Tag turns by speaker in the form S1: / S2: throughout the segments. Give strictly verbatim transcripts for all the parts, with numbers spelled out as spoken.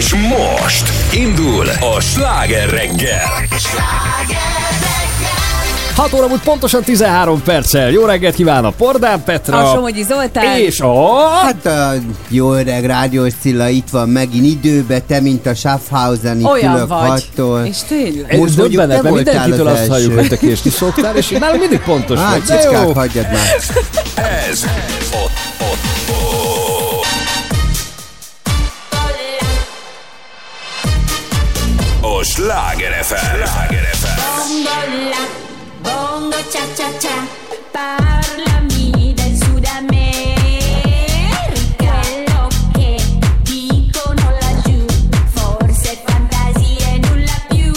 S1: És most indul a Sláger reggel.
S2: hat óra múlt pontosan tizenhárom perccel. Jó reggelt kíván a Pordán Petra.
S3: A Somogyi Zoltán.
S2: És a...
S4: Hát a jó öreg Rádiós Cilla itt van megint időbe, te mint a Schaffhausen itt
S3: olyan
S4: ülök
S3: vagy.
S4: hattól.
S3: És tényleg.
S2: Ez
S4: Most mondjuk
S2: döbbenet,
S4: te
S2: mert
S4: voltál
S2: mindenkitől
S4: az
S2: azt halljuk,
S4: első.
S2: hogy te késni szoktál, és nálam mindig pontos vagy.
S4: Hát,
S2: De jó.
S4: csicskák, hagyjad már.
S1: Ez ott, ott, ott. A Sláger ef em. Sláger ef em.
S5: Bongo la, bongo cha cha cha, parlami del Sud America. Quello che dicono laggiù, forse fantasie nulla più.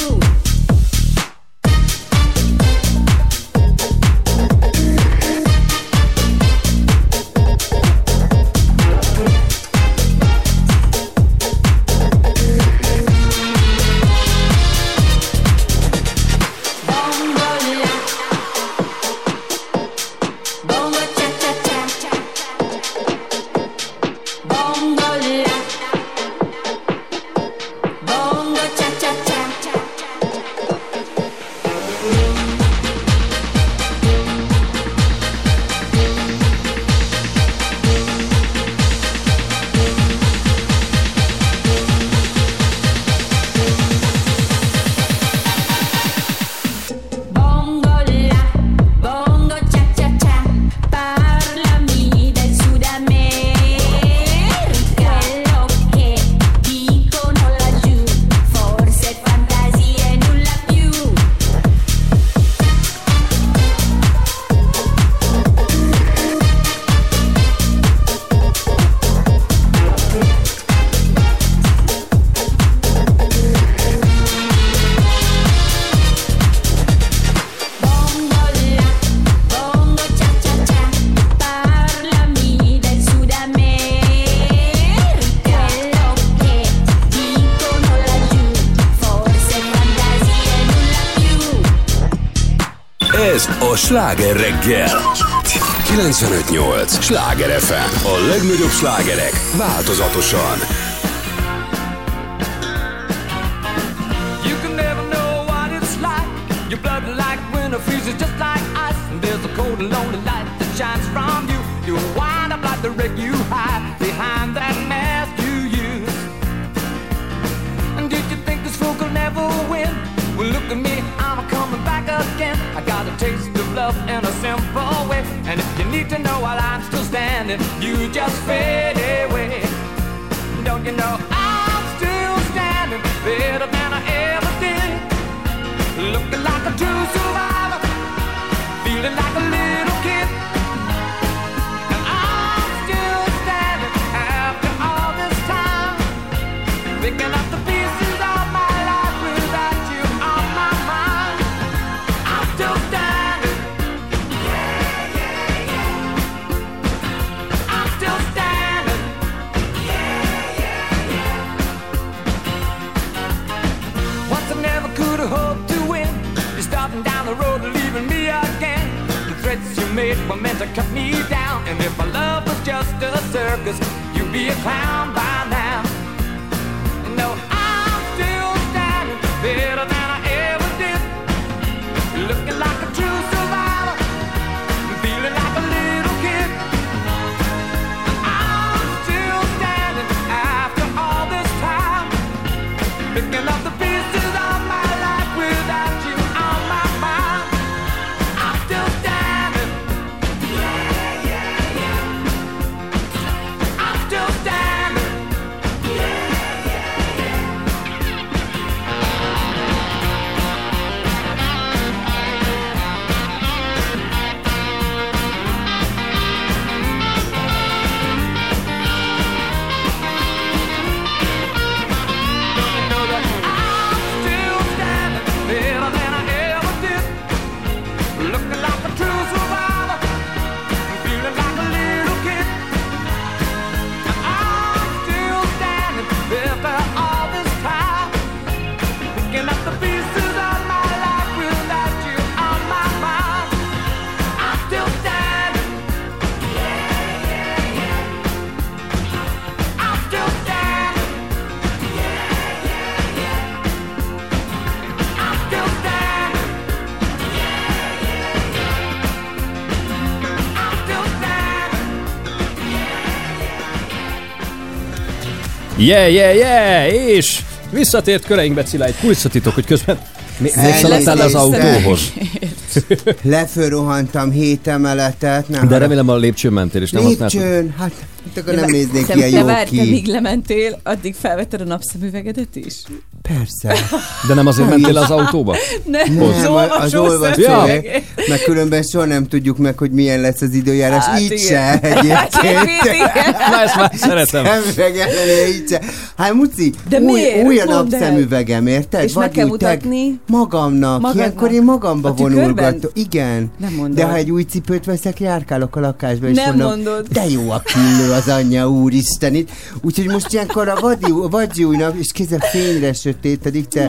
S1: Ez a Sláger reggel. kilencvenöt nyolc Sláger ef em. A legnagyobb slágerek változatosan.
S6: You can never know what it's like. Your blood like winter freezes just like ice. And there's a cold and lonely light that shines from you. You wind up like the wreck you hide behind that mask you use. And did you think this fool could never win? Well, look at me, I'm coming back again. I got a taste of love in a simple way. And if you need to know while I'm still standing, you just fade away. Don't you know I'm still standing better than I ever did? Looking like a true survivor, feeling like a little kid. And I'm still standing after all this time, picking up the pieces of my life without you on my mind. I'm still standing. Yeah, yeah, yeah. I'm still standing. Yeah, yeah, yeah. Once I never could have hoped to win. You're starting down the road and leaving me again. The threats you made were meant to cut me down. And if my love was just a circus, you'd be a clown by now. No, I'm still standing better than I ever did. Looking like a true survivor, feeling like a little kid. I'm still standing after all this time, picking up the pieces of my life without you on my mind. I'm still standing. Yeah, yeah, yeah. I'm still standing.
S2: Yeah, yeah, yeah! És visszatért köreinkbe, Cilla, egy kulcsatitok, hogy közben még szaladtál az autóhoz.
S4: Lefölrohantam hét emeletet. Nem,
S2: de remélem a lépcsőn mentél, és nem használtad.
S4: Lépcsőn? Hát, akkor nem néznék
S3: te,
S4: ilyen
S3: te
S4: jó
S3: várj,
S4: ki.
S3: te míg lementél, addig felvetted a napszemüvegedet is?
S4: Persze.
S2: De nem azért mentél az autóba?
S3: Nem,
S4: Nem,
S3: az
S4: az
S3: olvasó
S4: olvasó,
S2: Ja.
S4: mert különben soha nem tudjuk meg, hogy milyen lesz az időjárás.
S3: Hát
S4: Így
S3: igen.
S4: se egyébként.
S2: Na, ezt már szeretem.
S4: Szemüveg ellenére így se. Hát Muci,
S3: De
S4: új,
S3: miért?
S4: új a
S3: Mondd el.
S4: napszemüvegem, érted?
S3: És meg kell
S4: úgy teg-
S3: mutatni?
S4: Magamnak.
S3: Magadnak?
S4: Ilyenkor én magamba
S3: A tükörben?
S4: vonulgatom. Igen.
S3: Nem mondod.
S4: De ha egy új cipőt veszek, járkálok a lakásba, és
S3: Nem
S4: mondom,
S3: mondod.
S4: de jó a küllő az anyja, úristen itt. Úgyhogy most ilyenkor a vadi, vadi új nap, és kézzel fényre sötétedik, te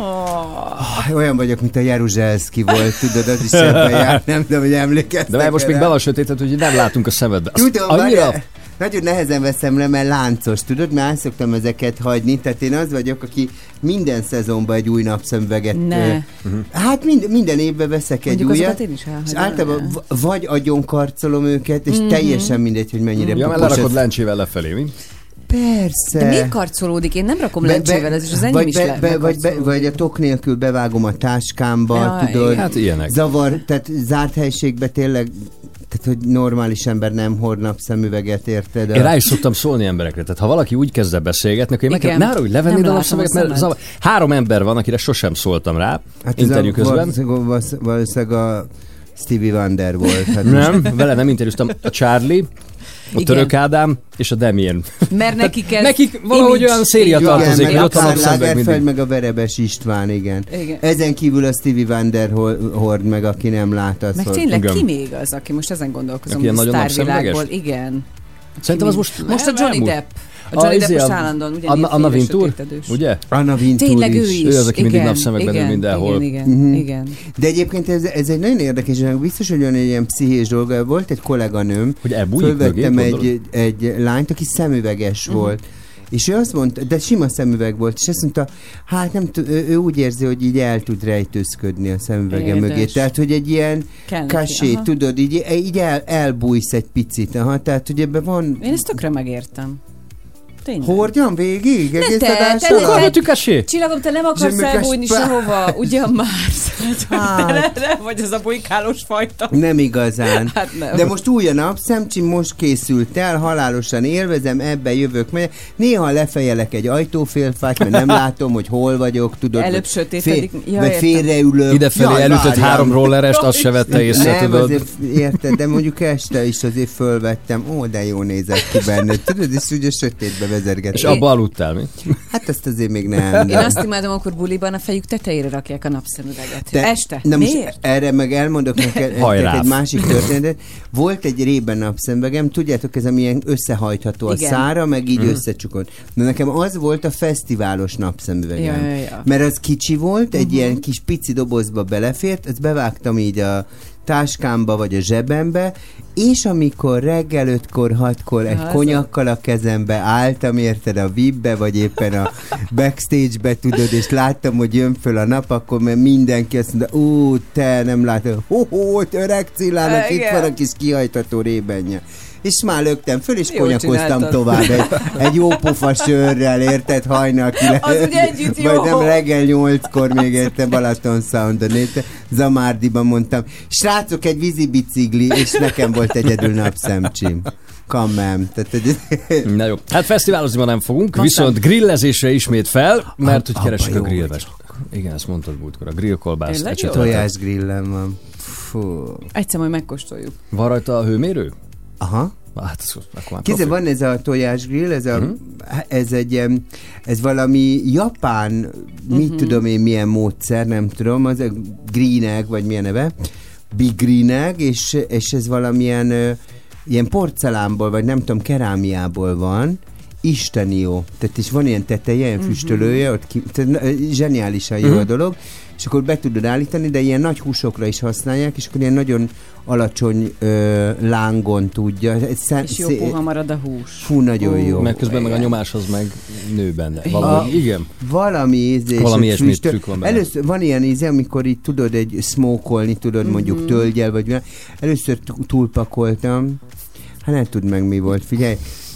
S3: Oh.
S4: olyan vagyok, mint a Jeruzsálszki volt, tudod, az is ebben jár, nem tudom, hogy emlékeztek.
S2: De már most még
S4: rá.
S2: bele a sötétet, hogy nem látunk a szemedbe. Azt
S4: Tudom,
S2: annyira...
S4: annyira... Nagyon nehezen veszem le, mert láncos, tudod, mert át szoktam ezeket hagyni, tehát én az vagyok, aki minden szezonban egy új napszemüveget...
S3: Ne.
S4: Ö, hát mind, minden évben veszek egy
S3: Mondjuk
S4: újat,
S3: azokat én is elhagyom.
S4: és általában v- vagy agyonkarcolom őket, és
S3: Mhm.
S4: teljesen mindegy, hogy mennyire
S2: Ja, mert
S4: pupos
S2: lerakod
S4: ez.
S2: lencsével lefelé, mi?
S4: Persze.
S3: De miért karcolódik? Én nem rakom lencsével, ez is az enyém
S4: vagy
S3: is
S4: be,
S3: le,
S4: be, vagy, be,
S3: bekarcolódik.
S4: vagy a tok nélkül bevágom a táskámba,
S3: Ja,
S4: tudod.
S3: igen.
S2: Hát ilyenek.
S4: Zavar, tehát zárt helyiségbe tényleg, tehát hogy normális ember nem hord napszemüveget, érted?
S2: Én rá is szoktam szólni emberekre, tehát ha valaki úgy kezd el beszélgetni, akkor én meg kell,
S3: Igen.
S2: ne arra, hogy levennéd
S3: Nem
S2: a
S3: látom
S2: napszemüveget,
S3: a
S2: mert
S3: szemed.
S2: zavar. Három ember van, akire sosem szóltam rá,
S4: Hát ez
S2: interjú
S4: a,
S2: közben.
S4: valószínűleg, valószínűleg a Stevie Wonder volt. Hát most-
S2: Nem, vele nem interjúztam. A Charlie, a
S3: Igen.
S2: Török Ádám és a Damien.
S3: Mert nekik ez
S2: Nekik valahogy
S3: image.
S2: olyan széria
S3: Igen,
S2: tartozik,
S4: meg
S2: hogy
S4: a
S2: ott van a
S4: Karl
S2: napszemüveg
S4: Lagerfeld,
S2: mindig.
S4: meg a Verebes István, igen.
S3: Igen.
S4: Ezen kívül a Stevie Wonder hol- hord meg, aki nem lát azt.
S3: Meg
S4: hogy-
S3: tényleg
S2: Igen.
S3: ki még az, aki most ezen gondolkozom,
S2: Aki ilyen
S3: hogy a
S2: nagyon
S3: sztárvilágból,
S2: napszemüveges?
S3: igen.
S2: Szerintem az most
S3: Most a Johnny
S2: elmúlt.
S3: Depp. A Johnny Depp
S2: izé,
S3: most
S2: a-
S3: állandóan ugyanilyen
S2: Anna, Anna
S3: fényes,
S2: Wintour,
S3: sötétedős.
S2: ugye?
S4: Anna Wintour
S3: Tényleg
S4: is.
S3: ő is.
S2: Ő az, aki mindig
S3: igen,
S2: napszemüvegben
S3: igen,
S2: ül mindenhol.
S3: Igen,
S4: Mhm.
S3: igen, igen.
S4: De egyébként ez, ez egy nagyon érdekes, biztos, hogy olyan egy ilyen pszichés dolga. Volt egy kolléganőm,
S2: Hogy elbújik
S4: fölvettem
S2: mögé,
S4: egy,
S2: gondolod?
S4: egy lányt, aki szemüveges uh-huh. volt. És ő azt mondta, de sima szemüveg volt, és azt mondta, hát nem tud, ő, ő úgy érzi, hogy így el tud rejtőzködni a szemüvege
S3: Érdes.
S4: mögé. Tehát, hogy egy ilyen
S3: Kell neki,
S4: kasé,
S3: aha.
S4: tudod, így, így el, elbújsz egy picit. Aha, tehát, hogy ebben van...
S3: Én ezt tökre megértem. Tényleg.
S4: Hordjam végig?
S3: Ne
S4: Egész
S3: te,
S4: adás
S3: te,
S4: alatt?
S3: te,
S2: Karvetű kasé?
S3: Csillagom, te nem akarsz
S4: Zsömökös
S3: elbújni
S4: pá-
S3: sehova, ugyan már.
S4: Hát.
S3: Te ne- nem vagy az a bujkálós fajta.
S4: Nem igazán.
S3: Hát nem.
S4: De most új a napszemcsim, most készült el, halálosan élvezem, ebbe jövök, megyek. Néha lefejelek egy ajtófélfát, mert nem látom, hogy hol vagyok, tudod.
S3: Előbb
S4: vagy
S3: sötétedik.
S4: fél-
S3: Ja,
S4: vagy
S3: értem.
S4: félreülök.
S2: Idefelé
S4: Jaj,
S2: elütött
S4: várjál.
S2: három rollerest, azt se vette észre,
S4: Nem,
S2: tudod.
S4: azért érted, de mondjuk este is azért fölvettem. Ó, de jó nézett ki benne. Tudod, és ugye sötétbe
S2: És
S4: vezergettem.
S2: abba aludtál, mi?
S4: Hát azt azért még nem.
S3: Én
S4: de-
S3: azt imádom, akkor buliban a fejük tetejére rakják a napszemüveget.
S4: Te-
S3: Este.
S4: Na most
S3: Miért?
S4: erre meg elmondok neked
S2: Hajrá.
S4: egy másik történetet. Volt egy rében napszemüvegem, tudjátok, ez amilyen összehajtható a
S3: Igen.
S4: szára, meg így összecsukott. De nekem az volt a fesztiválos napszemüvegem.
S3: Ja, ja, ja.
S4: Mert az kicsi volt, egy ilyen kis pici dobozba belefért, ezt bevágtam így a táskámba vagy a zsebembe, és amikor reggel ötkor, hatkor egy
S3: Az
S4: konyakkal a kezembe álltam, érted, a vé i pbe, vagy éppen a backstage-be, tudod, és láttam, hogy jön föl a nap, akkor mert mindenki azt mondta, ú, te nem látod, ho-ho, ott öreg Cillának, itt
S3: Igen.
S4: van a kis kihajtató rébenje. És már löktem föl, és
S3: Jól
S4: konyakoztam
S3: csináltad.
S4: tovább egy, egy jó pofa sörrel, érted, hajnal ki le-
S3: Az ugye együtt jó.
S4: Vagy nem, reggel nyolckor még érted, Balaton Soundon, érted, Zamárdiban mondtam, srácok, egy vízibicikli, és nekem volt egyedül napszemcsim. Kamem. Tehát, hogy-
S2: Na jó. Hát fesztiválozni ma nem fogunk,
S3: Aztán-
S2: viszont grillezésre ismét fel, mert hogy
S4: Abba
S2: keresik a
S4: jó
S2: grillvest. Igen, ezt mondtad múltkor, a grillkolbászt.
S3: Tényleg
S2: et
S3: jó?
S2: cetera.
S4: Tojásgrillem van. Fú.
S3: Egyszer majd megkóstoljuk.
S2: Van rajta a hőmérő?
S4: Aha.
S2: Hát, ez- akkor már
S4: Kézzel
S2: profi.
S4: van ez a tojásgrill, ez, a,
S2: Mhm.
S4: ez egy, em, ez valami japán, mit tudom én milyen módszer, nem tudom, az a green egg, vagy milyen neve, big green egg, és, és ez valamilyen ö, ilyen porcelánból, vagy nem tudom, kerámiából van, isteni jó. Tehát is van ilyen teteje, ilyen füstölője, ott ki, tehát, na, zseniálisan jó a dolog, és akkor be tudod állítani, de ilyen nagy húsokra is használják, és akkor ilyen nagyon alacsony ö, lángon tudja. Ez szem,
S3: És jó puha marad a hús.
S4: Fú, nagyon jó.
S2: Mert közben meg a nyomás az meg nő benne. Valahogy, igen.
S4: Valami íze. és
S2: Valami
S4: a
S2: ilyesmi
S4: füstöl-
S2: trükk van benne.
S4: Először van ilyen íze, amikor így tudod egy smokolni, tudod mm-hmm. mondjuk tölgyel, vagy olyan. Először t- túlpakoltam. Hát nem tud meg mi volt, figyelj.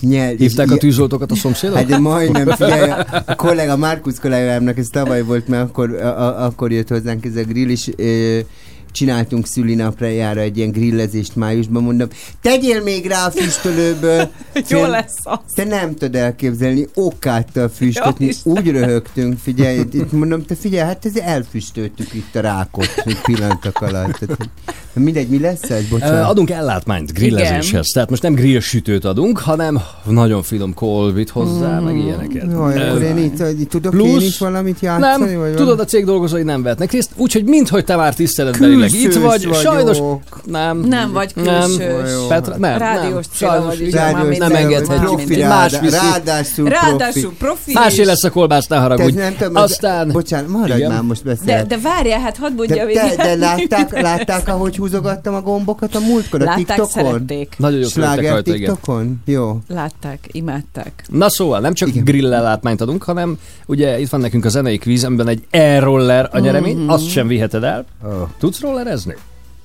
S4: Nyel,
S2: Hívták
S4: és
S2: a tűzoltókat a szomszédok?
S4: Hát de majdnem, figyelj, a kollega, Márkusz kollégámnak ez tavaly volt, mert akkor, a, a, akkor jött hozzánk ez a grill, és ö, csináltunk szülinapjára egy ilyen grillezést májusban, mondom, tegyél még rá a füstölőből.
S3: Jó lesz az.
S4: Te nem tudod elképzelni, okáttal füstötni,
S3: Ja, Isten.
S4: úgy röhögtünk, figyelj, itt mondom, te figyelj, hát ez elfüstöltük itt a rákot egy pillanatok alatt. Tehát, mindegy, mi lesz ez? Bocsánat.
S2: Adunk ellátmányt grillezéshez. Tehát most nem grillsütőt adunk, hanem nagyon finom kolbit hozzá, meg ilyeneket.
S4: Jaj, akkor én itt, itt tudok
S2: Plusz-
S4: én is valamit játszani?
S2: Nem,
S4: vagy
S2: tudod, a cég dolgozói nem vetnek részt, úgyhogy minthogy te már tiszteletbelileg itt
S4: Külsős
S2: vagy,
S4: vagyok.
S2: sajnos nem.
S3: Nem vagy
S2: Nem.
S3: külsős.
S2: Petra, nem,
S3: Rádiós
S2: nem.
S3: céla
S2: Sajnos
S3: vagy,
S2: igen,
S3: ugye, már
S2: nem
S3: minden
S2: engedhetjük.
S3: van.
S4: profi,
S2: Egy más
S4: ráda,
S2: viszi.
S4: ráadásul profi.
S3: Ráadásul profi.
S2: Másé
S3: és-
S2: lesz a kolbász, ne
S4: Te
S2: haragudj.
S4: nem tudom, az-
S2: Aztán...
S4: bocsánat, maradj
S2: Igen.
S4: már, most beszél.
S3: De, de várjál, hát hadd mondja
S4: de,
S3: végig.
S4: de, de látták, látták, ahogy húzogattam a gombokat a múltkor, a
S3: Látták,
S4: TikTokon?
S3: szerették.
S2: Nagyon jók lettek
S4: Sláger
S2: rajta, igen.
S4: TikTokon? Jó.
S3: Látták, imádták.
S2: Na szóval, nem csak
S4: Igen.
S2: grillellátmányt adunk, hanem ugye itt van nekünk a zenei kvíz, amiben egy e-roller a nyeremény,
S3: Mhm.
S2: azt sem viheted el.
S4: Oh.
S2: Tudsz rollerezni?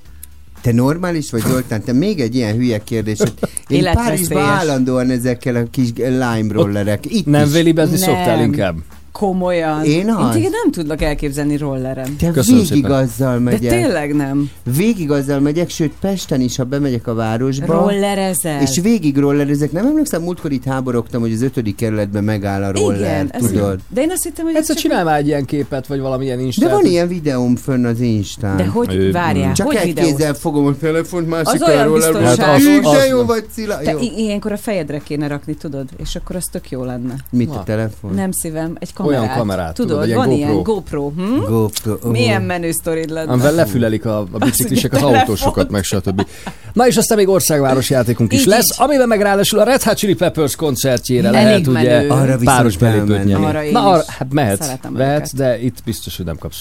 S4: Te normális vagy, Zoltán? Te még egy ilyen hülye kérdésed. Én
S3: Életveszélyes.
S4: Párizsban állandóan ezekkel a kis lime rollerek. Itt
S2: Nem
S4: is.
S2: vélibezni
S3: Nem.
S2: szoktál inkább?
S3: Komolyan.
S4: Én az?
S3: Én téged nem tudlak elképzelni rolleren.
S4: Te
S2: Köszönöm
S4: végig
S2: szépen.
S4: azzal
S3: De
S4: megyek.
S3: tényleg nem.
S4: Végig azzal megyek, sőt Pesten is, ha bemegyek a városba.
S3: Rollerezel.
S4: És végig rollerezek. Nem emlékszem, múltkor itt háborogtam, hogy az ötödik kerületben megáll a roller,
S3: Igen, ez
S4: tudod?
S3: De én azt hittem, hogy ez
S2: Egyszer
S3: csak...
S2: csinálj már egy ilyen képet, vagy valamilyen instát.
S4: De van ilyen videóm fönn az Instán.
S3: De hogy,
S2: Ő-
S3: várjál,
S4: Csak
S3: hogy
S4: egy
S3: videóz?
S4: kézzel fogom a telefont, másik
S3: Az olyan
S4: rollerben.
S3: biztonságos.
S4: Hű, de
S2: Az-
S4: jó
S2: az-
S4: vagy, Cilla.
S3: Te
S4: Jó.
S3: i- ilyenkor a fejedre kéne rakni, tudod? És akkor az tök jó lenne.
S4: Mit a
S2: Na.
S4: telefon?
S3: Nem szívem, egy kamerát.
S2: Olyan kamerát, tudod,
S3: tudod,
S2: egy
S3: van
S2: GoPro.
S3: ilyen GoPro. Hm?
S4: GoPro. Oh.
S3: Milyen menő sztorid lenne.
S2: Amivel lefülelik a, a biciklisek az
S3: Azt ugye
S2: autósokat, meg stb. Na és aztán még országváros játékunk is
S3: Így,
S2: lesz,
S3: így.
S2: amiben meg ráadásul a Red Hot Chili Peppers koncertjére
S3: Elég
S2: lehet ugye
S3: menő.
S4: Arra viszont
S2: páros belépőt
S4: elmenni.
S2: nyerni.
S3: Arra én
S2: Na, arra,
S3: is
S2: hát mehetsz,
S3: szeretem
S2: vehetsz,
S3: őket.
S2: de itt biztos, hogy nem kapsz.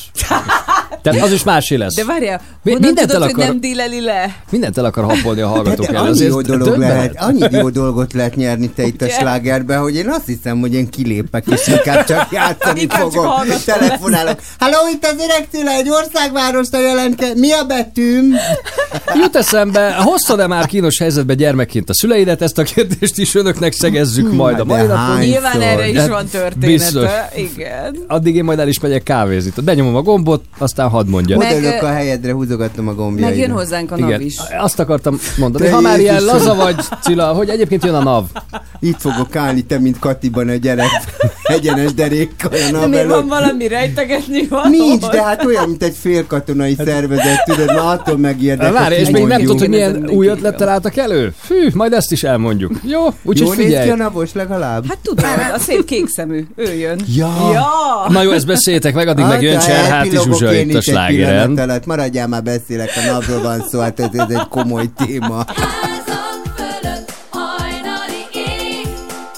S2: Tehát az is másé lesz.
S3: De várjál,
S2: Mi-
S3: honnan
S2: mindent
S3: tudod,
S2: el
S3: hogy
S2: akar-
S3: nem díleli le?
S2: Mindent el akar hapolni a hallgatók
S4: Hát,
S2: el.
S4: annyi
S2: Azért
S4: jó dolog
S2: döbbenet.
S4: lehet, annyi jó dolgot lehet nyerni te itt a
S3: Ugye?
S4: slágerbe, hogy én azt hiszem, hogy én kilépek, és inkább csak játszani
S3: Inkább csak
S4: fogok.
S3: hallgató
S4: Telefonálok. Halló, itt az Öreg Cilla, egy országvárosra jelentke. Mi a betűm?
S2: Jut eszembe, hoztad-e már kínos helyzetbe gyermekként a szüleidet? Ezt a kérdést is önöknek szegezzük majd a mai
S4: de
S2: napon.
S4: hány-
S3: Nyilván
S4: Hányszor?
S3: erre is
S2: Hát,
S3: van
S2: biztos.
S3: története. Igen.
S2: Addig én majd el is megyek kávézni. Tehát benyomom a gombot, aztán hadd mondja.
S3: Meg-
S4: Odaülök a helyedre, húzogatom a gombjaidat.
S3: Megjön hozzánk a
S2: Igen,
S3: NAV is.
S2: azt akartam mondani.
S4: Te
S2: Ha már ilyen
S4: Jézusom.
S2: laza vagy, Cilla, hogy egyébként jön a NAV.
S4: Itt fogok állni, te, mint Katiban a gyerek. Egyenes derékkal a
S3: De
S4: nap
S3: miért van
S4: előtt.
S3: valami rejtegetni van?
S4: Nincs, de hát olyan, mint egy félkatonai szervezet, tudod, ma attól megijedek.
S2: Várj,
S4: hogy
S2: és még nem
S4: kimondjuk.
S2: tudod, hogy milyen
S3: Ezen
S2: új
S3: neki
S2: ötlettel álltak elő? Fű, majd ezt is elmondjuk. Jó? Úgyhogy
S4: Jól néz ki
S2: figyelj.
S4: a napos legalább?
S3: Hát tudod, a szép kék szemű. Ő jön.
S4: Ja.
S3: Ja.
S2: Na jó, ezt beszéljetek meg, addig meg jön
S4: Hát,
S2: Cserháti
S4: elpillogok
S2: Zsuzsa
S4: én
S2: itt a
S4: egy
S2: slágeren.
S4: pillanat alatt. Maradjál már, beszélek, a napról van szó, hát ez, ez egy komoly téma.
S5: Házak fölött hajnali ég,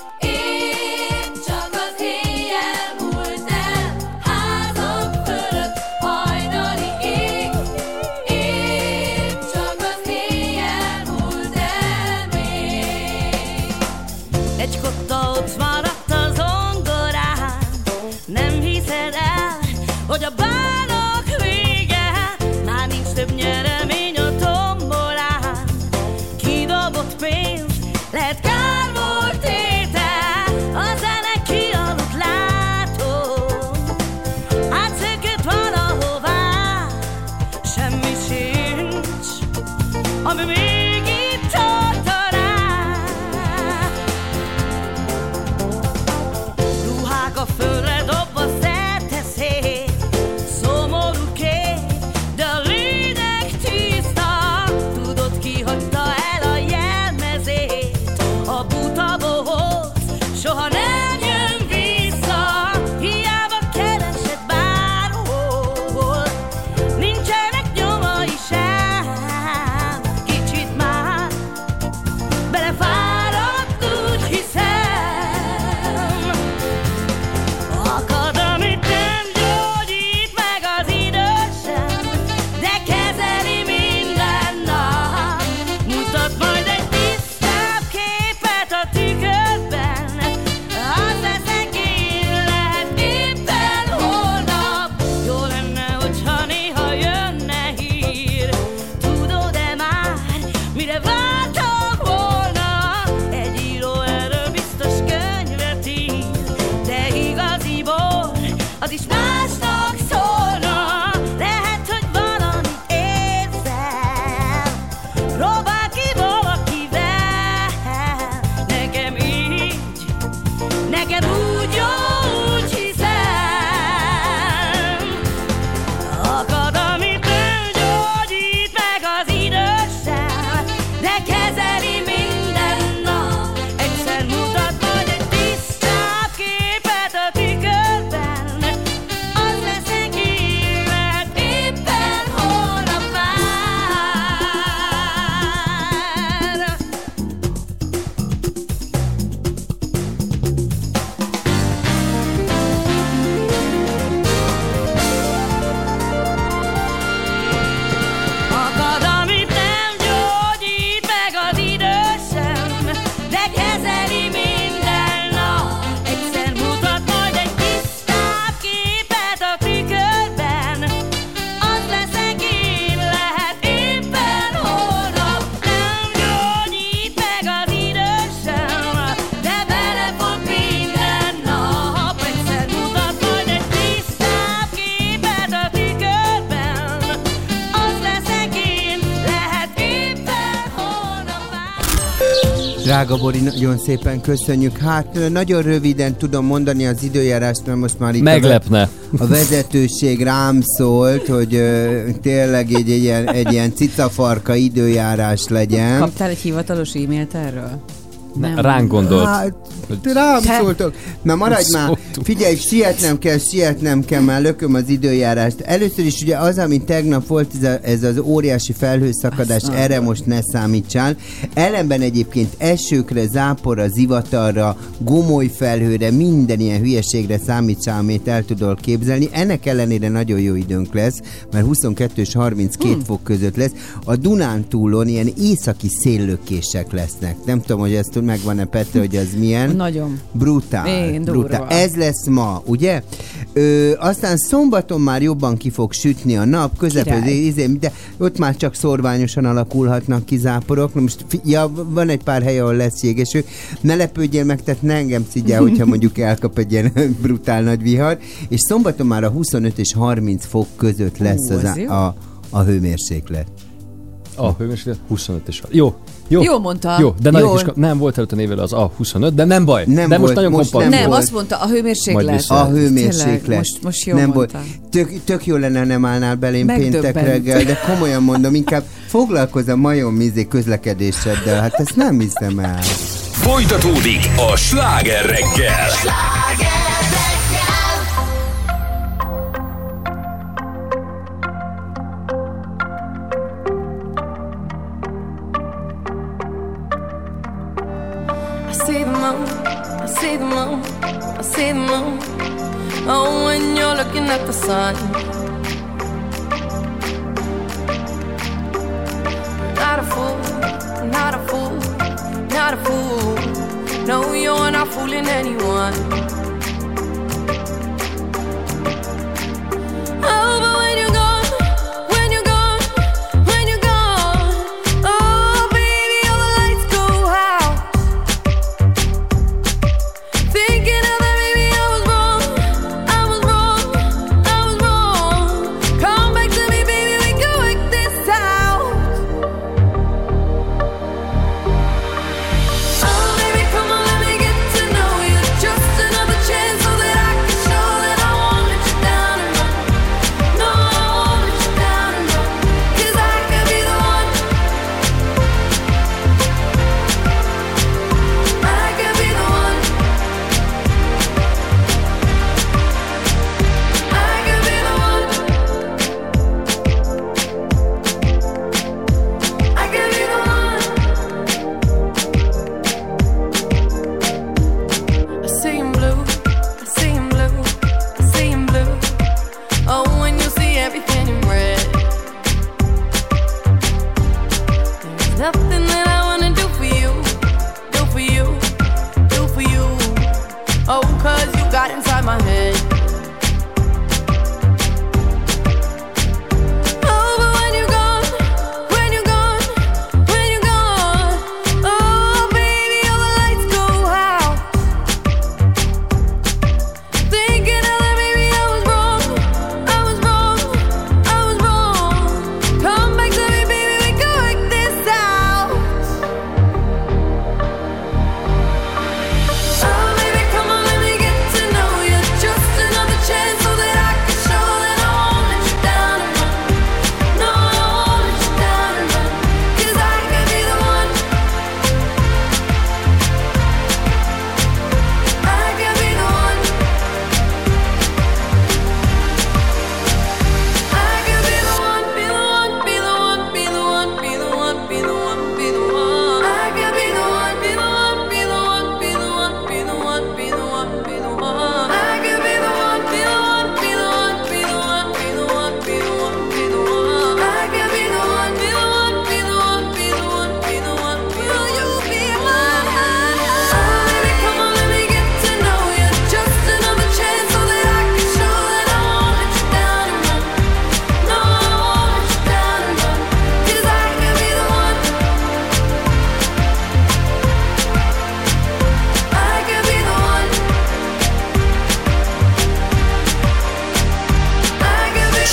S5: én csak az éjjel múlt el. Házak fölött hajnali ég, én csak az éjjel múlt el még.
S7: Egy kotta ott maradt a zongorán, nem hiszed el, hogy a bálok vége, már nincs több nyeremény a tombolán. Kidobott pénz, lehet kár volt étel, a zene kialudt látom. Átszökött valahová, semmi sincs, ami még itt tartaná. Ruhák a földre dobva szerte szét, az is másnak szólna. Lehet, hogy valamit érzel, próbál ki valakivel. Nekem így, neked úgy, úgy hiszem. Akad, amit nem gyógyít meg az idő sem, de kezeli minden nap. Egyszer mutat majd egy tisztább képet a tükörben. Az leszek én, mert éppen holnap már. Akad, amit nem gyógyít meg az idő sem, de kezeli minden nap. Egyszer mutat majd egy tisztább képet a tükörben. Az leszek én, lehet éppen holnap. Nem gyógyít meg az idő sem, de belefog minden nap. Egyszer mutat majd egy tisztább képet a tükörben. Az leszek én, lehet éppen holnap már.
S4: Drága Bori, nagyon szépen köszönjük. Hát ö, nagyon röviden tudom mondani az időjárást, mert most már itt a ve-
S2: Meglepne.
S4: a vezetőség rám szólt, hogy ö, tényleg egy, egy, ilyen, egy ilyen cicafarka időjárás legyen.
S3: Kaptál egy hivatalos e-mailt erről? Nem.
S2: Ránk gondolt.
S4: Hát, rám
S3: Te-
S4: szóltok. Na maradj már,
S2: Szóltunk.
S4: figyelj, sietnem kell, sietnem kell, már lököm az időjárást. Először is ugye az, amit tegnap volt, ez, a, ez az óriási felhőszakadás,
S3: Aztán.
S4: erre most ne számítsál. Ellenben egyébként esőkre, záporra, zivatarra, gomoly felhőre, minden ilyen hülyeségre számítsál, amit el tudol képzelni. Ennek ellenére nagyon jó időnk lesz, mert huszonkettő és harminckét
S3: Hmm.
S4: fok között lesz. A Dunántúlon ilyen északi széllökések lesznek. Nem tudom, hogy ezt megvan-e, Petre, hogy az milyen.
S3: Nagyon.
S4: Brutál.
S3: Én, durva.
S4: brutál. Ez lesz ma, ugye? Ö, aztán szombaton már jobban ki fog sütni a nap, közepén,
S3: Király.
S4: izé, de ott már csak szorványosan alakulhatnak ki záporok. Na most, fi- ja, van egy pár hely, ahol lesz jégeső. Ne lepődjél meg, tehát ne engem szidjál, hogyha mondjuk elkap egy ilyen brutál nagy vihar. És szombaton már a huszonöt és harminc fok között lesz
S3: Ú,
S4: az
S3: ez
S4: a,
S3: jó.
S4: a, a hőmérséklet.
S2: A hőmérséklet huszonöt és Jó. Jó.
S3: Jó mondta.
S2: Jó, de nagyon
S3: Jó.
S2: kis, nem volt előtt a névvel az A huszonöt, de nem baj.
S4: Nem
S2: de most
S4: volt,
S2: nagyon
S4: most
S2: kompakt.
S4: nem
S3: Nem,
S4: volt.
S3: azt mondta, a
S2: Majd
S3: hőmérséklet.
S2: vissza.
S4: A hőmérséklet.
S3: Tényleg, most, most jó
S4: nem
S3: mondta.
S4: volt. Tök, tök jó lenne, nem állnál belém
S3: Megdöbbent.
S4: péntek reggel, de komolyan mondom, inkább foglalkozz a majom mizé közlekedéseddel. Hát ezt nem hiszem el.
S1: Folytatódik a Sláger reggel.
S8: I see the moon, I see the moon, I see the moon. Oh, when you're looking at the sun. Not a fool, not a fool, not a fool. No, you're not fooling anyone. Oh, but when you're gone, when you're gone, when you're gone, oh, baby, all the lights go out. Thinking of that, baby, I was wrong, I was wrong, I was wrong. Come back to me, baby, we can work this out. Oh, baby, come on, let me get to know you just enough.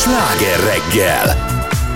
S1: sláger reggel.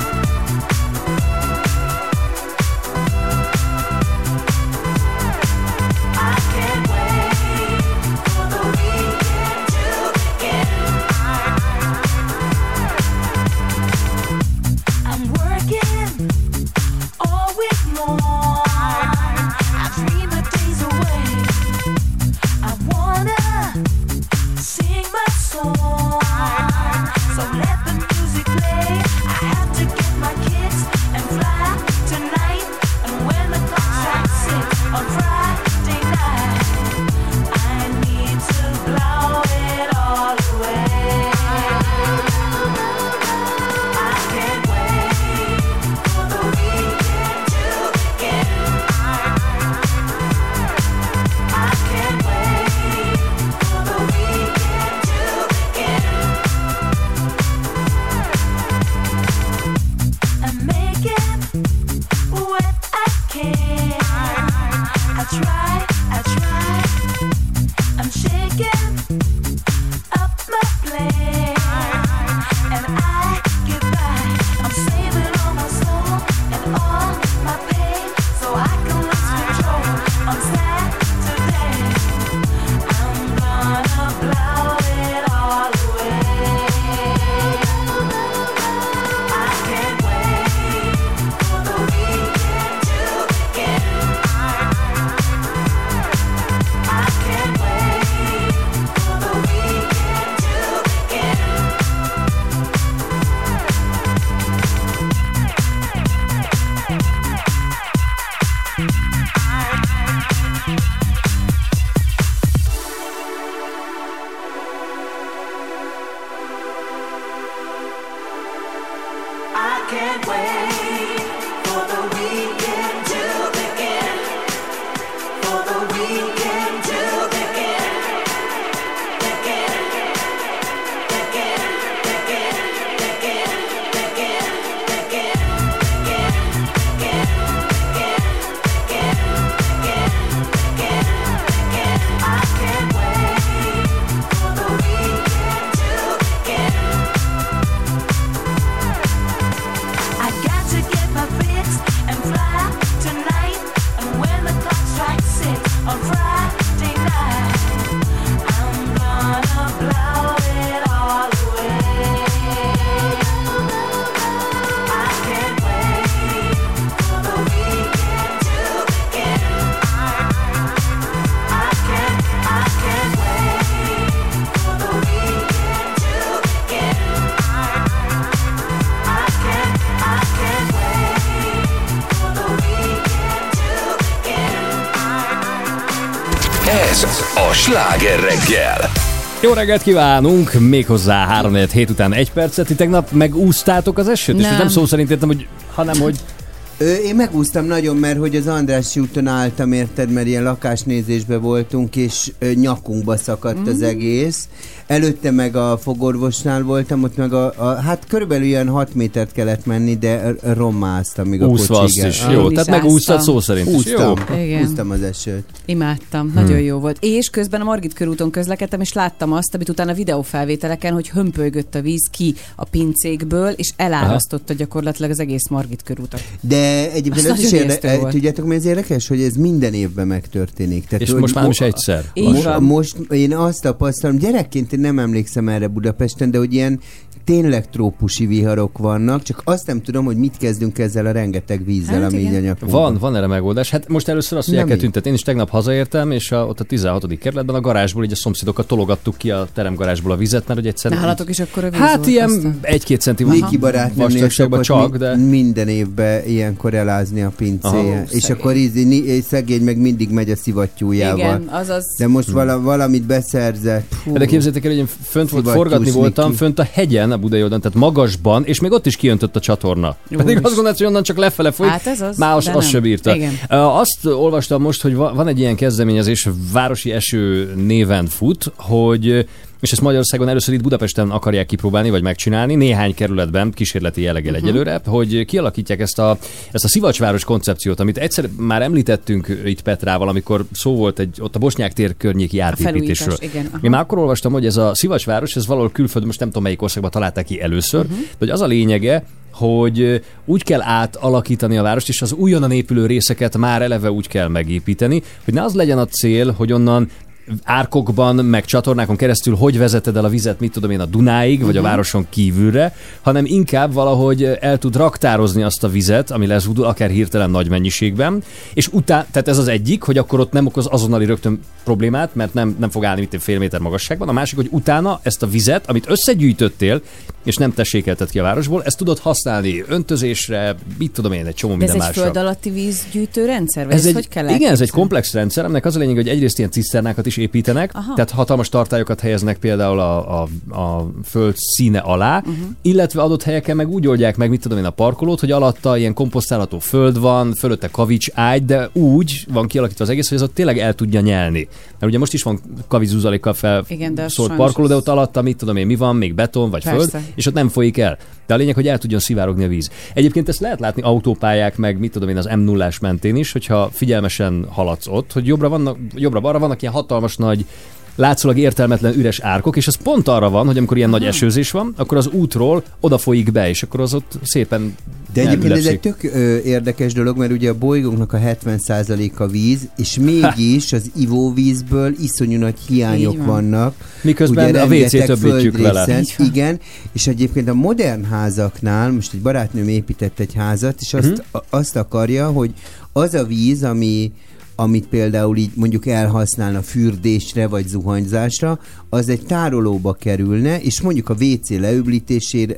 S1: Ez a Sláger reggel.
S2: Jó reggelt kívánunk, méghozzá három hét után egy percet. Ti tegnap megúsztátok az esőt?
S3: Nem.
S2: És nem szó szerint értem, hogy, hanem hogy...
S4: Ö, én megúsztam nagyon, mert hogy az Andrássy úton álltam, érted, mert ilyen lakásnézésben voltunk, és ö, nyakunkba szakadt mm. az egész. Előtte meg a fogorvosnál voltam, ott meg a, a hát körülbelül ilyen hat métert kellett menni, de rommáztam még a
S2: úszva
S4: kocsigal.
S2: azt is. Jó,
S3: Én
S2: tehát
S3: is
S2: megúsztad
S3: áztam.
S2: szó szerint is.
S4: Úsztam,
S3: Igen.
S4: úsztam az esőt.
S3: Imádtam, nagyon jó volt. És közben a Margit körúton közlekedtem, és láttam azt, amit utána videófelvételeken, hogy hömpölygött a víz ki a pincékből, és elárasztotta gyakorlatilag az egész Margit körútat.
S4: De egyébként
S3: Az
S4: ez is
S3: nagyon
S4: érde-
S3: ijesztő volt.
S4: tudjátok, mi az érdekes, hogy ez minden évben megtörténik. Tehát,
S2: És
S4: hogy
S2: most már nem is
S4: mo-
S2: egyszer.
S3: Így
S4: Mo-
S3: van.
S4: most én azt tapasztalom, gyerekként én nem emlékszem erre Budapesten, de hogy ilyen tényleg trópusi viharok vannak, csak azt nem tudom, hogy mit kezdünk ezzel a rengeteg vízzel,
S3: Hát
S4: ami így
S3: igen.
S4: a nyakunkban.
S2: Van, van erre megoldás. Hát most először azt, hogy
S4: Na
S2: el kell
S4: mi?
S2: tüntetni. Én is tegnap hazaértem, és a, ott a tizenhatodik kerületben a garázsból, így a szomszédokat tologattuk ki a teremgarázsból a vizet, mert hogy egyszerűen...
S3: Nálatok is akkor a víz
S2: Hát
S3: volt,
S2: ilyen
S3: aztán.
S2: egy-két centi
S4: Miki barátnőmnél
S2: vastagságban
S4: szokott
S2: csak,
S4: mi-
S2: de...
S4: minden évben ilyenkor elázni a pincéje.
S2: Aha.
S4: És
S3: Szegény.
S4: akkor ízi, ni- szegény meg mindig megy a szivattyújával.
S3: Igen, azaz.
S4: De most vala, valamit beszerzett. Hú.
S2: De képzeljétek el, hogy én fönt volt,
S4: Szivattyús
S2: forgatni voltam,
S4: Miki.
S2: fönt a hegyen, a Budai oldalon, tehát magasban, és még ott is kiöntött a csatorna.
S3: Jó
S2: Pedig
S3: is.
S2: azt gondolod, hogy onnan csak lefele folyik,
S3: Hát ez az,
S2: már az,
S3: de
S2: azt
S3: nem.
S2: sem bírta.
S3: Igen.
S2: Uh, azt olvastam most, hogy va- van egy ilyen kezdeményezés, Városi Eső néven fut, hogy és ezt Magyarországon először itt Budapesten akarják kipróbálni, vagy megcsinálni, néhány kerületben kísérleti jelleggel uh-huh. egyelőre, hogy kialakítják ezt a, ezt a szivacsváros koncepciót, amit egyszer már említettünk itt Petrával, amikor szó volt egy, ott a Bosnyák tér környéki átépítésről. Én már akkor olvastam, hogy ez a szivacsváros, ez valahol külföldön, most nem tudom melyik országban találták ki először, uh-huh. de hogy az a lényege, hogy úgy kell átalakítani a várost, és az újonnan épülő részeket már eleve úgy kell megépíteni, hogy ne az legyen a cél, hogy onnan árkokban, meg csatornákon keresztül hogy vezeted el a vizet, mit tudom én, a Dunáig, uh-huh. vagy a városon kívülre, hanem inkább valahogy el tud raktározni azt a vizet, ami lezúdul, akár hirtelen nagy mennyiségben, és utána, tehát ez az egyik, hogy akkor ott nem okoz azonnali rögtön problémát, mert nem, nem fog állni mint fél méter magasságban, a másik, hogy utána ezt a vizet, amit összegyűjtöttél, és nem tessékelted ki a városból, ezt tudod használni öntözésre, mit tudom én, egy csomó minden másra.
S3: Ez egy föld alatti vízgyűjtő rendszer? Vagy ez
S2: egy,
S3: hogy kell
S2: igen, elképzelni? Ez egy komplex rendszer, aminek az a lényeg, hogy egyrészt ilyen ciszternákat is építenek, aha. tehát hatalmas tartályokat helyeznek például a, a, a föld színe alá, uh-huh. illetve adott helyeken meg úgy oldják meg, mit tudom én, a parkolót, hogy alatta ilyen komposztálható föld van, fölötte kavics ágy, de úgy van kialakítva az egész, hogy ez ott tényleg el tudja nyelni. Mert ugye most is van kavics-zuzalékkal felszólt parkoló, de ott alatta, mit tudom én, mi van, még beton vagy persze. föld, és ott nem folyik el. De a lényeg, hogy el tudjon szivárogni a víz. Egyébként ezt lehet látni autópályák, meg mit tudom én, az em nullás mentén is, hogyha figyelmesen haladsz ott, hogy jobbra vannak, jobbra-balra vannak ilyen hatalmas nagy, látszólag értelmetlen üres árkok, és ez pont arra van, hogy amikor ilyen nagy esőzés van, akkor az útról oda folyik be, és akkor az ott szépen
S4: de egyébként ez egy tök ö, érdekes dolog, mert ugye a bolygónknak a hetven százaléka víz, és mégis az ivóvízből iszonyú nagy hiányok van. vannak.
S2: Miközben ugye, a vé cét többítjük vele.
S4: Igen, és egyébként a modern házaknál, most egy barátnőm épített egy házat, és azt, hmm. a, azt akarja, hogy az a víz, ami amit például így mondjuk elhasználna fürdésre vagy zuhanyzásra, az egy tárolóba kerülne, és mondjuk a vé cé leöblítésére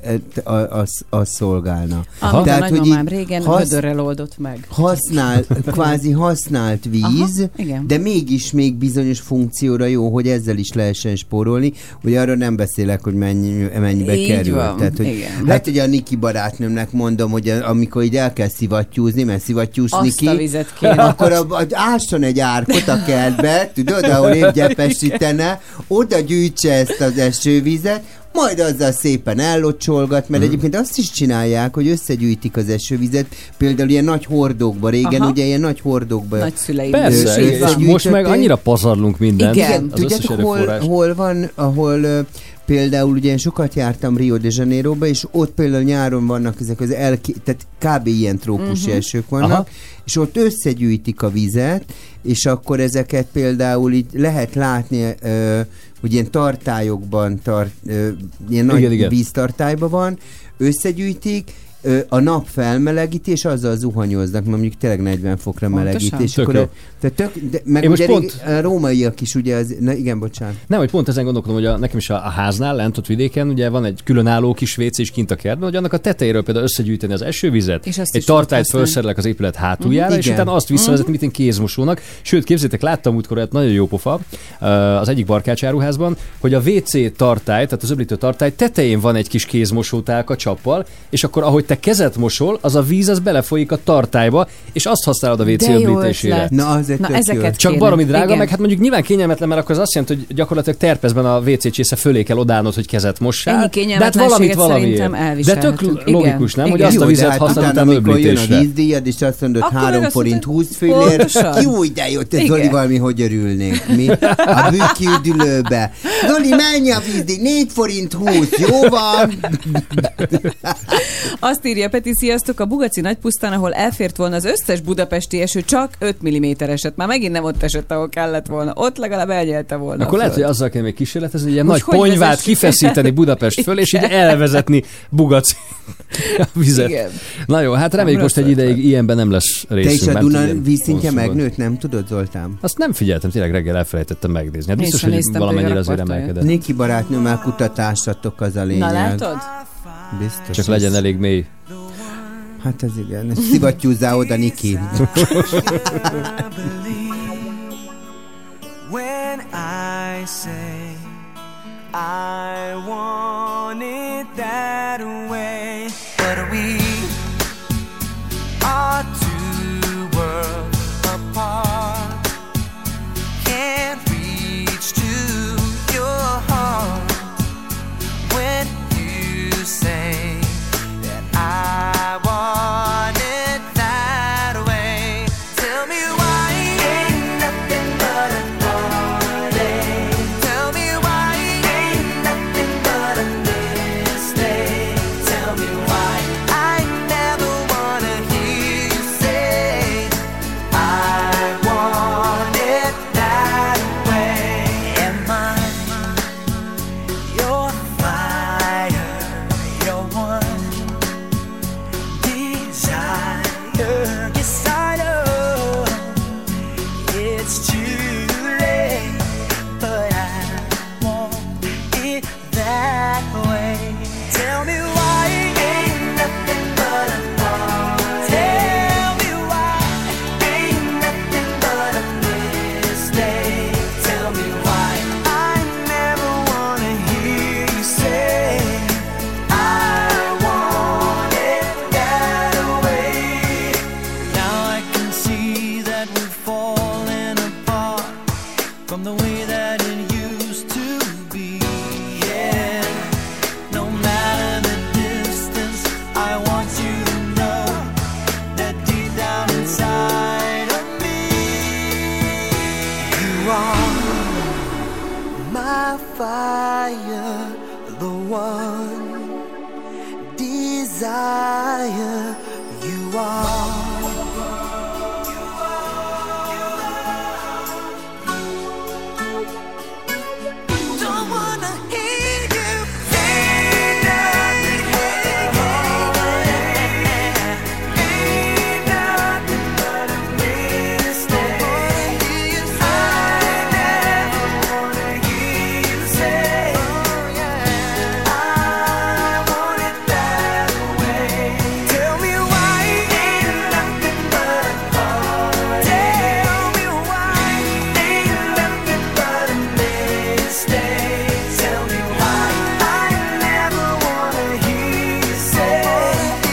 S4: az, az szolgálna.
S3: Amit a nagymamám régen hasz, vödörrel oldott meg.
S4: Használ, kvázi használt víz, aha, de mégis még bizonyos funkcióra jó, hogy ezzel is lehessen spórolni. Ugye arra nem beszélek, hogy mennyi, mennyibe így kerül. Van. Tehát, hogy, hát ugye a Niki barátnőmnek mondom, hogy amikor így el kell szivattyúzni, mert szivattyúzni ki, akkor a, a, ásson egy árkot a kertbe, tudod, ahol épp gyepesítene, oda gyűjtse ezt az esővizet, majd azzal szépen ellocsolgat, mert mm. egyébként azt is csinálják, hogy összegyűjtik az esővizet, például ilyen nagy hordókba, régen aha, ugye ilyen nagy hordókba.
S3: Nagyszüleim.
S2: Persze, és, és most meg annyira pazarlunk mindent.
S4: Igen, tudjátok, hol, hol van, ahol uh, például ugye én sokat jártam Rio de Janeiroba, és ott például nyáron vannak ezek az elké... tehát kb. Ilyen trópusi uh-huh. esők vannak, aha, és ott összegyűjtik a vizet, és akkor ezeket például így lehet látni, uh, hogy ilyen tartályokban, tart, uh, ilyen igen, nagy igen. víztartályban van, összegyűjtik, a nap felmelegíti, és azzal zuhanyoznak, mondjuk tényleg negyven fokra melegít. És akkor a, tehát tök, de, meg ugye pont, a rómaiak is, ugye, az, na igen, bocsánat.
S2: Nem, hogy pont ezen gondolkodom, hogy a, nekem is a, a háznál, lent ott vidéken, ugye van egy különálló kis vé cé is kint a kertben, hogy annak a tetejéről például összegyűjteni az esővizet, egy tartályt felszerelek az épület hátuljára, uh-huh, és igen. utána azt visszavezetni, uh-huh. mint én kézmosónak. Sőt, képzétek, láttam útkor, hogy nagyon jó pofa az egyik barkácsáruházban, hogy a vé cé tartály, tehát az öblítő tartály tetején van egy kis kézmosótálka csappal, és akkor ahogy te kezet mosol, az a víz az belefolyik a tartályba, és azt használod a vé cé öblítésére.
S4: Na, az egy
S3: Na ezeket
S2: csak baromi drága, igen. meg hát mondjuk nyilván kényelmetlen, mert akkor az azt jelenti, hogy gyakorlatilag terpezben a vé cé csésze fölé kell odállnod, hogy kezet mossál. De hát valamit valamiért. De tök logikus, nem? Igen. Hogy azt a vizet használod a öblítésre.
S4: Jön a vízdíjad, és azt mondod három forint húsz fillér. Jó, de jó, te Zoli, valami hogy örülnénk. Mi? A bűkiüdülőbe. Zoli, menj a vízdíj, négy forint húsz, jó van?
S3: Azt írja Peti, sziasztok, a Bugaci Nagypusztán, ahol elfért volna az összes budapesti eső, csak öt milliméter esett. Már megint nem ott esett, ahol kellett volna. Ott legalább elnyelte volna.
S2: Akkor lehet, hogy azzal kell még kísérletezni, hogy ilyen nagy ponyvát kifeszíteni Budapest föl, és így elvezetni Bugaci a vizet. Igen. Na jó, hát reméljük most egy ideig ilyenben nem lesz részünk.
S4: Te is a Duna vízszintje megnőtt, nem tudod, Zoltán?
S2: Azt nem figyeltem, tényleg reggel elfelejtettem megnézni. Hát biztos, hogy valamennyire azért emelkedett.
S4: Niki barátnőmmel kutatásatok, az a lényeg.
S3: Na látod?
S2: Biztos. Csak legyen elég mély.
S4: Hát ez igen. Szivattyúzzál oda, Niki.
S6: When I say I want it that way, but we are two worlds apart. Can't reach to your heart.
S9: desire, the one desire you are. Don't wanna hear you say nothing, ain't nothing but a mistake. I never wanna hear you say I want it that way. Tell me why ain't nothing but a heartache. Tell me why ain't nothing but a mistake. Tell me why I never wanna hear you say I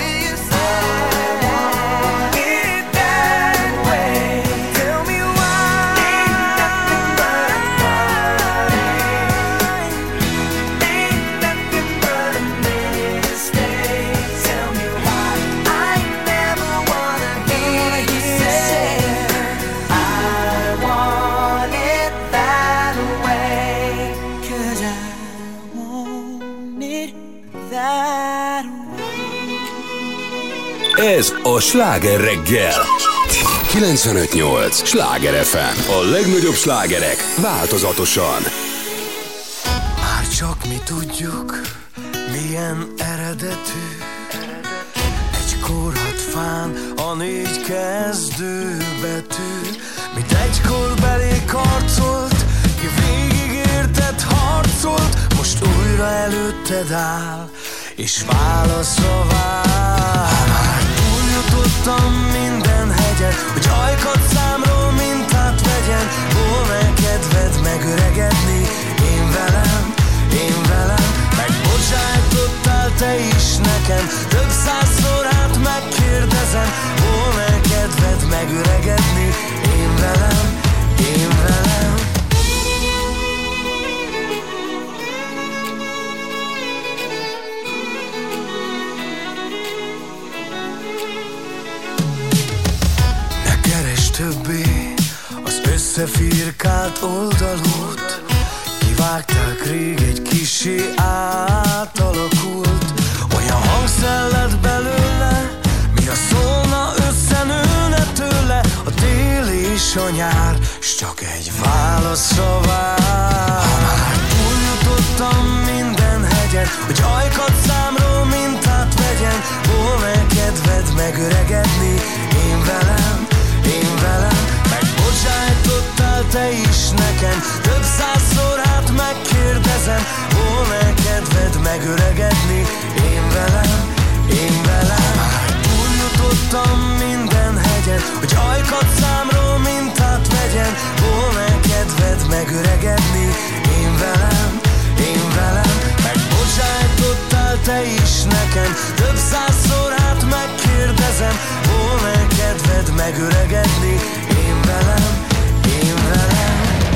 S9: want it that way. Tell me why ain't nothing but a heartache. Ain't nothing but a mistake. Tell me why I never wanna hear you say I want it that way. 'Cause I want it that way.
S1: Ez a Sláger reggel. kilencvenöt nyolc Sláger ef em. A legnagyobb slágerek változatosan.
S9: Már csak mi tudjuk, milyen eredetű. Egy korhatfán a négy kezdőbetű. Mit egykor belék harcolt, ki végig érted harcolt. Most újra előtted áll, és válaszra vár. Ha már túljutottam minden hegyen, hogy ajkat számról mintát vegyen. Volna kedved megöregedni, én velem, én velem. Megbocsájtottál te is nekem, több százszor hát megkérdezem. Volna kedved megöregedni, én velem, én velem. Ne keresd többé az összefirkált oldalút. Kivágták rég, egy kissé átalakult. Olyan hangszell lett belőle, mi a szólna összenőne tőle. A tél és a nyár, s csak egy válaszra vár. Ha már túljutottam minden hegyen, hogy ajkat számról mintát vegyen. Volna kedved megöregedni, én velem, én velem. Megbocsájtottál te is nekem, több százszor hát megkérdezem. Volna kedved megöregedni, én velem, én velem. Már túljutottam minden hegyen, hogy ajkat számról mintát vegyen. Volna kedved megöregedni, én velem, én velem. Megbocsájtottál te is nekem, több százszor hát megkérdezem. Volna kedved megöregedni, én velem, én velem.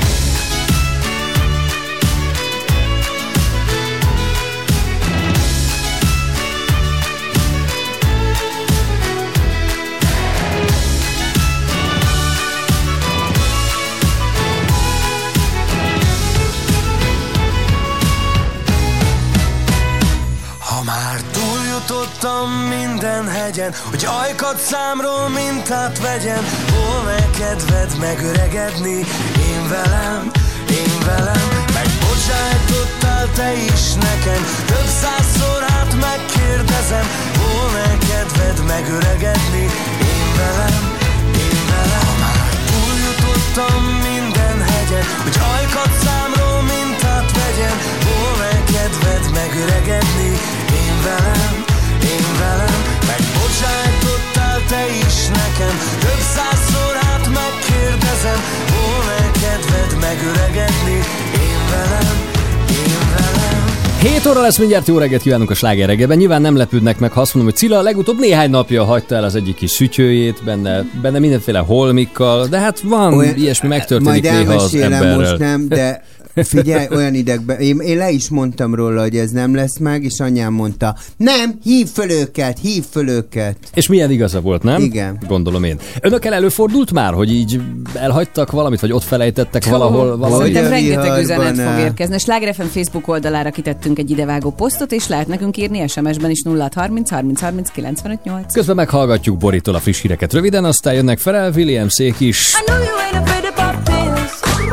S9: Ha már túljutottam minden hegyen, hogy ajkat számról mintát vegyen. Volna kedved megöregedni, én velem, én velem. Megbocsájtottál te is nekem, több százszor hát megkérdezem. Volna kedved megöregedni, én velem, én velem. Ha már túljutottam minden hegyen, hogy ajkat számról mintát vegyen. Volna kedved megöregedni, én velem, én velem. Megbocsájtottál te is nekem, több százszor hát megkérdezem. Volna kedved megöregedni, én velem, én velem.
S2: hét óra lesz mindjárt, jó reggelt kívánunk a Sláger reggelben. Nyilván nem lepődnek meg, ha azt mondom, hogy Cilla legutóbb néhány napja hagyta el az egyik kis szütyőjét, benne, benne mindenféle holmikkal, de hát van, olyan, ilyesmi megtörténik néha az emberrel.
S4: Most nem, de Figyelj, olyan idegben. Én, én le is mondtam róla, hogy ez nem lesz meg, és anyám mondta, nem, hív föl őket, hív föl őket.
S2: És milyen igaza volt, nem?
S4: Igen.
S2: Gondolom én. Önökkel előfordult már, hogy így elhagytak valamit, vagy ott felejtettek valahol valamit?
S3: Szerintem rengeteg
S4: viharban,
S3: üzenet fog
S4: á.
S3: érkezni. A Sláger ef em Facebook oldalára kitettünk egy idevágó posztot, és lehet nekünk írni es em es-ben is nulla harminc harminc harminc kilencvenöt nyolc.
S2: Közben meghallgatjuk Boritól a friss híreket röviden, aztán jönnek Pharrell Williamsék is.
S8: I know you ain't afraid to pop pills.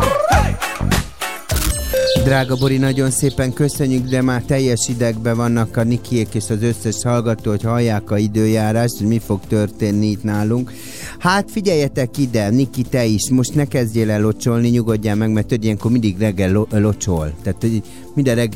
S4: Drága Bori, nagyon szépen köszönjük, de már teljes idegben vannak a Nikiék és az összes hallgató, hogy hallják a időjárást, hogy mi fog történni itt nálunk. Hát figyeljetek ide, Niki, te is, most ne kezdjél el locsolni, nyugodjál meg, mert tudj, ilyenkor mindig reggel lo- locsol. Tehát hogy minden reg...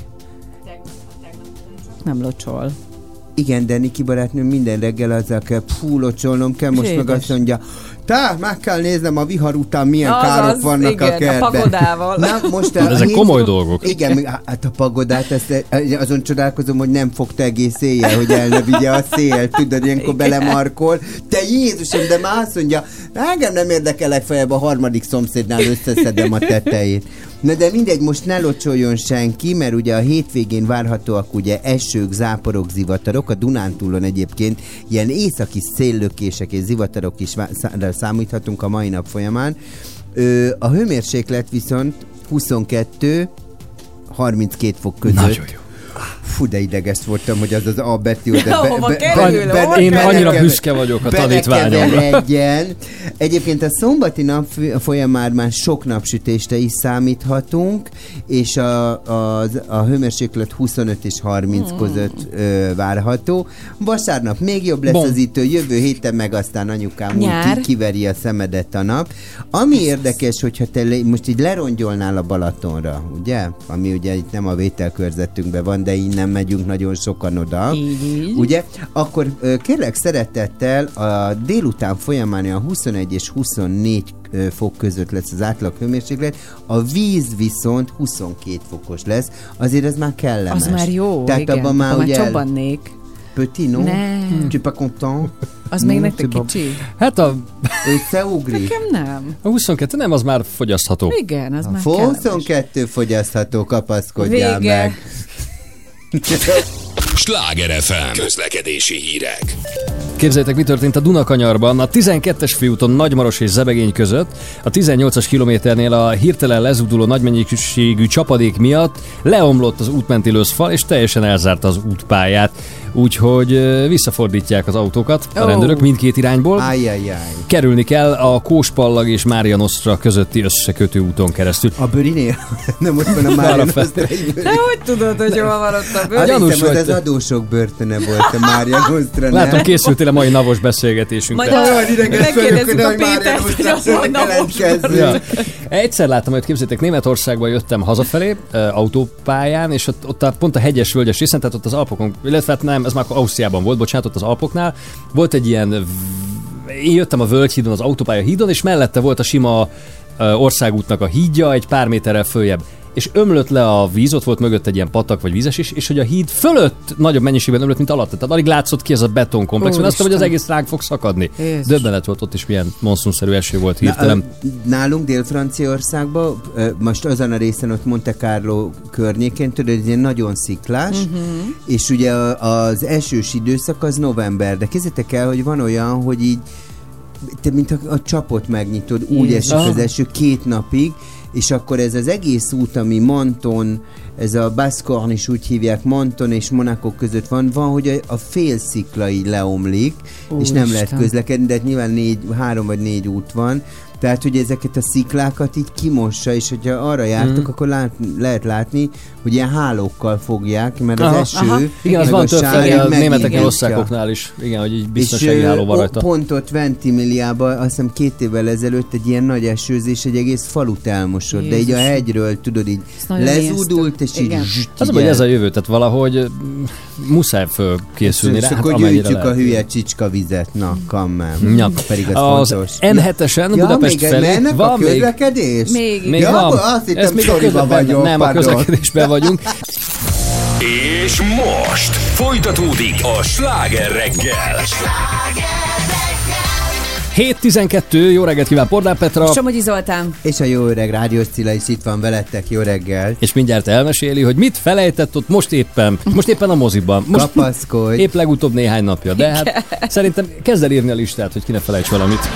S3: Nem locsol.
S4: Igen, de Niki barátnő minden reggel azzal kell, pfú, locsolnom kell, most
S3: Jézus.
S4: meg azt mondja, tá, meg kell néznem a vihar után milyen
S3: Az,
S4: károk
S3: az,
S4: vannak
S3: igen,
S4: a kertben.
S3: a pagodával.
S4: Na, most
S2: Ezek
S4: hétfő-
S2: komoly dolgok.
S4: Igen, hát a pagodát, ezt, azon csodálkozom, hogy nem fogta egész éjjel, hogy el ne vigye a szél, tudod, ilyenkor belemarkol. Te Jézusom, de már azt mondja, engem nem érdekel, legfeljebb a harmadik szomszédnál összeszedem a tetejét. Na de mindegy, most ne locsoljon senki, mert ugye a hétvégén várhatóak ugye esők, záporok, zivatarok, a Dunántúlon egyébként ilyen északi széllökések és zivatarok is vá- szá- számíthatunk a mai nap folyamán. Ö, a hőmérséklet viszont huszonkettő harminckét fok között.
S2: Nagyon jó.
S4: Fú, de ideges voltam, hogy az az A betű oda
S3: Hova kerül? Hova
S2: Én
S3: kerül?
S2: annyira büszke vagyok a tanítványomra.
S4: Belekeveredjen. Egyébként a szombati nap folyamán már sok napsütésre is számíthatunk, és a, a, a hőmérséklet huszonöt és harminc
S3: Hmm.
S4: között ö, várható. Vasárnap még jobb lesz
S2: Bon.
S4: az idő, jövő héten meg aztán anyukám úgy
S3: Nyár.
S4: ki, kiveri a szemedet a nap. Ami érdekes, hogyha te le, most így lerongyolnál a Balatonra, ugye? Ami ugye itt nem a vételkörzetünkben van, de innen megyünk nagyon sokan oda.
S3: Így, így.
S4: Ugye? Akkor ö, kérlek szeretettel a délután folyamán a huszonegy és huszonnégy ö, fok között lesz az átlag hőmérséklet, a víz viszont huszonkét fokos lesz, azért ez már kellemes.
S3: Az már jó,
S4: Tehát
S3: igen.
S4: abban már
S3: Abban
S4: ugye...
S3: csobbannék.
S4: Petit, non?
S3: Nem.
S4: Tu es pas content?
S3: Az még
S4: Non,
S3: nektek
S4: c'est bon.
S3: kicsi?
S2: Hát a,
S4: Összeugrik?
S3: Nekem nem.
S2: a huszonkettő nem, az már fogyasztható.
S3: Igen, az
S4: A
S3: már kellemes.
S4: huszonkettő fogyasztható, kapaszkodjál
S3: Vége.
S4: meg.
S1: Sláger ef em közlekedési hírek.
S2: Képzeljétek, mi történt a Dunakanyarban. A tizenkettes főúton Nagymaros és Zebegény között, a tizennyolcas kilométernél a hirtelen lezúduló nagymennyiségű csapadék miatt leomlott az útmenti löszfal, és teljesen elzárta az útpályát. Úgyhogy ö, visszafordítják az autókat a
S3: Ó.
S2: rendőrök mindkét irányból.
S4: Ájjajjaj.
S2: Kerülni kell a Kóspallag és Mária Nostra közötti összekötő úton keresztül.
S4: A bőrinél? Nem, ott van a Mária
S2: Arra fel-
S4: Nostra egy bőri.
S3: De hogy tudod, hogy hol van ott a bőr?
S4: Azt
S2: Gyanús
S4: hiszem, hogy
S2: vagy
S4: az
S2: te.
S4: adósok börtöne volt a Mária Nostra.
S2: Látom, készültél a mai navos beszélgetésünkre.
S3: Majd
S4: Olyan ideges vagyok,
S3: megkérdezzük
S4: hogy
S3: a
S4: nagy Mária
S3: Pétert, hogy
S4: Nostra
S3: az hol napos
S4: jelentkezzünk.
S2: Ja. Egyszer láttam, hogy képzeljétek, Németországba jöttem hazafelé ö, autópályán, és ott, ott a, pont a hegyes völgyes részen, tehát ott az Alpokon, illetve hát nem, ez már Ausztriában volt, bocsánat, ott az Alpoknál, volt egy ilyen, v- én jöttem a Völgyhídon, az autópálya hídon, és mellette volt a sima ö, országútnak a hídja, egy pár méterrel följebb. És ömlött le a víz, ott volt mögött egy ilyen patak vagy vízesés, és hogy a híd fölött nagyobb mennyiségben ömlött, mint alatt. Tehát alig látszott ki ez a betonkomplex, mert azt mondtam, hogy az egész ránk fog szakadni.
S3: Jézus.
S2: Döbbenet volt, ott is milyen monszunszerű eső volt
S4: Na,
S2: hirtelen.
S4: ö, nálunk Dél-Franciaországban, ö, most azon a részen ott Monte Carlo környékén, tudod, ez ilyen nagyon sziklás,
S3: Mhm.
S4: és ugye a- az esős időszak az november, de képzeljétek el, hogy van olyan, hogy így te mint a, a csapot megnyitod, úgy
S3: Jézus.
S4: esik az eső két napig, és akkor ez az egész út, ami Menton, ez a Basse-Corne is úgy hívják, Menton és Monaco között van, van, hogy a, a fél így leomlik,
S3: Ó,
S4: és nem
S3: Isten.
S4: lehet közlekedni, de hát nyilván négy, három vagy négy út van, tehát, hogy ezeket a sziklákat így kimossa, és hogyha arra jártok,
S2: Mhm.
S4: akkor lát, lehet látni, hogy ilyen hálókkal fogják, mert az
S2: Aha,
S4: eső,
S3: aha.
S2: Igen, az
S4: meg
S2: van
S4: a sár
S2: többféle a németeknél,
S4: megnyitja.
S2: osztrákoknál is. Igen, hogy így
S4: És
S2: biztonsági háló van
S4: ö,
S2: rajta.
S4: pont ott Ventimiglia-ban, azt hiszem két évvel ezelőtt egy ilyen nagy esőzés, egy egész falut elmosott, de így a
S3: Jézusom.
S4: hegyről, tudod, így
S3: Ezt nagyon
S4: lezúdult, és
S3: ijesztő.
S4: így
S3: Igen.
S4: zsüt,
S2: Az,
S4: így
S2: hogy
S4: el-
S2: ez a jövő, tehát valahogy mm, muszáj fölkészülni
S4: és
S2: rá, hát
S4: akkor
S2: amennyire
S4: gyűjtjük a
S2: lehet.
S4: hülye csicska vizet, na, kamen.
S2: Ja.
S4: Pedig az,
S2: Az
S4: fontos.
S2: en hetesen
S4: Ja,
S2: Budapest
S4: még
S2: felé
S4: mennek
S2: van
S4: a
S2: még,
S4: közlekedés?
S3: Még,
S2: még
S4: Ja,
S2: van.
S4: akkor azt hittem,
S2: Ez még a
S4: soriba
S2: közlekedésben,
S4: vagyok,
S2: nem, a
S4: pardon.
S2: közlekedésben vagyunk.
S1: És most folytatódik a Sláger reggel.
S2: hét tizenkettő, jó reggelt kíván Pordán Petra.
S3: Somogyi Zoltán.
S4: És a jó öreg Rádiós Cilla is itt van veletek, jó reggel.
S2: És mindjárt elmeséli, hogy mit felejtett ott most éppen, most éppen a moziban. Most
S4: Kapaszkodj.
S2: épp legutóbb néhány napja, de hát szerintem kezd el írni a listát, hogy ki ne felejts valamit.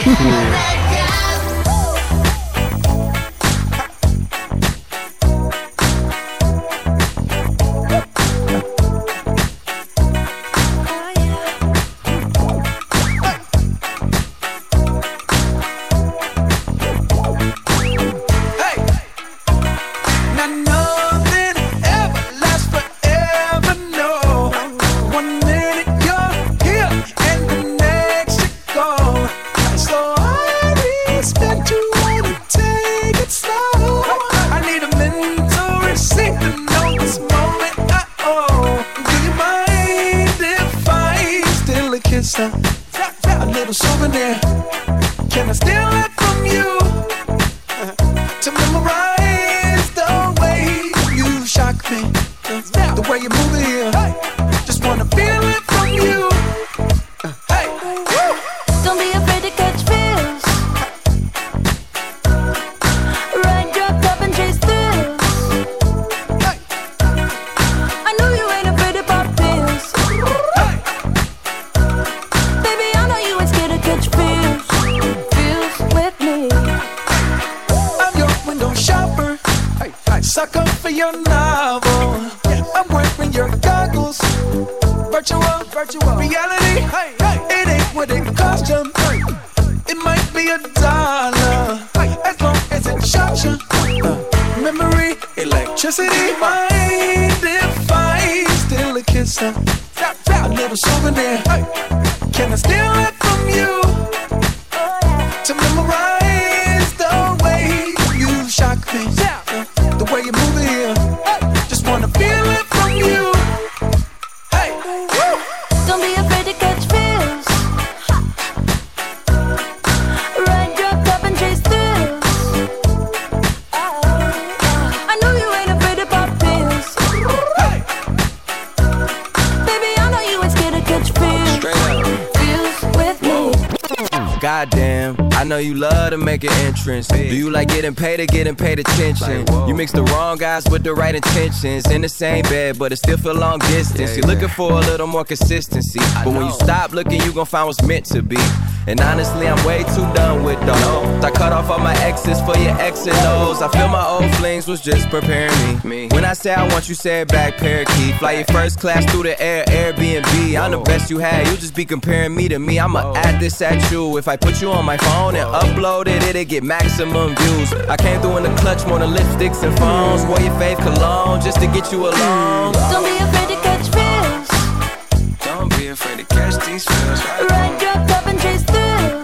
S10: Do you like getting paid or getting paid attention? You mix the wrong guys with the right intentions. In the same bed, but it still feel long distance. You're looking for a little more consistency. But when you stop looking, you gon' find what's meant to be. And honestly, I'm way too done with those. I cut off all my exes for your X and O's. I feel my old flings was just preparing me. When I say I want you, say it back, parakeet. Fly your first class through the air, Airbnb. I'm the best you had, you just be comparing me to me. I'ma add this at you. If I put you on my phone and upload it, it'll get maximum views. I came through in the clutch more than lipsticks and phones. Wore your fave cologne just to get you alone.
S7: Don't be afraid to catch feels.
S10: Don't be afraid to catch these feels.
S7: Ride your cup and chase through.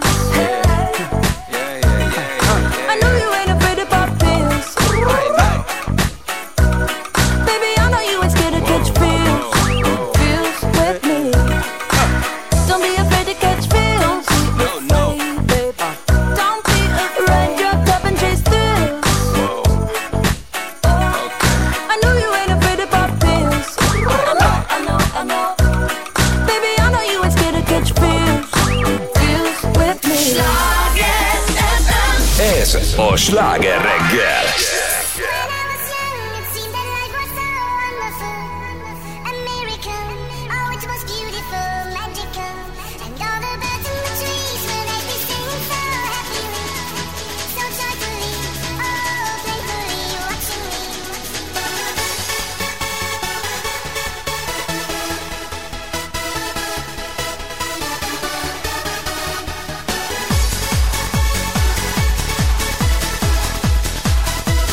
S1: A Sláger reggel.
S9: Thank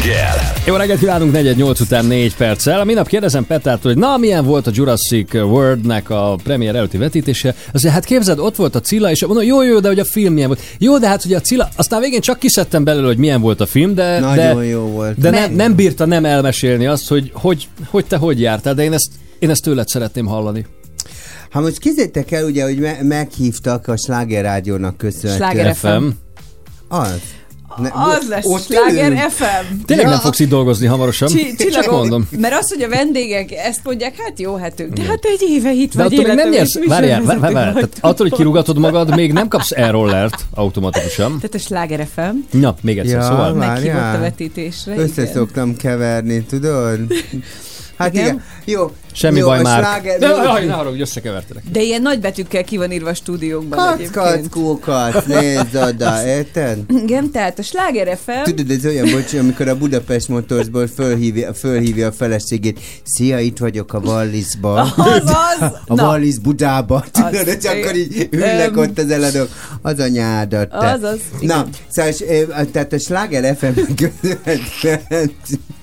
S1: reggel.
S2: Jó reggelt kívánunk, negyven nyolc után négy perccel. Minap kérdezem Pettától, hogy na, milyen volt a Jurassic World-nek a premier előtti vetítése. Azért hát képzeld, ott volt a Cilla, és mondom, jó, jó, de hogy a film milyen volt. Jó, de hát ugye a Cilla, aztán végén csak kiszedtem belőle, hogy milyen volt a film, de,
S4: Nagyon
S2: de,
S4: jó volt.
S2: de nem, nem bírta nem elmesélni azt, hogy, hogy, hogy te hogy jártál, de én ezt, én ezt tőled szeretném hallani.
S4: Ha most kézzétek el, ugye, hogy me- meghívtak a Sláger Rádiónak köszönhetően.
S3: Sláger ef em.
S4: Az. Ne,
S3: Az lesz,
S4: ott
S3: Sláger
S4: ülünk.
S3: ef em.
S2: Tényleg
S4: Ja.
S2: nem fogsz itt dolgozni hamarosan?
S3: Csi-
S2: Csak
S3: csillagok,
S2: mondom.
S3: mert az, hogy a vendégek ezt mondják, hát jó, hát ők, de hát egy éve itt
S2: De
S3: vagy
S2: attól még nem
S3: életem,
S2: nyersz,
S3: és
S2: várjál, várjál,
S3: műsorvezető
S2: várjál,
S3: vagy.
S2: tehát attól, hogy kirúgatod magad, még nem kapsz e-rollert automatikusan.
S3: Tehát a Sláger ef em
S2: Na, még egyszer,
S4: Ja,
S2: szóval.
S4: várjál.
S3: meghívott a vetítésre.
S4: Össze
S3: igen.
S4: szoktam keverni, tudod? Hát igen.
S3: Igen.
S4: Jó.
S2: Semmi
S4: jó,
S2: baj
S4: a
S2: már.
S4: Sláger...
S2: De jaj, ne haragudj, összekevertelek.
S3: De ilyen nagy betűkkel ki van írva a stúdiónkban
S4: Kac,
S3: egyébként.
S4: kac, kókac, nézd oda, érted?
S3: Igen, tehát a Sláger ef em
S4: Tudod, ez olyan, bocs, amikor a Budapest Motorsból fölhívja, fölhívja a feleségét. Szia, itt vagyok a Wallisban.
S3: az az,
S4: A
S3: na,
S4: Wallis Budába. Tudod,
S3: Az-
S4: hogy akkor így ülnek
S3: Öm.
S4: ott az eladók. Az a nyádat, te.
S3: Azaz,
S4: Na,
S3: igen.
S4: szóval, és, ö, tehát a Sláger ef em köszönhetően.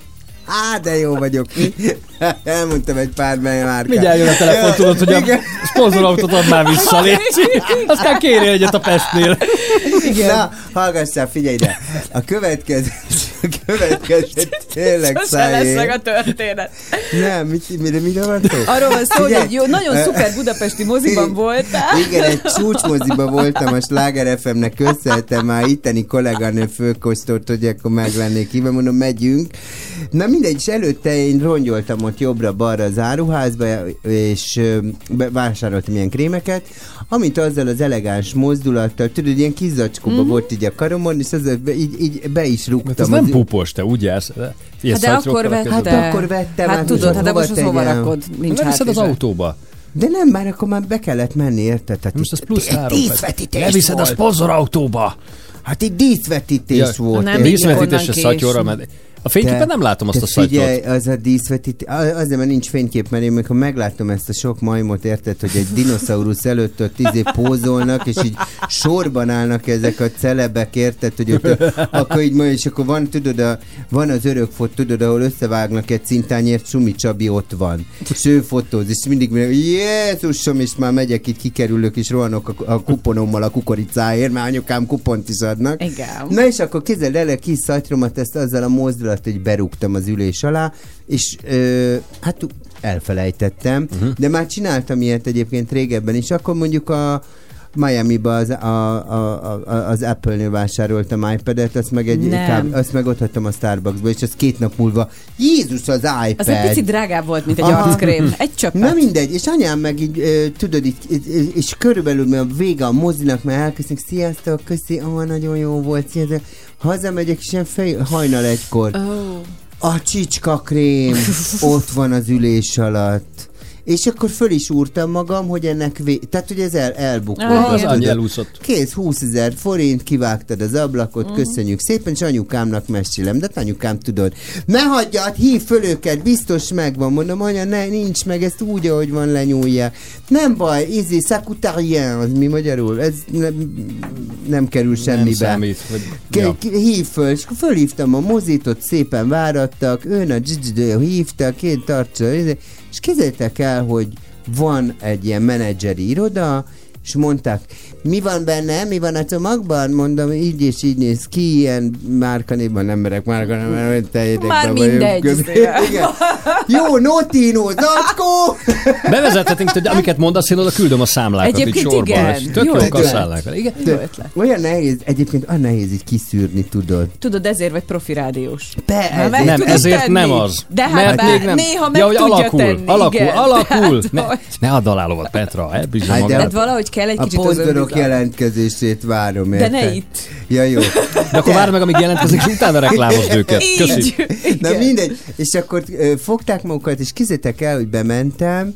S4: Á, de jó vagyok. Elmondtam egy pár márkát.
S2: Mindjárt jön a telefon, tudod, hogy a
S4: Igen.
S2: szponzorautót add már vissza, légy. Aztán kérjél egyet a Pestnél.
S4: Igen. Na, hallgassál, figyelj ide. A következő, a következő tényleg
S3: sose lesz meg
S4: szájé.
S3: a történet.
S4: Nem, mit, mire, mire van szó?
S3: Arról van szó, hogy
S4: Figyelj.
S3: egy jó, nagyon
S4: Ö,
S3: szuper budapesti moziban voltál.
S4: Igen, egy csúcsmoziban voltam a Sláger ef em-nek, köszönhetem, már itteni kolléganő fölkóstolt, hogy akkor meg lennék hívva, mondom, megyünk. Na mindegy, és előtte én rongyoltam ott jobbra-balra az áruházba, és ö, be- vásároltam ilyen krémeket, amit azzal az elegáns mozdulattal, tudod, ilyen kis zacskóba
S3: Mhm.
S4: volt így a karomon, és azzal be, így, így be is
S2: Mert
S4: rúgtam.
S2: ez nem
S4: az-
S2: pupos, te úgy jársz. Ilyen
S3: Hát de akkor
S2: szatyrokkal a
S3: vette.
S2: kezedben.
S4: Hát akkor vettem,
S3: Hát
S4: hát
S3: tudod,
S4: most
S3: hát de
S4: hova
S3: most az hova
S4: tegyem?
S3: rakod? Nincs
S2: Nem viszed az
S3: hátizsák.
S2: autóba.
S4: De nem, már akkor már be kellett menni, érted? Tehát
S2: Most
S4: itt-
S2: az plusz
S4: egy
S2: három.
S4: díszvetítés
S2: Leviszed a
S4: volt.
S2: szponzorautóba.
S4: Hát egy díszvetítés
S2: Ja,
S4: volt.
S3: nem,
S4: érted?
S3: így
S2: Díszvetítés
S3: onnan
S2: a szatyorra,
S3: késő.
S2: mert a fényképen nem látom azt
S4: te
S2: a szatyot.
S4: figyelj, az a díszvetítés, azért, mert nincs fénykép, mert én amikor meglátom ezt a sok majmot, érted, hogy egy dinoszaurusz előtt ott izé pózolnak, és így sorban állnak ezek a celebek, érted, hogy ott, akkor így majd, és akkor van, tudod, a, van az örökfot, tudod, ahol összevágnak egy cintányért, Sumi Csabi ott van, és ő fotóz, és mindig mondja, Jézusom, és már megyek, itt kikerülök, és rohanok a, a kuponommal a kukoricáért, mert anyukám kupont is adnak.
S3: Igen.
S4: Na és akkor képzeld el a kis szatyromat, ezt azzal a mozdulat, hogy berúgtam az ülés alá, és ö, hát elfelejtettem, uh-huh. de már csináltam ilyet egyébként régebben is, akkor mondjuk a Miami-ba az, a, a, a, az Apple-nél vásároltam iPad-et, azt meg, egy,
S3: Nem.
S4: káb, azt meg ott hagytam a Starbucksba, és az két nap múlva, Jézus az iPad!
S3: Az egy picit drágább volt, mint egy
S4: Aha.
S3: arckrém. Egy csöppet.
S4: Na mindegy, és anyám meg így, ö, tudod, így, így, és körülbelül mi a vége a mozinak, mert elköszönök, sziasztok, köszi, ó, nagyon jó volt, sziasztok. Hazamegyek, és ilyen fej, hajnal egykor.
S3: Oh.
S4: A csicska krém ott van az ülés alatt. És akkor föl is úrtam magam, hogy ennek vé... Tehát, hogy ez el, elbukott.
S3: Ah,
S2: Az
S3: igen.
S2: annyi elúszott.
S4: Kész, húszezer forint, kivágtad az ablakot, mm. köszönjük szépen, és anyukámnak mesélem, de hát anyukám tudod, ne hagyjad, hív föl őket, biztos megvan, mondom, anya, ne, nincs meg, ezt úgy, ahogy van, lenyúlják. Nem baj, izé, szakutarien, az mi magyarul, ez nem, nem kerül
S2: Nem
S4: semmibe.
S2: számít. Hogy,
S4: K-
S2: ja.
S4: k- hív föl, és akkor fölhívtam a mozit, ott szépen várattak, ön a dzs hívtak, én tartsa, és képzeljétek el, hogy van egy ilyen menedzseri iroda, és mondták, mi van benne, mi van a csomagban? Mondom, így és így néz ki, ilyen márkanévban nem merek márkanévban, te
S3: Már mindegy.
S4: Igen. Jó, Notino, zacskó!
S2: Bevezethetünk, hogy amiket mondasz, én oda küldöm a számlákat
S3: Egyébként
S2: itt sorban.
S3: igen.
S2: És tök
S3: Jó
S2: jó
S3: ötlet.
S2: kasszálnák vele. Igen?
S3: Jó ötlet.
S4: Olyan nehéz, egyébként olyan nehéz így kiszűrni, tudod.
S3: Tudod, ezért vagy profi rádiós.
S4: Be,
S3: Hát meg
S2: Nem,
S3: tudod
S2: ezért
S3: tenni.
S2: nem az.
S3: De hát
S2: Mert
S3: bár
S2: még nem.
S3: néha meg
S2: ja, hogy
S3: tudja
S2: alakul,
S3: tenni.
S2: alakul,
S3: igen.
S2: alakul. Ne,
S3: Tehát,
S2: ne add alá lovat, Petra, elbízza
S4: Hát de-
S2: magát.
S3: Tehát valahogy kell egy
S4: A
S3: kicsit az
S4: ponzorok
S3: önbizalom.
S4: jelentkezését várom,
S3: De
S4: érted?
S3: ne itt.
S4: Ja, jó.
S2: De akkor várj meg, amíg jelentkezik, és utána reklámozd őket. Köszi.
S3: Így.
S4: Na
S3: Igen.
S4: mindegy. És akkor ö, fogták magukat, és kizettek el, hogy bementem,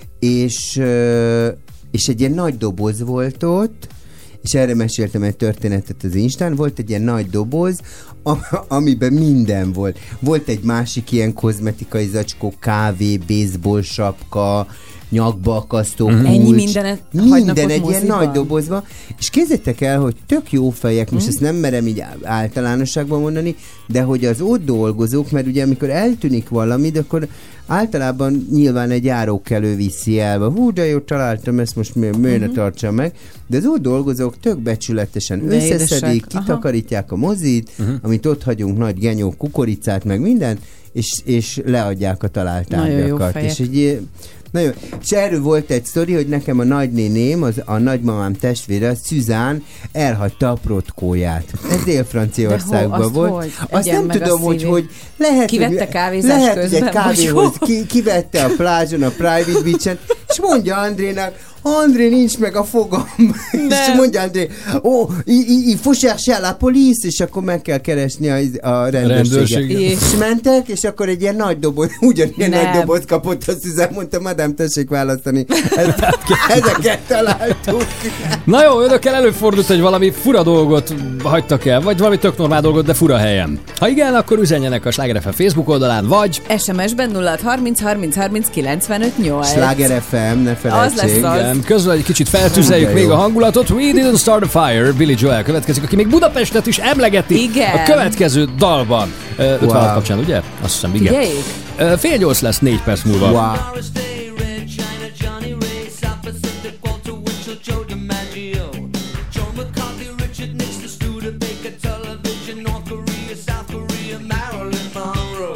S4: és, ö, és egy ilyen nagy doboz volt ott, és erre meséltem egy történetet az Instán, volt egy ilyen nagy doboz, a- amiben minden volt. Volt egy másik ilyen kozmetikai zacskó, kávé, baseball sapka, nyakba akasztó
S3: Uh-huh.
S4: kulcs.
S3: Ennyi mindenet hagynak
S4: Minden
S3: ott
S4: egy ilyen
S3: moziban?
S4: nagy dobozba. És képzeljétek el, hogy tök jó fejek, most ezt nem merem így általánosságban mondani, de hogy az ott dolgozók, mert ugye amikor eltűnik valami, de akkor általában nyilván egy járókelő viszi el, hú, de jó, találtam, ezt most miért ne uh-huh. tartsam meg, de az ott dolgozók tök becsületesen
S3: De
S4: összeszedik,
S3: édesek.
S4: kitakarítják a mozit, uh-huh. amit ott hagyunk, nagy genyó kukoricát, meg mindent, és, és leadják a talált
S3: Nagyon jó
S4: tárgyakat.
S3: fejek.
S4: És egy nagyon, és erről volt egy sztori, hogy nekem a nagynéném, az, a nagymamám testvére, a Szüzán elhagyta a protkóját. Ez Dél-Franciaországban
S3: De ho,
S4: volt.
S3: hogy?
S4: Azt
S3: Egyen
S4: nem
S3: meg a
S4: tudom, hogy,
S3: szívét.
S4: hogy lehet,
S3: Kivette
S4: hogy,
S3: kávézás
S4: lehet, hogy
S3: közben,
S4: egy kávéhoz
S3: vagy jó?
S4: ki, kivette a plázson, a private beach-en, és mondja Andrénak, André, nincs meg a fogam. És mondja André, ó, oh, il faut chercher la police, és akkor meg kell keresni a, a rendőrséget.
S2: Rendőrség.
S4: És mentek, és akkor egy ilyen nagy doboz, ugyanilyen
S3: Nem.
S4: nagy doboz kapott a Szüzán, mondta, madám, tessék választani. Ezeket találtuk.
S2: Na jó, önökkel előfordult, hogy valami fura dolgot hagytak el, vagy valami tök normál dolgot, de fura helyen. Ha igen, akkor üzenjenek a Sláger ef em Facebook oldalán, vagy
S3: es em es-ben nulla harminc harminc harminc kilencvenöt nyolc.
S4: Sláger ef em, ne
S3: Az lesz
S4: felejtsék.
S3: az.
S2: igen, közben egy kicsit feltüzeljük
S4: De
S2: még
S4: jó.
S2: a hangulatot. We didn't start a fire, Billy Joel következik, aki még Budapestet is emlegeti
S3: Igen.
S2: a következő dalban. Ö, ötvenhat
S4: Wow.
S2: kapcsán, ugye? Azt hiszem, igen.
S3: Figyeljék.
S2: Ö, Fél nyolc lesz négy perc múlva.
S4: Wow.
S6: Doris Day, Red China, Johnny Ray, South Pacific, Walter Winchell, Joe DiMaggio, Joe McCarthy, Richard Nixon, Studebaker, Television, North Korea, South Korea, Marilyn Monroe.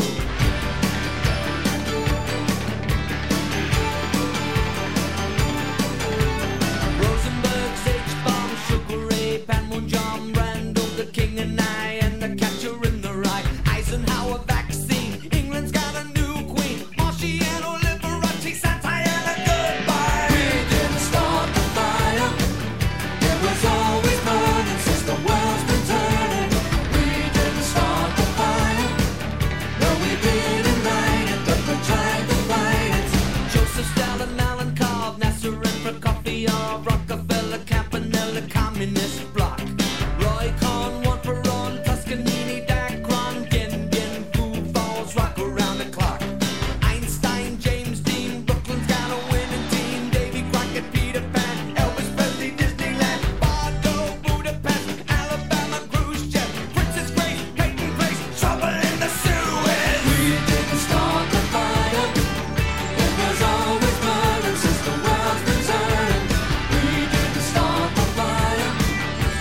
S6: Rosenberg, H-Bomb, Sugar Ray, Panmunjom, Brando, the King and I, and the Catcher in the Rye, Eisenhower vaccine, England's got a new queen, Marciano, Liberace, Santana, goodbye. We didn't start the fire, it was always burning since the world's been turning. We didn't start the fire, no we didn't light it, but we tried to fight it. Joseph Stalin, Alan Cobb, Nasser and Prokofiev, Rockefeller, Campanella, Communist Bloc, Roy Cohn, one for on, Toscanini, Dacron, Gin Gin, Foo Falls, rock around the clock. Einstein, James Dean, Brooklyn's got a winning team, Davy Crockett, Peter Pan, Elvis Presley, Disneyland, Bardo, Budapest, Alabama, Khrushchev, Princess Grace, Peyton Place, trouble in the Suez. We didn't start the fire, it was always burning since the world's been turning. We didn't start the fire,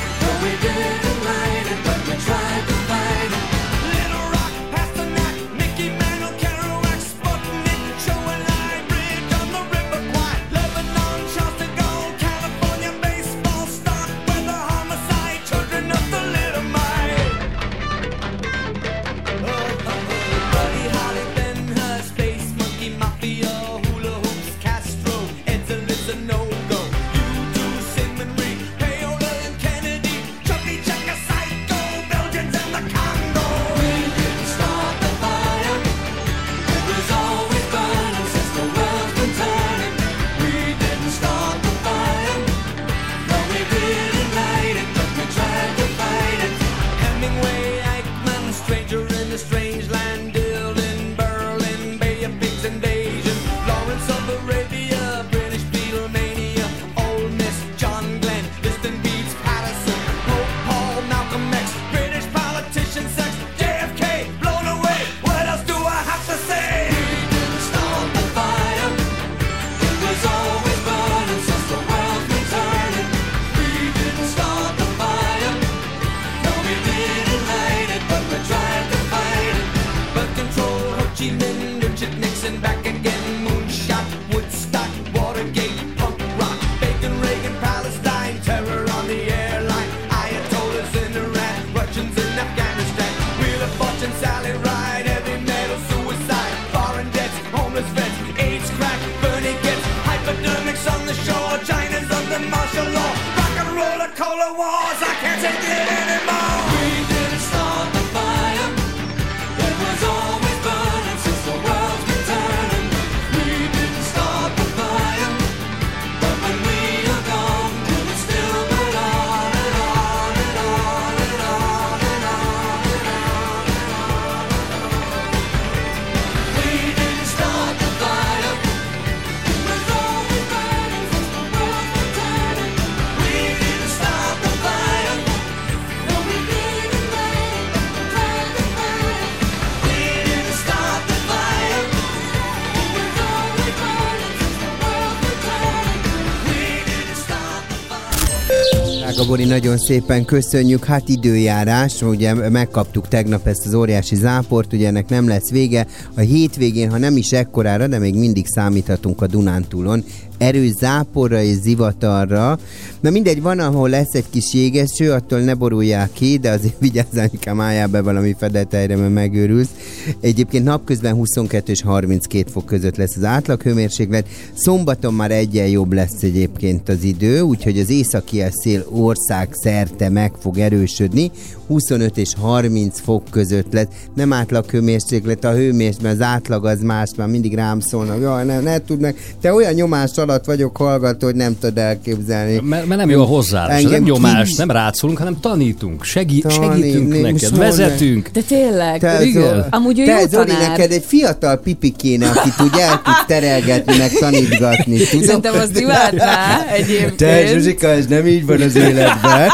S4: Drága Bori, nagyon szépen köszönjük. Hát időjárás, ugye megkaptuk tegnap ezt az óriási záport, ugye ennek nem lesz vége. A hétvégén, ha nem is ekkorára, de még mindig számíthatunk a Dunántúlon erős záporra és zivatarra. Na mindegy, van, ahol lesz egy kis jégeső, attól ne borulják ki, de azért vigyázz, anyukám, álljál be valami fedett helyre, mert megőrülsz. Egyébként napközben huszonkettő és harminckét fok között lesz az átlaghőmérséklet. Szombaton már egyen jobb lesz egyébként az idő, úgyhogy az északi szél ország szerte meg fog erősödni. huszonöt és harminc fok között lesz. Nem átlaghőmérséklet, a hőmérséklet, az átlag az más, már mindig rám szólnak. Jaj, ne, ne tudnak. Te olyan nyomás alatt vagyok hallgató, hogy nem tud elképzelni.
S2: Mert, mert nem jó a hozzáállás, nem nyomás, nem rátszólunk, hanem tanítunk, segí- Tanít, segítünk neked, vezetünk.
S3: De tényleg,
S4: te
S3: igen. Amúgy ő
S4: te,
S3: jó
S4: Zoli,
S3: tanár.
S4: neked egy fiatal pipi kéne, akit úgy el tudsz terelgetni, meg tanítgatni. Tudom?
S3: Szerintem azt imádná egyébként.
S4: Te, Zsuzsika, ez nem így van az életben.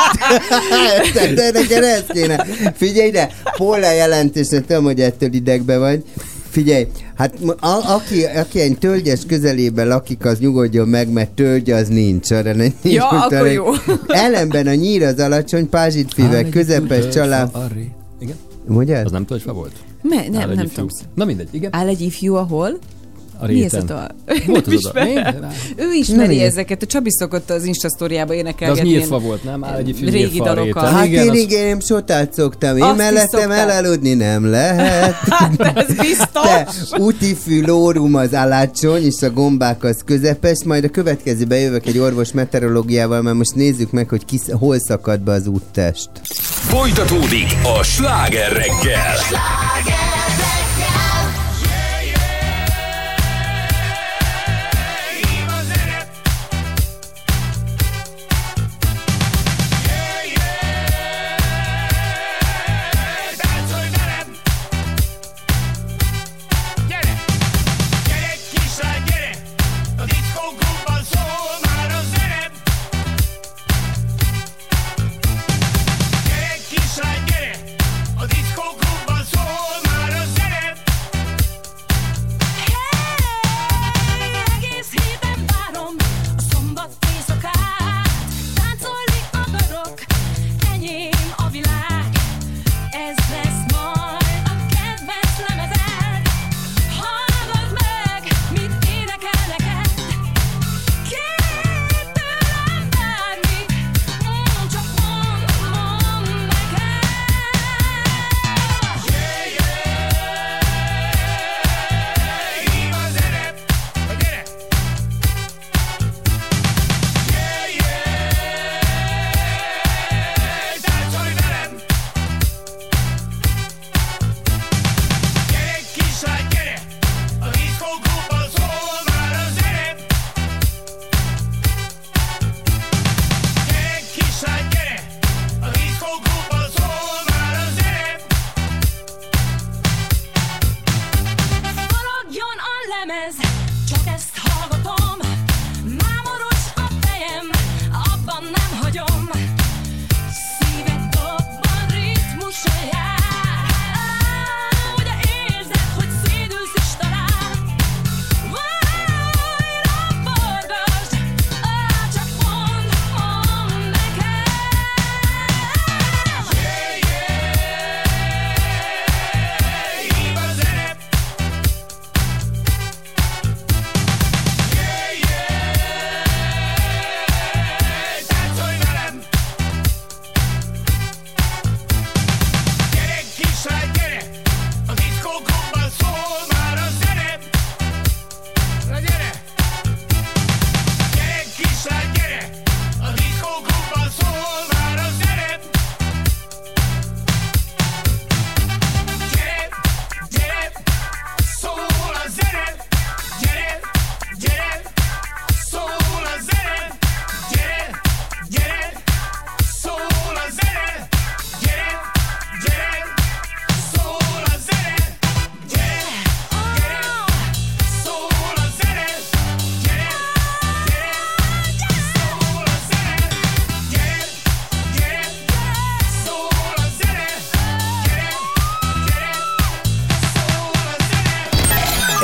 S4: te, te neked ez kéne. Figyelj ide, Póla jelentésre, tudom, hogy ettől idegbe vagy. Figyelj, hát a, aki, aki egy tölgyes közelében lakik, az nyugodjon meg, mert tölgy az nincs. Arra nincs
S3: ja, akkor jó.
S4: Ellenben a nyír az alacsony, pázsitfívek, közepes család.
S2: Igen?
S4: Mondjad?
S2: Az nem tölgyfa volt?
S3: Me, nem,
S2: Áll
S3: nem
S2: ifjú.
S3: tudom.
S2: Na mindegy, igen.
S3: Áll egy ifjú, ahol?
S2: A
S3: Mi ez
S2: réten.
S3: a
S2: Volt az oda.
S3: Ő ismeri
S4: Nem,
S3: ezeket. A Csabi szokott az Insta-sztoriába
S2: De az
S3: énekelgetni.
S2: nyírfa volt, nem? Áll egy ifjú
S3: régi
S2: nyírfa a
S3: dalokat.
S2: réten.
S4: Hát
S2: Igen,
S4: én
S2: az-
S4: igen, én sotát szoktam. Én
S3: Azt is
S4: mellettem
S3: szoktál.
S4: elaludni nem lehet.
S3: Ez biztos.
S4: Te, útifű lórum az alacsony, és a gombák az közepes, majd a következőben jövök egy orvos meteorológiával, mert most nézzük meg, hogy ki, hol szakad be az úttest.
S1: Folytatódik a Sláger reggel.
S9: Kislány, gyere! A diszkóklubban szól már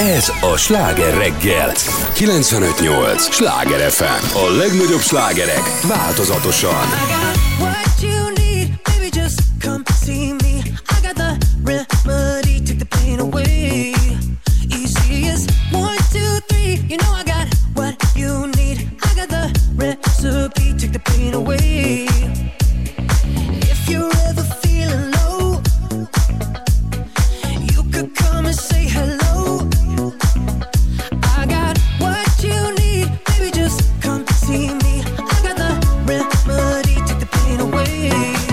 S1: Ez a Sláger reggel. kilencvenöt nyolc Sláger ef em. A legnagyobb slágerek változatosan.
S9: What you need, baby, just come see me. I got the remedy, take the pain away. Easy as one, two, three. You know I got what you need. I got the recipe, take the pain away. If you're ever feeling low, you could come and say hello. I got what you need, baby, just come see me. I got the remedy, take the pain away.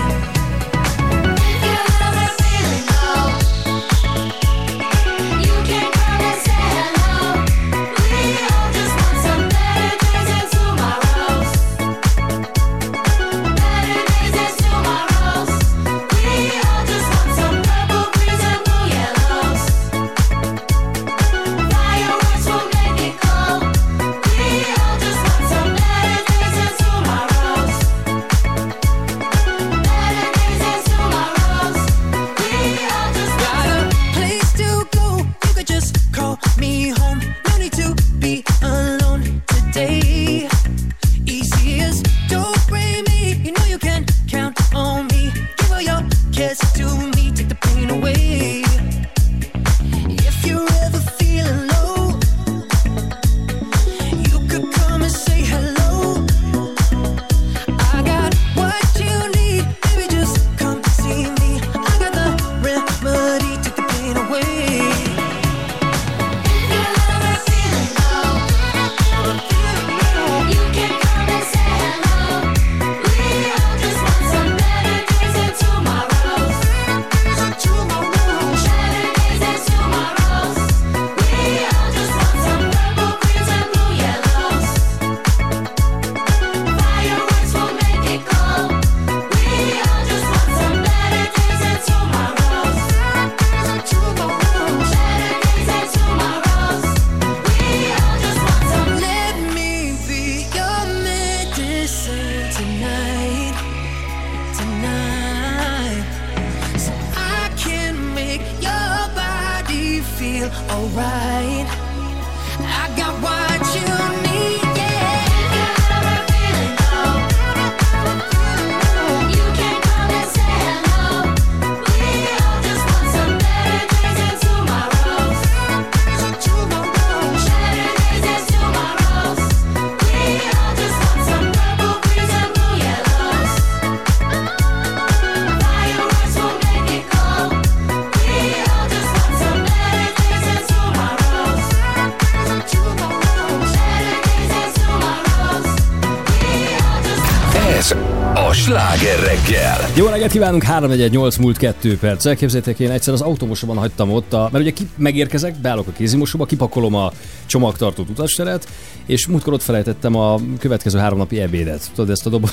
S1: Sláger reggel.
S2: Jó reggelt kívánunk, három negyven nyolc múlt kettő perc. Elképzeljétek, én egyszer az autómosóban hagytam ott, a, mert ugye ki, megérkezek, beállok a kézimosóba, kipakolom a csomagtartót, utasteret, és múltkor ott felejtettem a következő három napi ebédet. Tudod ezt a dobot?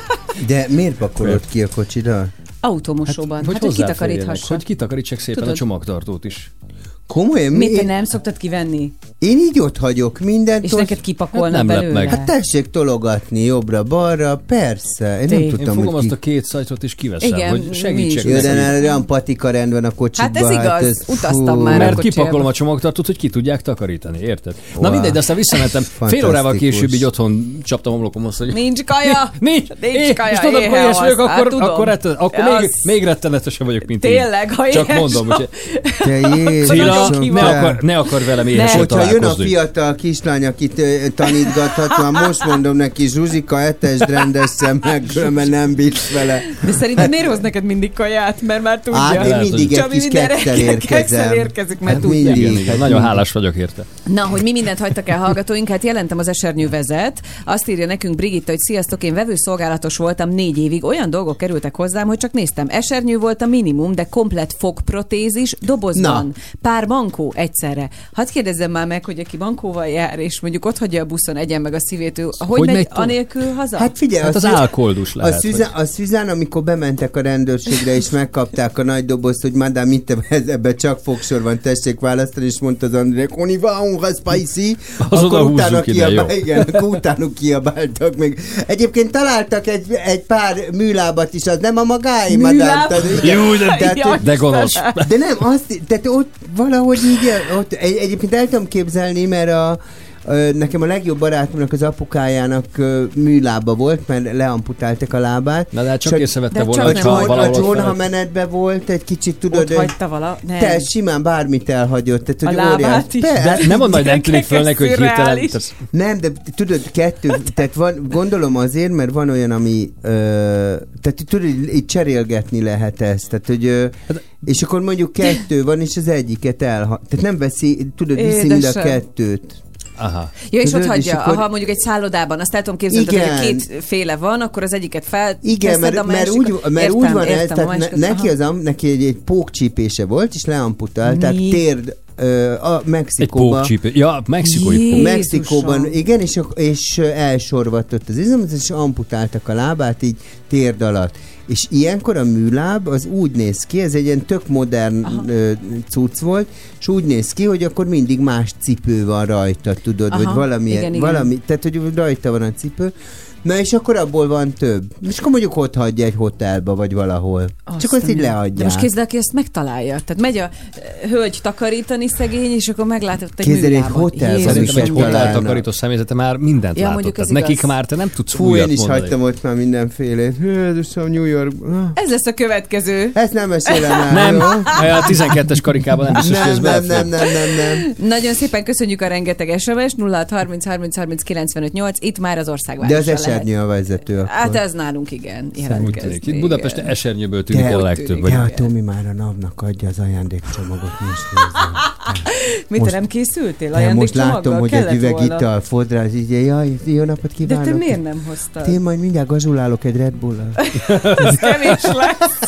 S4: De miért pakolod ki a kocsira?
S3: Autómosóban. Hát,
S2: hogy
S3: hát hogy
S2: hozzáférjenek,
S3: kitakaríthassa.
S2: hogy kitakarítsák szépen
S3: Tudod.
S2: a csomagtartót is.
S4: Komolyan?
S3: Miért te
S4: Én,
S3: nem szoktad kivenni?
S4: én így ott hagyok mindent.
S3: És
S4: ott-
S3: neked kipakolnak
S2: Hát nem lep
S3: belőle?
S2: meg.
S4: Hát tessék tologatni jobbra-balra, persze. Én
S3: Té.
S4: nem
S3: Én
S2: Én
S4: tudtam,
S2: fogom
S4: hogy
S2: azt
S4: ki...
S2: a két szajtot és kiveszem,
S3: Igen,
S2: hogy
S3: mi
S2: segítsek
S3: is.
S4: Jó, de
S2: neki.
S4: nálad olyan patika rend van a kocsikban.
S3: Hát ez igaz,
S4: ez-
S3: utaztam
S4: fú.
S3: már a
S2: Mert
S3: kocsijába.
S2: kipakolom a csomagtartót, hogy ki tudják takarítani, érted? Na
S4: Wow.
S2: mindegy, de aztán visszamentem. Fél
S4: Fantasztikus.
S2: órával később így otthon csaptam homlokomhoz, hogy
S3: Nincs kaja!
S2: nincs,
S3: Nincs
S2: é,
S3: kaja,
S2: és tudod, hogy
S3: éhe
S2: ilyes vagyok,
S3: az. Hát
S2: akkor,
S3: tudom.
S2: akkor, retten, akkor
S3: Az-
S2: még, még rettenetesen vagyok, mint én.
S3: Tényleg, ha
S2: Csak
S3: éhes
S2: mondom,
S3: vagy.
S2: hogy
S4: Te Jézusom,
S2: Cilla,
S3: ki
S2: ne
S3: van.
S2: akar, ne akar velem éhesen
S4: Hogyha jön a
S2: találkozni.
S4: fiatal kislány, akit ö, tanítgathat, már most mondom neki, Zsuzsika, etesd rendesen meg, különben nem bírsz vele.
S3: De szerintem miért hoz neked mindig kaját? Mert már tudja.
S4: Hát én
S2: Lehet,
S4: mindig
S2: hogy-
S4: egy
S3: Csabi
S4: kis
S3: minden
S4: kekszel
S3: reggel
S4: érkezem.
S3: kekszel érkezik, mert
S4: Hát
S3: tudja.
S4: mindig.
S2: Igen, igen,
S4: Hát
S2: nagyon
S4: mindig.
S2: hálás vagyok érte.
S3: Na, hogy mi mindent hagytak el hallgatóink, hát jelentem az esernyő vezet. Azt írja nekünk Brigitta, hogy sziasztok, én vevőszolgálatos voltam négy évig, olyan dolgok kerültek hozzám, hogy csak néztem. Esernyő volt a minimum, de komplett fogprotézis dobozban.
S4: Na.
S3: Pár bankó egyszerre. Hadd kérdezzem már meg, hogy aki bankóval jár, és mondjuk ott hagyja a buszon, egyen meg a szívét, ő, hogy,
S2: Hogy
S3: megy
S2: megy tovább?
S3: anélkül haza?
S4: Hát figyelj,
S2: Hát az
S4: Szüz-
S2: álkoldus lehet,
S4: A Szüzán, a Szüzán, amikor bementek a rendőrségre, és megkapták a nagy dobozt, hogy madame, itt ebben csak fogsor van, tessék választani, és mondta az Andrék, on y va, on reste pas ici.
S2: Az
S4: Akkor
S2: oda
S4: utána,
S2: húzzuk ide,
S4: kiabál,
S2: jó.
S4: igen, akkor utána kiabáltak még. Egyébként találtak egy, egy pár műlábat is, az nem a magáé, madame.
S3: Műláb?
S4: Tehát, igen,
S2: Jó, de-
S4: tehát,
S3: Jaj,
S2: De gonosz.
S4: de nem, azt, tehát ott vala, valahogy így, ott egy, egyébként el tudom képzelni, mert a Ö, nekem a legjobb barátomnak az apukájának ö, műlába volt, mert leamputáltak a lábát.
S2: Na de hát csak
S3: De
S2: észrevette
S3: csak
S2: volna,
S3: nem
S2: hogy
S3: volt.
S4: A
S2: valahol
S4: John,
S2: fel-
S4: ha menetben volt, egy kicsit tudod,
S3: Ott hagyta vala? Nem.
S4: te simán bármit elhagyott. Tehát,
S3: A
S4: hogy
S3: lábát
S4: óriás-
S3: is?
S4: Pe-
S2: De nem mondd, hogy nem tűnik föl neki, hogy
S3: Ez
S2: hirtelen...
S3: szürreális.
S2: tehát-
S4: Nem, de tudod, kettő, tehát van, gondolom azért, mert van olyan, ami, ö, tehát tudod, így cserélgetni lehet ezt, tehát, hogy, ö, és akkor mondjuk kettő van, és az egyiket elha... Tehát nem veszi, tudod, viszi mind a
S3: Édesem.
S4: kettőt.
S2: Aha.
S3: Ja, és
S4: Tudod,
S3: ott
S4: és
S3: hagyja,
S4: akkor-
S3: ha mondjuk egy szállodában, azt el tudom képzelni,
S4: Igen.
S3: hogy két féle van, akkor az egyiket fel.
S4: Igen, mert,
S3: a
S4: mert,
S3: másikat-
S4: úgy, mert
S3: értem,
S4: úgy van ez,
S3: értem, a
S4: tehát ne,
S3: másikat-
S4: neki,
S3: aha.
S4: az, am- neki egy, egy pókcsípése volt, és leamputálták
S3: Mi?
S4: térd ö, a
S2: Egy
S4: Mexikóba.
S2: pókcsípő. Ja, mexikói
S3: Jé.
S2: pók.
S4: Mexikóban,
S3: Jézusom.
S4: igen, és, és elsorvadt az izomot, és amputáltak a lábát így térd alatt. És ilyenkor a műláb az úgy néz ki, ez egy ilyen tök modern ö, cucc volt, és úgy néz ki, hogy akkor mindig más cipő van rajta, tudod,
S3: Aha,
S4: vagy valami,
S3: igen, igen.
S4: valami, tehát hogy rajta van a cipő. Na és akkor abból van több. És akkor mondjuk ott hagyja egy hotelba, vagy valahol.
S3: Azt
S4: Csak azt így
S3: nem.
S4: leadják.
S3: De most képzeld, aki ezt megtalálja. Tehát megy a eh, hölgy takarítani szegény, és akkor meglátott egy
S4: Képzeld, egy
S3: műlábat.
S4: hotelban
S3: Jézusom.
S2: Szerintem egy
S4: Amiket
S2: hotel
S4: találnak.
S2: takarító személyzete már mindent
S3: Ja,
S2: látott.
S3: mondjuk
S2: Tehát
S3: ez igaz.
S2: nekik már te nem tudsz
S4: Fú,
S2: újat
S4: én is
S2: mondani.
S4: hagytam ott már mindenfélét. Jézusom, New York.
S3: Ez lesz a következő.
S4: Ezt nem mesélem el,
S2: Nem,
S4: jó?
S2: a tizenkettes karikában nem biztos, hogy ez
S4: Nem, nem,
S2: belefér.
S4: nem, nem, nem, nem.
S3: Nagyon szépen köszönjük a rengeteg es em es nulla hat harminc harminc harminc kilencvenöt nyolc. Itt már az
S4: De
S3: országvárosa
S4: az
S3: lehet.
S4: esernyő a vezető akkor.
S3: Hát ez nálunk igen.
S2: Úgy
S3: jelentkezni,
S2: tűnik. Itt
S3: igen.
S2: Budapesten esernyőből tűnik
S4: De
S2: el a
S4: úgy
S2: legtöbb.
S3: tűnik.
S2: Vagy...
S4: Ja, a Tomi már a napnak adja az ajándékcsomagot, most nézzem.
S3: Mit,
S4: most-
S3: te nem készültél?
S4: De most látom,
S3: Ajándékcsomaggal?
S4: hogy egy
S3: Kellett
S4: üveg
S3: volna.
S4: ital fodrász, így, jaj, jó napot
S3: De
S4: kívánok.
S3: te miért nem hoztad?
S4: Én majd mindjárt gazsulálok egy Red Bull-al.
S3: Ez kevés lesz.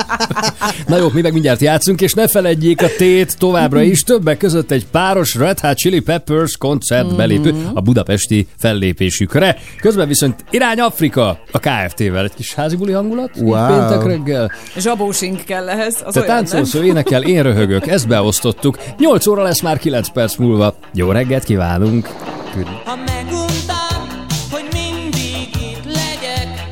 S2: Na jó, mi meg mindjárt játszunk, és ne feledjék a tét továbbra is. Többek között egy páros Red Hot Chili Peppers koncert belépő a budapesti fellépésükre. Közben viszont irány Afrika a ká ef té-vel. Egy kis házi buli hangulat? így
S4: Wow.
S2: Péntek reggel.
S3: Zsabósink kell ehhez. Az
S2: Te
S3: olyan, nem?
S2: táncolsz, ő énekel, én röhögök. Ezt beosztottuk. nyolc óra lesz már kilenc perc múlva. Jó reggelt kívánunk!
S7: Ha meguntam, hogy mindig itt legyek,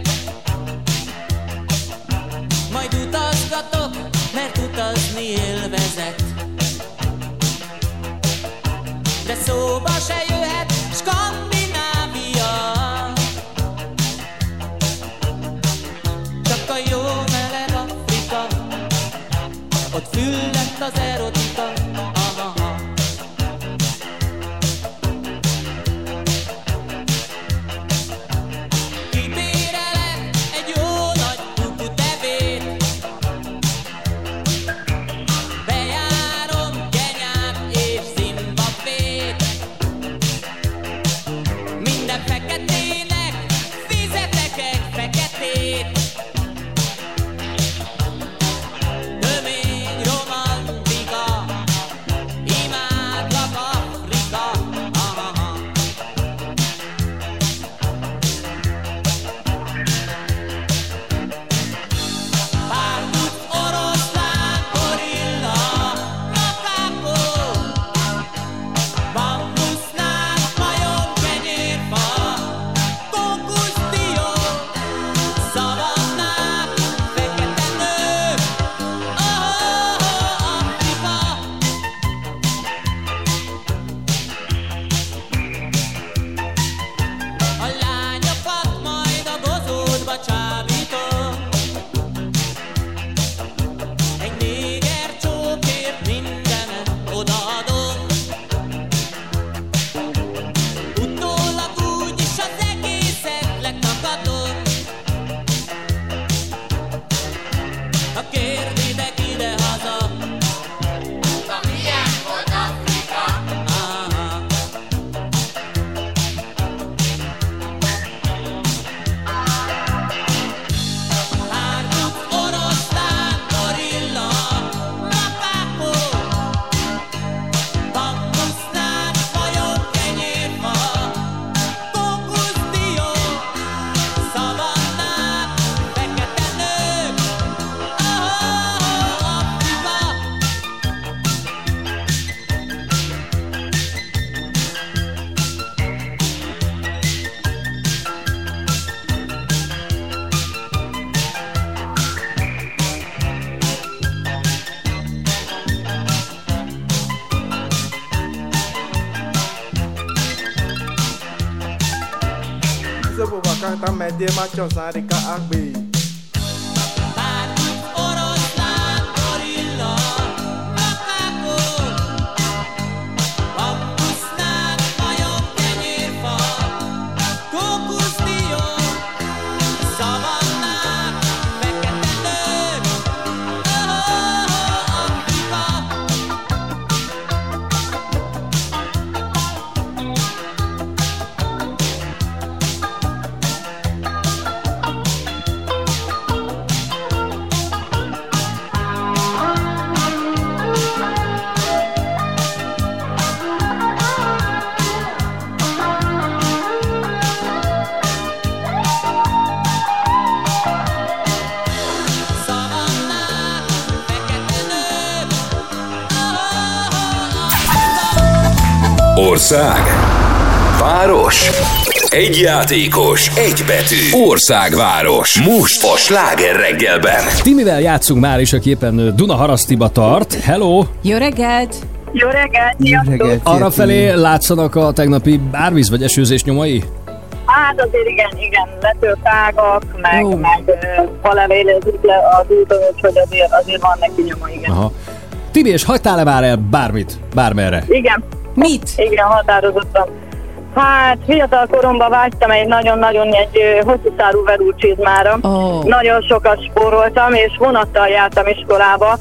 S7: majd utazgatok, mert utazni élvezet. De szóba se jöhet Skandinávia, csak a jó meleg Afrika, ott füllett az erotika. Aha. Kibérelek egy jó nagy kukutevét, bejárom Kenyát és Zimbabvét,
S11: Subu Wakata Medje Macho Sarika Agbi.
S7: Oroszlán, gorilla, makákó, bambusznák, majom, kenyérfa, kókuszdió, szavannák, fekete nők, oh, Afrika.
S1: Ország. Város. Egy játékos, egy betű. Országváros. Most a Sláger reggelben.
S2: Timivel játszunk már is, aki éppen Dunaharasztiba tart. Hello!
S3: Jó reggelt!
S12: Jó reggelt, sziasztok!
S2: Arra felé látszanak a tegnapi árvíz vagy esőzés nyomai?
S12: Hát azért igen, igen, letőrtágak, meg,
S2: Ó.
S12: meg uh, falevél az úton, úgyhogy azért, azért van neki nyoma, igen.
S2: Aha. Tibi, és hagytál-e már el bármit? Bármerre?
S12: Igen.
S3: Mit?
S12: Igen, határozottan. Hát fiatal koromban vágytam egy nagyon-nagyon egy ö, hosszú szárú verúcsizmára.
S3: Oh.
S12: Nagyon sokat spóroltam, és vonattal jártam iskolába,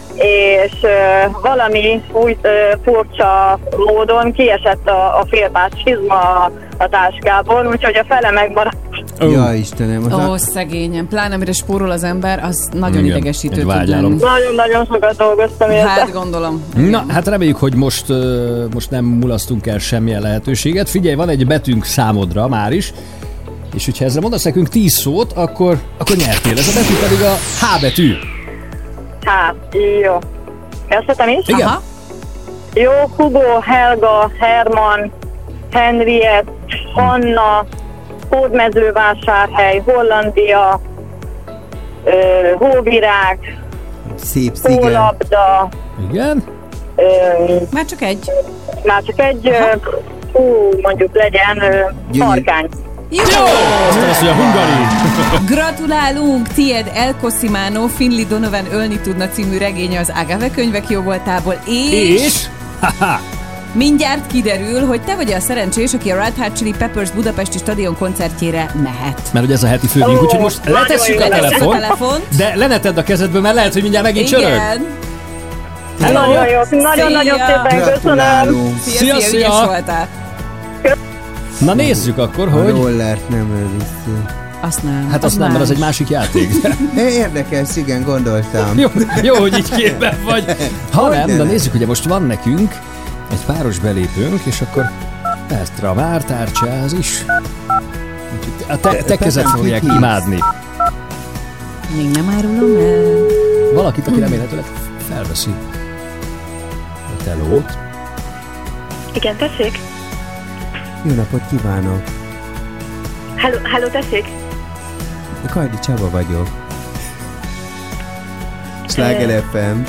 S12: és ö, valami új, ö, furcsa módon kiesett a, a félpár csizma a, a táskából, úgyhogy a fele megmaradt.
S2: Oh.
S4: Ja, Istenem. Az
S3: Ó,
S4: a...
S3: oh, szegényem. Pláne, amire spórol az ember, az nagyon
S2: Igen,
S3: idegesítő
S2: egy
S3: tud
S2: vágyálom.
S3: lenni.
S12: Nagyon-nagyon sokat dolgoztam érte.
S3: Hát gondolom.
S2: Na, hát reméljük, hogy most, ö, most nem mulasztunk el semmilyen lehetőséget. Figyelj, van egy betűnk számodra már is, és hogyha ezre mondasz nekünk tíz szót, akkor, akkor nyertél. Ez a betű pedig a H betű.
S12: Hát, jó. Kezdhetem is?
S2: Igen.
S3: Aha.
S12: Jó, Hugo, Helga, Herman, Henriett, Hanna, Hódmezővásárhely, Hollandia, ö, Hóvirág,
S4: Szép sziget.
S12: Hólabda,
S2: Igen?
S12: ö,
S3: Már csak egy.
S12: már csak egy, ö, hú, mondjuk legyen ö,
S4: Gyönyörű.
S12: Farkány.
S3: Jó!
S2: Aztán azt mondja, Hungary.
S3: Gratulálunk! Tied El Cosimano, Finley Donovan ölni tudna című regénye az Agave könyvek jóvoltából, és...
S2: És? Haha.
S3: Mindjárt kiderül, hogy te vagy a szerencsés, aki a Red Hot Chili Peppers budapesti stadion koncertjére mehet.
S2: Mert ugye ez a heti főnünk,
S12: Ó,
S2: úgyhogy most letesszük a
S12: nagyon jó.
S2: telefont,
S3: A telefont.
S2: de le ne tedd a kezedből, mert lehet, hogy mindjárt megint csörög.
S3: Igen.
S2: Hello!
S12: Nagyon jó, nagyon-nagyon
S3: Szia.
S12: szépen köszönöm.
S4: Gratulálunk.
S3: Szia,
S2: Szia,
S3: szia,
S2: szia.
S3: ügyes voltál.
S2: Na nézzük akkor,
S4: A
S2: hogy...
S4: rollert nem őriztük.
S3: Azt nem.
S2: Hát azt nem, mert az egy másik játék.
S4: Érdekes, igen, gondoltam.
S2: Jó, jó, hogy így képben vagy. Ha nem,
S4: Hogyne
S2: de
S4: ne?
S2: nézzük, ugye most van nekünk egy páros belépőnk, és akkor ezt a vártárcsáz is. Úgyhogy a te, te kezed fogják
S4: Ki hívsz?
S2: imádni.
S3: Még nem árulom el.
S2: Valakit, aki remélhetőleg felveszi a telót.
S12: Igen, tessék.
S4: Jó napot kívánok!
S12: Hello, hello, tessék.
S4: Kajdi Csaba vagyok. Sláger ef em.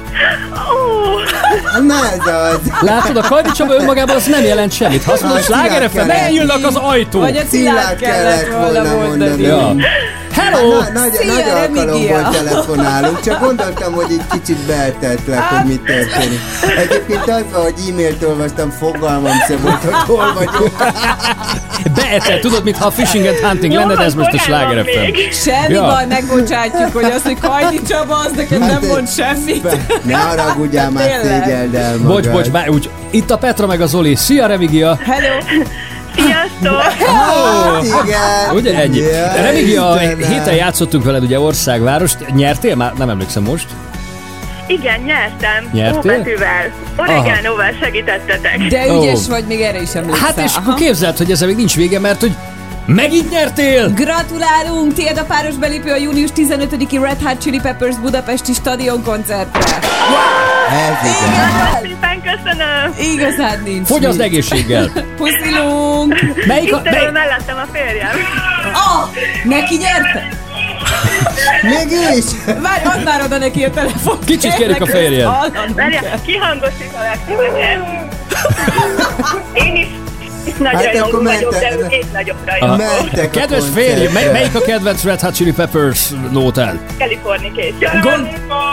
S4: Na ez az!
S2: Látod, a Kajdi Csaba önmagában az nem jelent semmit. Ha azt mondod,
S4: A
S2: Sláger ef em,
S4: Cillák
S2: benyílnak az ajtó.
S3: Vagy a Cillát kellett volna mondani.
S2: Ja. Hello!
S4: Na, nagy,
S3: Szia,
S4: nagy
S3: Remigia.
S4: alkalomból telefonálunk, csak gondoltam, hogy egy kicsit beeltetlek, hogy mi történik. Egyébként az van, hogy e-mailt olvastam, fogalmam sem volt, hogy hol vagyok.
S2: Beetett, tudod, mintha a Fishing and Hunting lenne, de ez most a Sláger ef em.
S3: Semmi
S2: Ja.
S3: baj, megbocsátjuk, hogy azt, hogy Kajdi Csaba, az neked nem
S4: Hát,
S3: mond semmit.
S4: Ne haragudjál, már
S3: Tényleg.
S4: szégyeld el magad.
S2: Bocs, bocs, már úgy. Itt a Petra meg a Zoli. Szia, Remigia!
S3: Hello!
S12: Sziasztok!
S4: Hát igen.
S2: Ugye ennyi.
S4: Ja,
S2: Remigia,
S4: Istenem.
S2: héten játszottunk veled ugye országvárost. Nyertél? Már nem emlékszem most.
S12: Igen, nyertem.
S2: Nyertél?
S12: Óbetűvel. Oregánóval segítettetek.
S3: De
S2: Ó.
S3: ügyes vagy, még erre is emlékszel.
S2: Hát és
S3: Aha.
S2: akkor képzeld, hogy ezzel még nincs vége, mert hogy megint nyertél!
S3: Gratulálunk! Tiéd a páros belépő a június tizenötödiki Red Hot Chili Peppers budapesti stadion koncertre.
S4: Ez igen.
S12: Nagyon szépen köszönöm.
S3: Igazán nincs
S2: Fogyaszd
S3: mit.
S2: egészséggel!
S3: Puszilunk!
S2: Melyik a...
S12: Itt
S2: Mely...
S12: ül mellettem a férjem.
S3: Oh, neki nyerte?
S4: Még ő is.
S3: Várj, add már oda neki a telefon.
S2: Kicsit kérjük a férjed.
S12: Várjál, kihangosít a legtöbbet. Én is. Nagy
S4: Hát
S12: rajongó
S4: akkor
S12: vagyok,
S4: mente-
S12: de ő két nagyobb
S2: A,
S12: rajongó.
S4: Mentek a
S2: kedves
S4: koncertre.
S2: férj, mely, melyik a kedvenc Red Hot Chili Peppers nótál?
S12: Californication.
S3: Gond-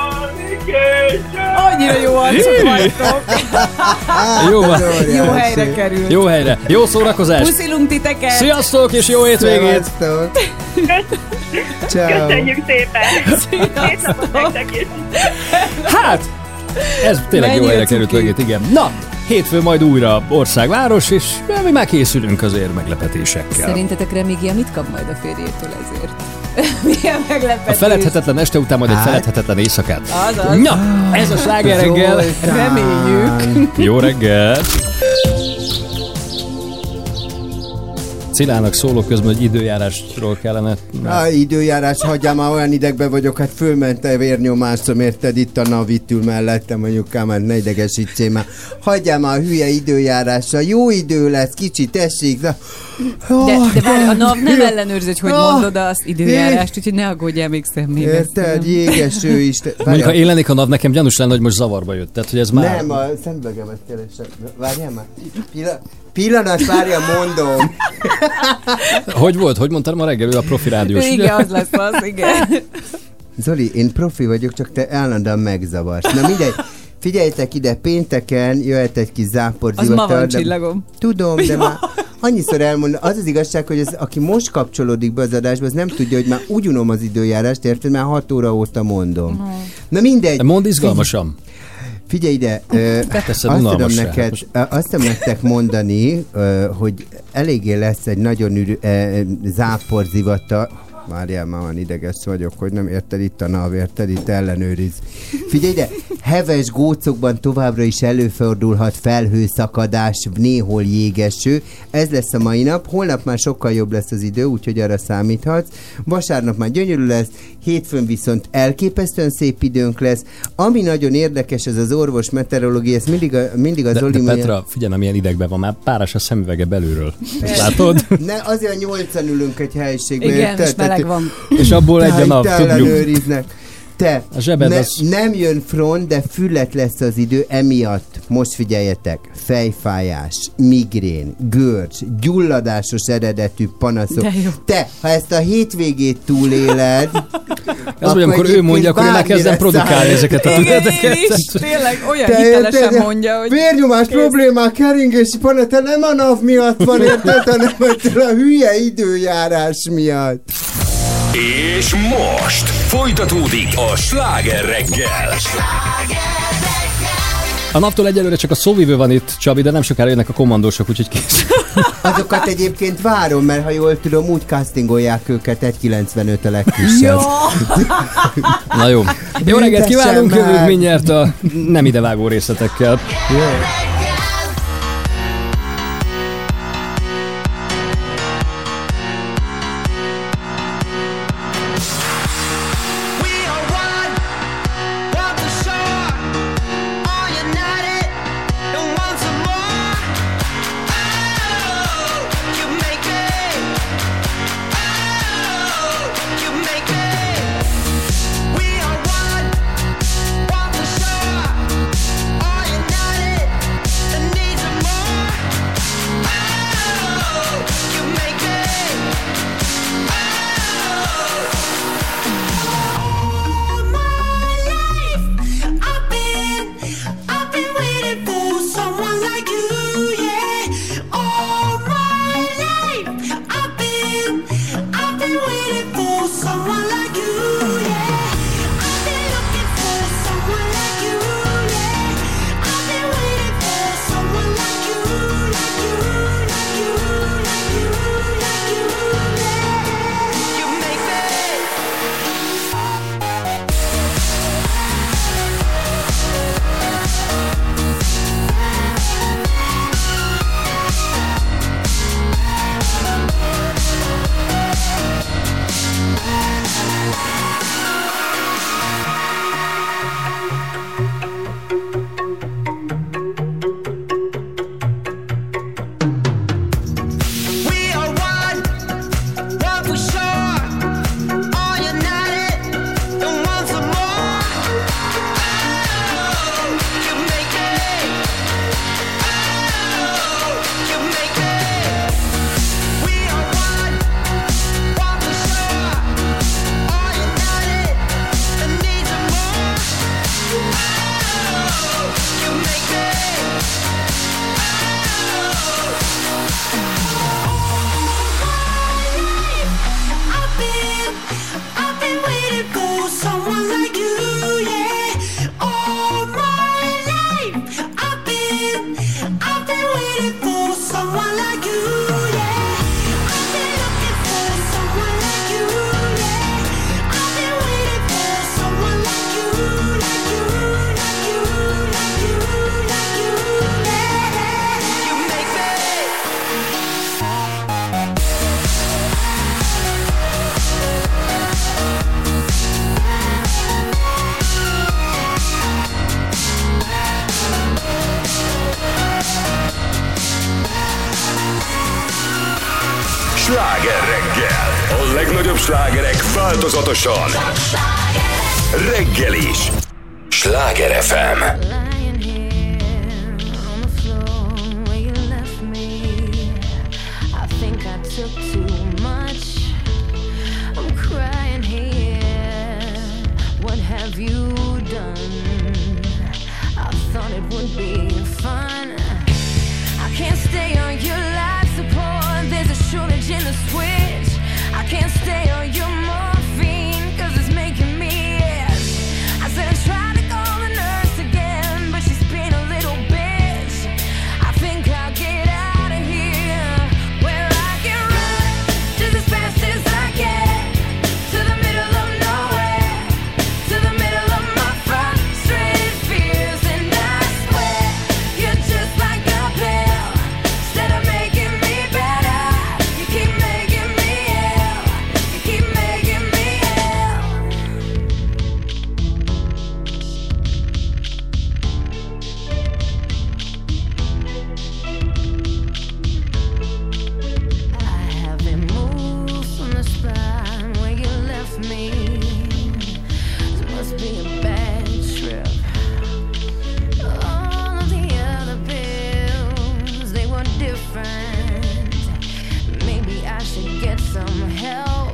S3: Annyira jó arcok vagytok.
S2: Jó van.
S3: Jó helyre kerül.
S2: Jó helyre. Jó szórakozás.
S3: Puszilunk titeket.
S2: Sziasztok, és jó hétvégét!
S4: Szevasztok. Ciao.
S12: Köszönjük szépen. Két napot nektek is.
S2: Hát, ez tényleg jó
S3: Mennyire
S2: helyre került
S3: cuki.
S2: végét, igen. Na, hétfő majd újra országváros, és mi már készülünk azért meglepetésekkel.
S3: Szerintetek Remigia mit kap majd a férjétől ezért? Milyen meglepetés.
S2: A feledhetetlen este után majd egy
S4: Hát.
S2: feledhetetlen éjszakát.
S3: Azaz.
S2: Na, ez a sláger reggel.
S3: Reméljük.
S2: Jó reggel! Cilának szóló közben, hogy időjárásról kellene.
S4: Á, időjárás, hagyjál már, olyan idegben vagyok, hát fölment a vérnyomásom, érted, itt a Navit ül mellettem, anyukám, már ne idegesítsél már. Hagyjál már a hülye időjárásra, jó idő lesz, kicsit esik, de...
S3: De, de várj, a NAV nem ellenőrzi, hogy hogy mondod azt időjárást, úgyhogy ne aggódjál még személybe.
S4: Érted, jégeső is. te-
S2: Mondjuk, ha
S4: Várjál.
S2: én lennék a NAV, nekem gyanús lenne, hogy most zavarba jött. Tehát, hogy ez már...
S4: Nem, a szemüvegemet keresem. Várjál már. Pilla- pillanat, várjál, mondom.
S2: Hogy volt? Hogy mondtam ma reggel? Ő a profi rádiós.
S3: Igen, az lesz az, igen.
S4: Zoli, én profi vagyok, csak te állandóan megzavarsz. Na mindegy. Figyeljetek ide, pénteken jöhet egy kis záporzivatar.
S3: Az ma van
S4: de-
S3: csillagom.
S4: Tudom, de már annyiszor elmondom. Az az igazság, hogy az, aki most kapcsolódik be az adásba, az nem tudja, hogy már úgy unom az időjárást, érted? Már hat óra óta mondom. Na mindegy.
S2: De mondd izgalmasan.
S4: Figyelj ide, ö,
S2: teszed
S4: azt tudom,
S2: unalmassá.
S4: neked, ö, azt tudom nektek mondani, ö, hogy eléggé lesz egy nagyon ürű, ö, záporzivata. Várjál, már van ideges vagyok, hogy nem érted itt a NAV, érted itt ellenőriz. Figyelj ide, heves gócokban továbbra is előfordulhat felhőszakadás, néhol jégeső. Ez lesz a mai nap, holnap már sokkal jobb lesz az idő, úgyhogy arra számíthatsz. Vasárnap már gyönyörű lesz, hétfőn viszont elképesztően szép időnk lesz. Ami nagyon érdekes, ez az orvos meteorológia, ez mindig a, mindig az
S2: De,
S4: Zoli
S2: de
S4: mondja-
S2: Petra, figyelj, milyen idegben van, már páras a szemüvege belülről. Ezt látod?
S4: Ne, azért nyolcan ülünk egy helyiségben.
S3: Igen,
S4: érted?
S3: és meleg
S4: Tehát-
S3: van.
S2: És abból egy a nap,
S4: Te
S2: tudjuk.
S4: ellenőriznek. Te,
S2: A zsebed
S4: ne,
S2: az-
S4: nem jön front, de füllet lesz az idő, emiatt, most figyeljetek, fejfájás, migrén, görcs, gyulladásos eredetű panaszok.
S3: De jó.
S4: Te, ha ezt a hétvégét túléled,
S2: Ez vagy, amikor ő mondja, akkor én elkezdem produkálni ezeket a
S3: Igen,
S2: tüneteket.
S3: én is, tényleg olyan
S4: Te
S3: hitelesen
S4: érted?
S3: mondja, hogy...
S4: Vérnyomás problémák, keringési panaszok, te nem a NAV miatt van, érted, hanem ettől a hülye időjárás miatt.
S1: És most folytatódik a sláger reggel.
S2: A naptól egyelőre csak a szóvivő van itt, Csabi, de nem sokára jönnek a kommandósok, úgyhogy kész.
S4: Azokat egyébként várom, mert ha jól tudom, úgy castingolják őket, egy kilencvenöt a legkisebb.
S2: Na jó. Jó reggelt
S4: Büntessem
S2: kívánunk,
S4: meg!
S2: jövünk mindjárt a nem idevágó részletekkel.
S4: Jó.
S9: We are one, one for sure. All united and want some more. Oh, you make me. Oh, you make me. We are one, one for sure. All united and need some more. Oh, you make me. All my life, I've been, I've been waiting for someone like you, yeah. All my life, I've been, I've been waiting for someone like you, yeah. I've been looking for someone like you, yeah. I've been waiting for someone like you, like you, like you, like you, like you, yeah. You make me.
S1: reggel, a legnagyobb slágerek változatosan. Reggel is. Sláger ef em.
S8: Lying here on the floor where you left me. I think I took too much. I'm crying here. What have you done? I thought it would be fun. I can't stay on your life support. There's a shortage in the switch. I can't stay on your morphine 'cause it's making me itch. I said I tried to call the nurse again, but she's been a little bitch. I think I'll get out of here where I can run just as fast as I can to the middle of nowhere, to the middle of my frustrated fears. And I swear you're just like a pill. Instead of making me better, you keep making me ill. You keep making me ill. I haven't moved from the spot where you left me. This must be a bad trip. All of the other pills, they were different. Maybe I should get some help.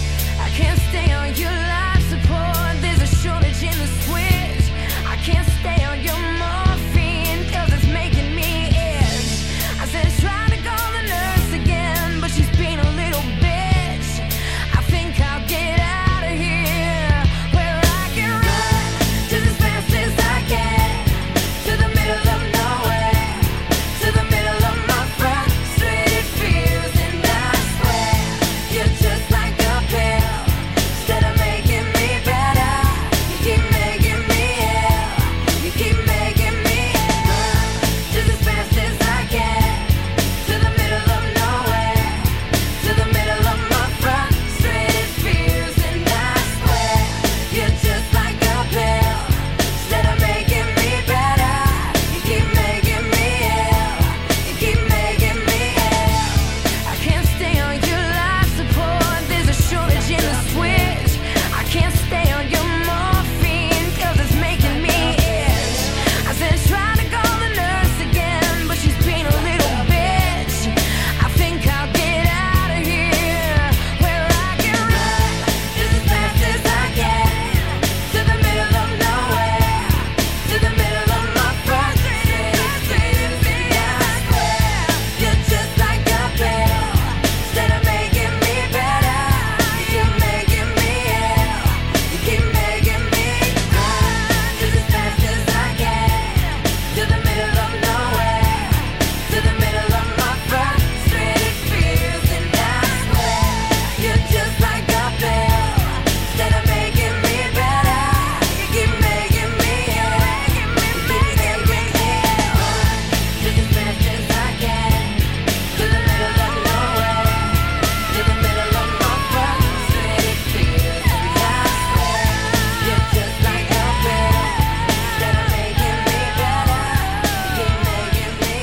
S8: I can't stay on your life support. There's a shortage in the switch. I can't stay on your morphine 'cause it's making me itch. I said try to call the nurse again, but she's been a little bitch. I think I'll get out of here where I can run just as fast as I can to the middle of nowhere, to the middle of my frustrated fears. And I swear you're just like a pill. Instead of making me better, you keep making me ill. You keep making me ill. Just as fast as I can to the middle of nowhere, to the middle of my frustrated fears. And I swear you're just like a pill. Instead of making me better, you keep making me ill. You keep making me ill. I can't stay on your life support. There's a shortage in the switch. I can't stay on your morphine 'cause it's making me itch. I said try to call the nurse again, but she's been a little bitch. I think I'll get out of here where I can run just as fast as I can to the middle of nowhere, to the middle of my frustrated fears. And I swear you're just like a pill. Instead of making me better, you keep making me ill. You keep making me run just as fast as I can to the middle of nowhere, to the middle of my frustrated fears. And I swear you're just like a pill. Instead of making me better, you keep making me ill. You keep making me ill. Just as fast as I can to the middle of nowhere, to the middle of my frustrated fears. And I swear you're just like a pill. Instead of making me better, you keep making me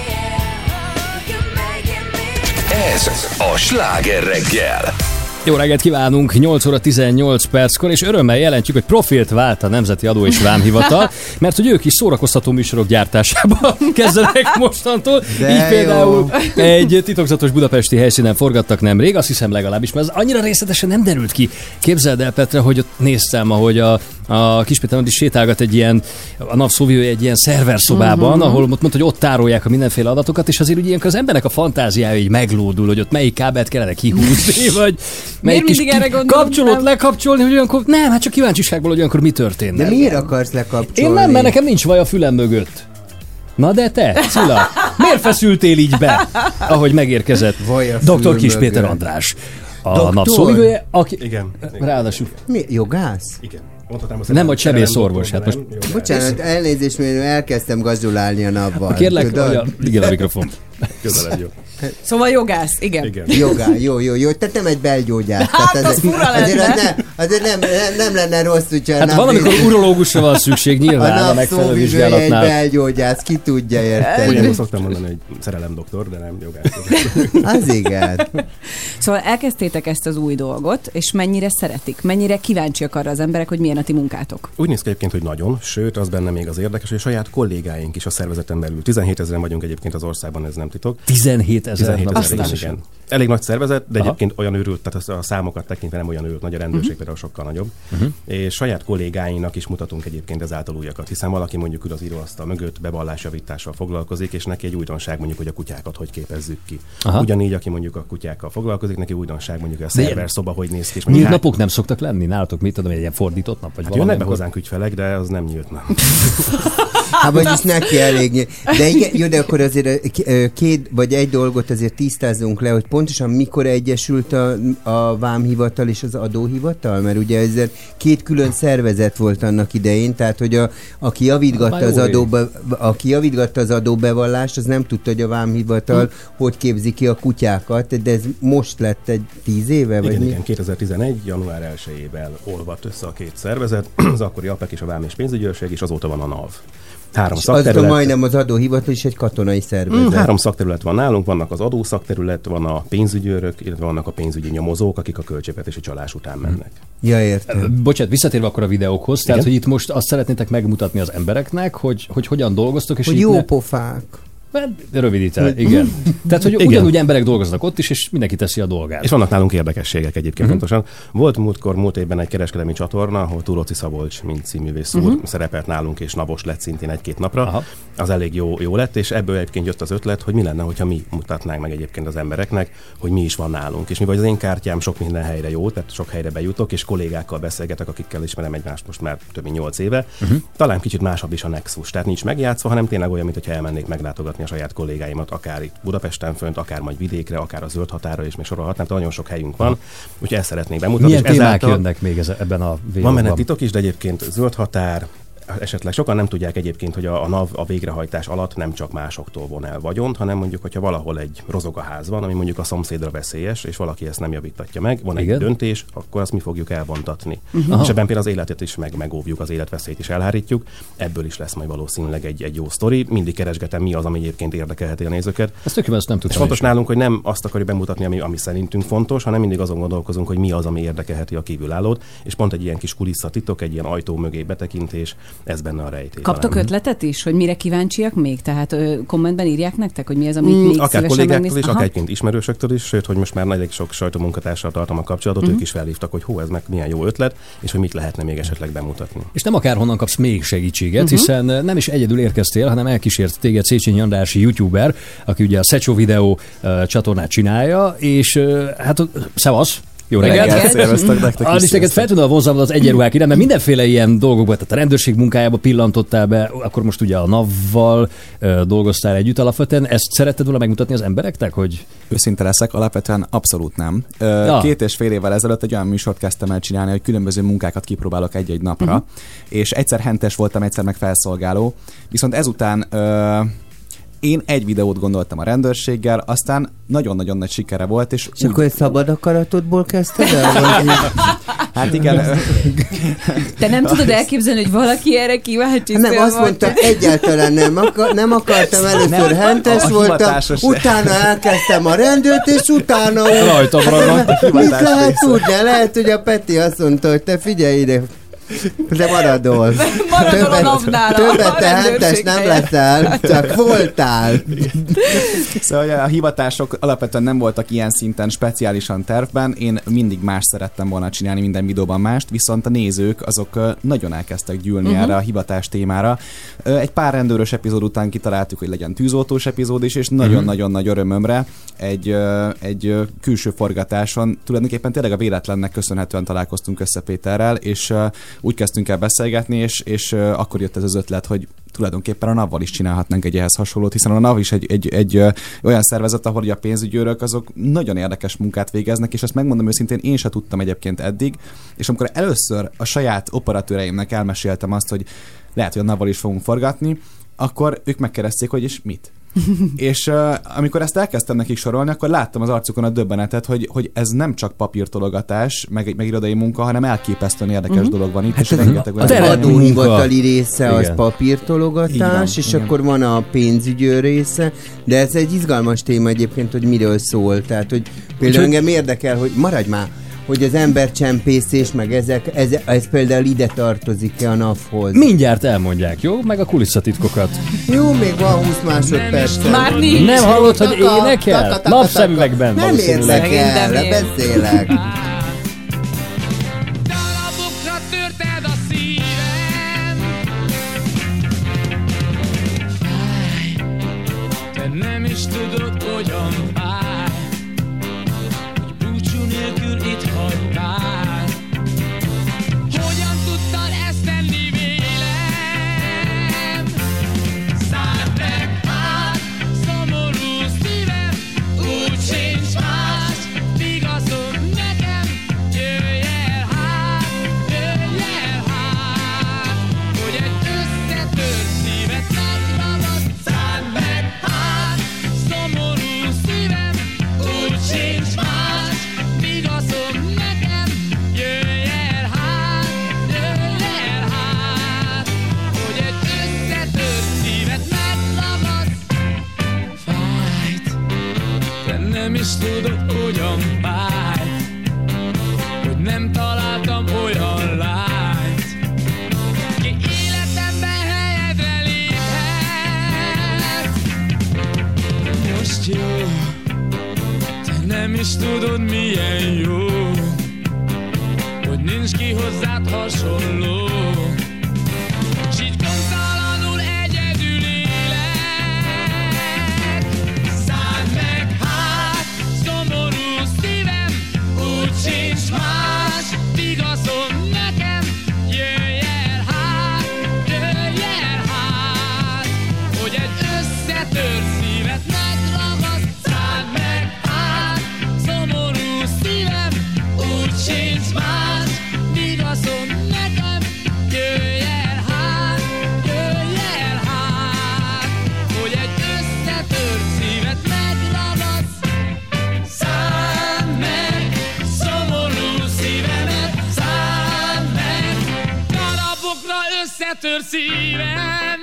S8: ill. You keep making me
S1: Ez a Sláger reggel.
S2: Jó reggelt kívánunk, nyolc óra tizennyolc perckor, és örömmel jelentjük, hogy profilt vált a Nemzeti Adó és Vámhivatal, mert hogy ők is szórakoztató műsorok gyártásába kezdenek mostantól.
S4: De
S2: Így
S4: jó.
S2: például egy titokzatos budapesti helyszínen forgattak nemrég, azt hiszem legalábbis, mert ez annyira részletesen nem derült ki. Képzeld el, Petre, hogy ott néztem, ahogy a, a kis Péter is sétálgat egy ilyen, a NAV szóvivője egy ilyen szerverszobában, uh-huh. ahol ott mondta, hogy ott tárolják a mindenféle adatokat, és azért ugye ilyenkor az embernek a fantáziája így meglódul, hogy ott melyik kábelt kellene kihúzni, vagy melyik kis
S3: mindig erre gondolom,
S2: kapcsolót
S3: nem?
S2: lekapcsolni, hogy olyankor, nem, hát csak kíváncsiságból, hogy olyankor mi történne.
S4: De miért akarsz lekapcsolni?
S2: Én nem, mert nekem nincs vaj a fülem mögött. Na de te, Cilla, miért feszültél így be, ahogy megérkezett
S4: Vaj a
S2: doktor
S4: fül
S2: Kis Péter
S4: mögött.
S2: András, a
S4: Doktor?
S2: napszóvivője, aki
S13: Igen. igen.
S2: ráadásul
S4: Mi? Jogász?
S13: Igen. Mondhatnám, azt,
S2: nem,
S13: hogy
S2: hogy sebészorvos, hát
S13: nem,
S2: most
S13: jó,
S4: Bocsánat, elnézést, mert elkezdtem gazulálni a napval.
S2: kérlek,
S4: tudod?
S2: hogy a, igen, a mikrofon.
S13: Közelebb jó.
S3: Szóval jogász, igen.
S13: Igen.
S4: Jogá, jó, jó, jó. Tehát nem egy belgyógyász.
S3: Hát,
S4: Tehát
S3: az fura
S4: azért,
S3: lenne.
S4: az nem, azért nem, nem, nem lenne rossz, hogyha
S2: Hát
S4: nem
S2: valamikor urológusra van szükség nyilván a megfelelő
S4: egy
S2: vizsgálatnál.
S4: belgyógyász, ki tudja érteni.
S13: Ugyanúgy szoktam mondani, hogy szerelem doktor, de nem jogász.
S4: Az igen.
S3: Szóval elkezdtétek ezt az új dolgot, és mennyire szeretik? Mennyire kíváncsiak arra az emberek, hogy milyen a ti munkátok?
S13: Úgy néz ki egyébként, hogy nagyon, sőt, az benne még az érdekes, hogy a saját kollégáink is a szervezeten belül. tizenhétezren vagyunk egyébként az országban, ez nem titok.
S2: tizenhétezer.
S13: tizenhétezer, igen, igen. Elég nagy szervezet, de
S2: Aha.
S13: egyébként olyan őrült, tehát a számokat tekintve nem olyan őrült, nagy a rendőrség uh-huh. például sokkal nagyobb.
S2: Uh-huh.
S13: És saját kollégáinak is mutatunk egyébként ezáltal újakat, hiszen valaki mondjuk ül az íróasztal mögött bevallásjavítással foglalkozik, és neki egy újdonság mondjuk, hogy a kutyákat hogy képezzük ki.
S2: Aha.
S13: Ugyanígy, aki mondjuk a kutyákkal foglalkozik, neki újdonság mondjuk, hogy a
S2: De
S13: szerver szoba hogy néz ki. És
S2: Nyílt
S13: mondjuk,
S2: napok nem szoktak lenni? Nálatok mit tudom, egy ilyen fordított nap? Vagy
S13: hát
S2: valami,
S13: jönnek be
S2: amikor-
S13: hozzánk ügyfelek, de az nem nyílt nap.
S4: Hát vagyis neki elég. nyilv- De igen, jó, de akkor azért ö, két vagy egy dolgot azért tisztázzunk le, hogy pontosan mikor egyesült a, a vámhivatal és az adóhivatal, mert ugye ezzel két külön szervezet volt annak idején, tehát hogy a, aki javítgatta
S2: Már
S4: az
S2: jó
S4: adóbe, aki javítgatta az adóbevallást, az nem tudta, hogy a vámhivatal hm. hogy képzi ki a kutyákat, de ez most lett egy tíz éve, vagy
S13: Igen,
S4: mi?
S13: igen, kétezer-tizenegy. január elsejével olvadt össze a két szervezet, az akkori á pé e ká és a Vám és Pénzügyőrség, és azóta van a NAV. Három
S4: És aztán
S13: szakterület.
S4: majdnem az adóhivatal is egy katonai szervezet.
S13: Mm, három szakterület van nálunk, vannak az adószakterület, van a pénzügyőrök, illetve vannak a pénzügyi nyomozók, akik a költségvetési csalás után mennek.
S4: Ja, értem.
S2: Bocsánat, visszatérve akkor a videókhoz, tehát
S13: Igen.
S2: hogy itt most azt szeretnétek megmutatni az embereknek, hogy, hogy hogyan dolgoztok, és
S4: Hogy
S2: itt
S4: jó
S2: ne-
S4: pofák.
S2: Hát, rövidítve, igen. Tehát, hogy
S13: Igen.
S2: ugyanúgy emberek dolgoznak ott is, és mindenki teszi a dolgát.
S13: És vannak nálunk érdekességek egyébként
S2: Mhm.
S13: uh-huh. pontosan. Volt múltkor, múlt évben egy kereskedelmi csatorna, ahol Túróci Szabolcs, mint cíművész úr
S2: Mhm.
S13: szerepelt nálunk, és Navos lett szintén egy-két napra.
S2: Aha.
S13: Az elég jó, jó lett, és ebből egyébként jött az ötlet, hogy mi lenne, hogyha mi mutatnánk meg egyébként az embereknek, hogy mi is van nálunk. És mivel az én kártyám sok minden helyre jó, tehát sok helyre bejutok, és kollégákkal beszélgetek, akikkel ismerem egymást most már több mint nyolc éve, uh-huh. talán kicsit másabb is a nexus. Tehát nincs megjátszva, hanem tényleg olyan, mintha elmennék meglátogatni a saját kollégáimat, akár itt Budapesten fönt, akár majd vidékre, akár a zöld határa is, még sorolhatnám, tehát nagyon sok helyünk van, úgyhogy ezt szeretnék bemutatni.
S2: Milyen
S13: és
S2: témák
S13: ezáltal
S2: jönnek még ez, ebben a
S13: van
S2: videóban?
S13: benne titok is, de egyébként zöld határ, esetleg sokan nem tudják egyébként, hogy a, a NAV a végrehajtás alatt nem csak másoktól von el vagyont, hanem mondjuk, hogyha valahol egy rozogaház van, ami mondjuk a szomszédra veszélyes, és valaki ezt nem javítatja meg, van egy
S2: Igen.
S13: döntés, akkor azt mi fogjuk elvontatni.
S2: Uh-huh.
S13: És ebben például az életet is meg, megóvjuk, az életveszélyt is elhárítjuk. Ebből is lesz majd valószínűleg egy, egy jó sztori. Mindig keresgetem, mi az, ami egyébként érdekelheti a nézőket.
S2: Ezt tök jó, ezt nem
S13: És
S2: tudtam.
S13: fontos
S2: is.
S13: nálunk, hogy nem azt akarjuk bemutatni, ami, ami szerintünk fontos, hanem mindig azon gondolkozunk, hogy mi az, ami érdekelheti a kívülállót, és pont egy ilyen kis kulisszatitok, egy ilyen ajtó mögé betekintés, ez benne a rejtély.
S3: Kaptok
S13: talán.
S3: ötletet is, hogy mire kíváncsiak még? Tehát ö, kommentben írják nektek, hogy mi az, amit
S13: Mm,
S3: még
S13: akár
S3: szívesen
S13: kollégáktól
S3: megnéz?
S13: is,
S3: Aha.
S13: akár egyébként ismerősöktől is, sőt, hogy most már elég sok sajtómunkatársal tartom a kapcsolatot,
S3: Mhm.
S13: ők is felhívtak, hogy hú, ez meg milyen jó ötlet, és hogy mit lehetne még esetleg bemutatni.
S2: És nem akárhonnan kapsz még segítséget,
S3: Mhm.
S2: hiszen nem is egyedül érkeztél, hanem elkísért téged Széchenyi Andrássy youtuber, aki ugye a Szecsó videó uh, csatornát csinálja, és uh, hát uh, szevasz! Jó reggelt!
S3: Reggelt.
S14: Szerveztek nektek
S2: Az
S14: is,
S2: is neked feltűnő a vonzalmat az egyenruhák iránt, mert mindenféle ilyen dolgokban, tehát a rendőrség munkájába pillantottál be, akkor most ugye a NAV-val uh, dolgoztál együtt alapvetően. Ezt szeretted volna megmutatni az embereknek, hogy...
S14: Őszinte leszek, alapvetően abszolút nem. Ö,
S2: Ja.
S14: Két és fél évvel ezelőtt egy olyan műsort kezdtem el csinálni, hogy különböző munkákat kipróbálok egy-egy napra, uh-huh. és egyszer hentes voltam, egyszer meg felszolgáló, viszont ezután ö, én egy videót gondoltam a rendőrséggel, aztán nagyon-nagyon nagy sikere volt, és,
S4: És akkor egy szabad akaratodból kezdted el? Vagy?
S14: hát igen,
S3: Te nem tudod elképzelni, hogy valaki erre kíváncsi?
S4: Nem,
S3: Szóval
S4: azt mondta,
S3: vagy-
S4: egyáltalán nem, akar, nem akartam, először
S14: Nem,
S4: hentes
S14: a
S4: voltam,
S14: hivatásos-
S4: utána elkezdtem a rendőrt, és utána úgy...
S2: Rajtam ragadt a
S4: Mit
S14: hivatás
S4: lehet
S14: része.
S4: tudni? Lehet, hogy a Peti azt mondta, hogy te figyelj ide, de maradol.
S3: Maradol a napnál, a
S4: többet te hentes
S3: rendőrség
S4: nem
S3: helyett.
S4: leszel, csak voltál.
S14: Szóval a hivatások alapvetően nem voltak ilyen szinten speciálisan tervben, én mindig más szerettem volna csinálni, minden videóban mást, viszont a nézők azok ö, nagyon elkezdtek gyűlni
S3: Mhm.
S14: uh-huh. erre a hivatás témára. Ö, Egy pár rendőrös epizód után kitaláltuk, hogy legyen tűzoltós epizód is, és nagyon-nagyon nagy örömömre egy, ö, egy ö, külső forgatáson tulajdonképpen tényleg a véletlennek köszönhetően találkoztunk össze Péterrel, és ö, úgy kezdtünk el beszélgetni, és, és ö, akkor jött ez az ötlet, hogy tulajdonképpen a NAV-val is csinálhatnánk egy ehhez hasonlót, hiszen a NAV is egy, egy, egy ö, olyan szervezet, ahol ugye a pénzügyőrök azok nagyon érdekes munkát végeznek, és ezt megmondom őszintén, én se tudtam egyébként eddig, és amikor először a saját operatőreimnek elmeséltem azt, hogy lehet, hogy a NAV-val is fogunk forgatni, akkor ők megkérdezték, hogy és mit? És uh, amikor ezt elkezdtem nekik sorolni, akkor láttam az arcukon a döbbenetet, hogy, hogy ez nem csak papírtologatás, meg, meg irodai munka, hanem elképesztően érdekes uh-huh. dolog van itt.
S4: Hát
S14: és
S4: az,
S14: rengeteg
S4: az
S14: olyan-
S4: adóhivatali része
S14: Igen.
S4: az papírtologatás,
S14: Így van,
S4: és
S14: igen.
S4: akkor van a pénzügyő része, de ez egy izgalmas téma egyébként, hogy miről szól. Tehát, hogy például
S2: Úgyhogy-
S4: engem érdekel, hogy maradj már, hogy az embercsempészés, meg ezek, ez, ez például ide tartozik-e a NAV-hoz.
S2: Mindjárt elmondják, jó? Meg a kulisszatitkokat.
S4: Jó, még van húsz másodperc.
S3: Már nincs.
S2: Nem hallod, hogy
S4: Taka, taka,
S2: énekel?
S4: taka,
S2: Napszemüvegben
S4: Nem
S2: valószínűleg.
S4: érdekel,
S3: Szerintem
S4: beszélek.
S6: Darabokra törted a szívem. Fáj, te nem is tudod, hogyan fáj, hogy búcsú nélkül itt hagytál. Hogyan tudtad ezt tenni vélem? Szárd meg hát, szomorú szívem, úgy sincs más, vigaszod nekem. Jöjj el hát, jöjj el hát, hogy egy összetört szívet megragad. Szárd meg hát, szomorú szívem, úgy sincs más, vigaszod nekem. Jöjj el hát, jöjj el hát, hogy egy összetört szívet megragad. Fájt, de nem is tudod, hogyan fájt, hogy nem találtam olyan lányt, ki életemben helyedre léphet. Most jó, te nem is tudod, milyen jó, hogy nincs ki hozzád hasonló. S így gondtalanul egyedül élek. Szárd meg hát, szomorú szívem, úgy sincs más, vigaszod nekem. Jöjj el hát, jöjj el hát, hogy egy összetört szívet megragad. Szárd meg hát, szomorú szívem, úgy sincs más, vigaszod nekem. Jöjj el hát, jöjj el hát, hogy egy összetört szívet megragad. Szárd meg, szomorú szívemet, szárd meg, darabokra összetör szívem.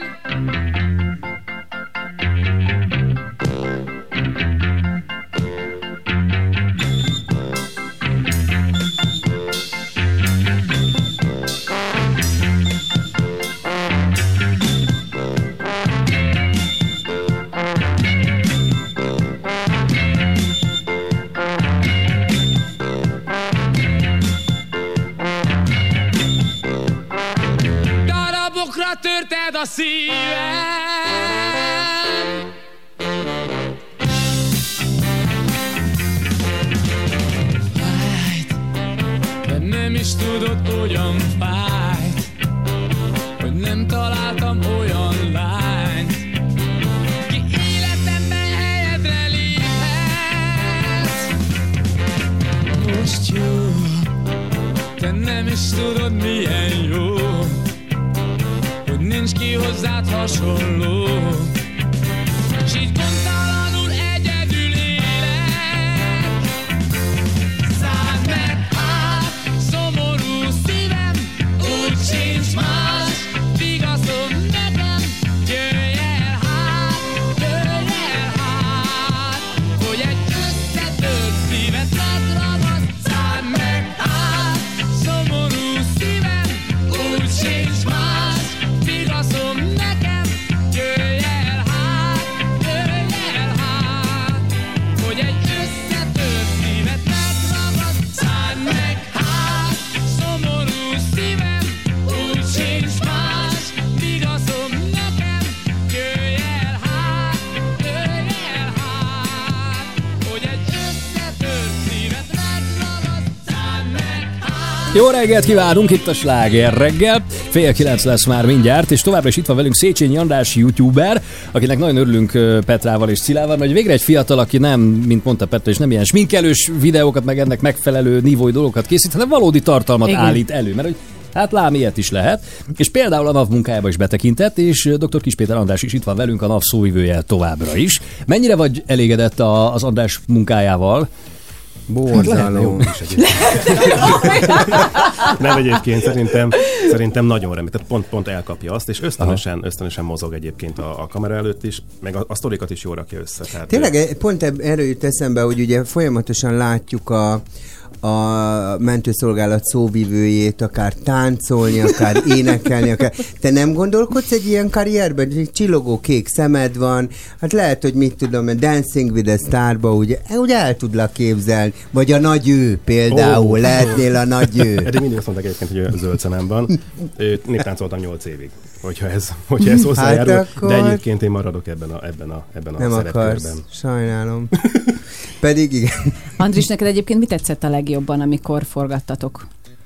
S6: Darabokra törted a szívem. Fájt, de nem is tudod, hogyan fájt, hogy nem találtam olyan lányt, ki életemben helyedre léphet. Most jó, te nem is tudod, milyen jó, hogy nincs ki hozzád hasonló. S így gondtalanul egyedül élek. Szárd meg hát, szomorú szívem, úgy sincs más, vigaszod nekem. Jöjj el hát, jöjj el hát, hogy egy összetört szívet megragad. Szárd meg hát, szomorú szívem, úgy sincs más, vigaszod nekem. Jöjj el hát, jöjj el hát, hogy egy összetört szívet megragad. Szárd meg hát, szomorú szívem, úgy sincs más, vigaszod nekem. Jöjj el hát, jöjj el hát, hogy egy összetört szívet megragad. Szárd meg hát.
S2: Jó reggelt kívánunk, itt a Sláger reggel. Fél kilenc lesz már mindjárt, és továbbra is itt van velünk Széchenyi András youtuber, akinek nagyon örülünk ö, Petrával és Cilával, mert végre egy fiatal, aki nem, mint mondta Petra, és nem ilyen sminkelős videókat, meg ennek megfelelő nívói dolgokat készít, hanem valódi tartalmat
S3: Igen.
S2: állít elő. Mert hogy Hát lám, ilyet is lehet. És például a NAV munkájába is betekintett, és dr. Kiss Péter András is itt van velünk, a NAV szóvivője továbbra is. Mennyire vagy elégedett a, az András munkájával?
S4: Borzalom.
S13: Nem, egyébként szerintem, szerintem nagyon remény. Tehát pont, pont elkapja azt, és ösztönösen, ösztönösen mozog egyébként a, a kamera előtt is, meg a, a sztorikat is jól rakja össze. Tehát
S4: Tényleg ő... pont erről jut eszembe, hogy ugye folyamatosan látjuk a a mentőszolgálat szóvivőjét, akár táncolni, akár énekelni, akár... Te nem gondolkodsz egy ilyen karrierben? Egy csillogó kék szemed van, hát lehet, hogy mit tudom, a Dancing with a Starba ugye, ugye el tudlak képzelni, vagy a nagy ő például, oh, lehetnél a nagy ő.
S13: Eddig mindig azt mondták egyébként, hogy a zöld szemem van. Néptáncoltam nyolc évig, hogyha ez, hogyha ez hozzájárul, hát akkor... de egyébként én maradok ebben a, ebben a, ebben a
S4: nem
S13: szerepkörben.
S4: Akarsz, sajnálom. Pedig igen.
S3: Andris, neked egyébként mi tetszett a legjobban, amikor forgattatok?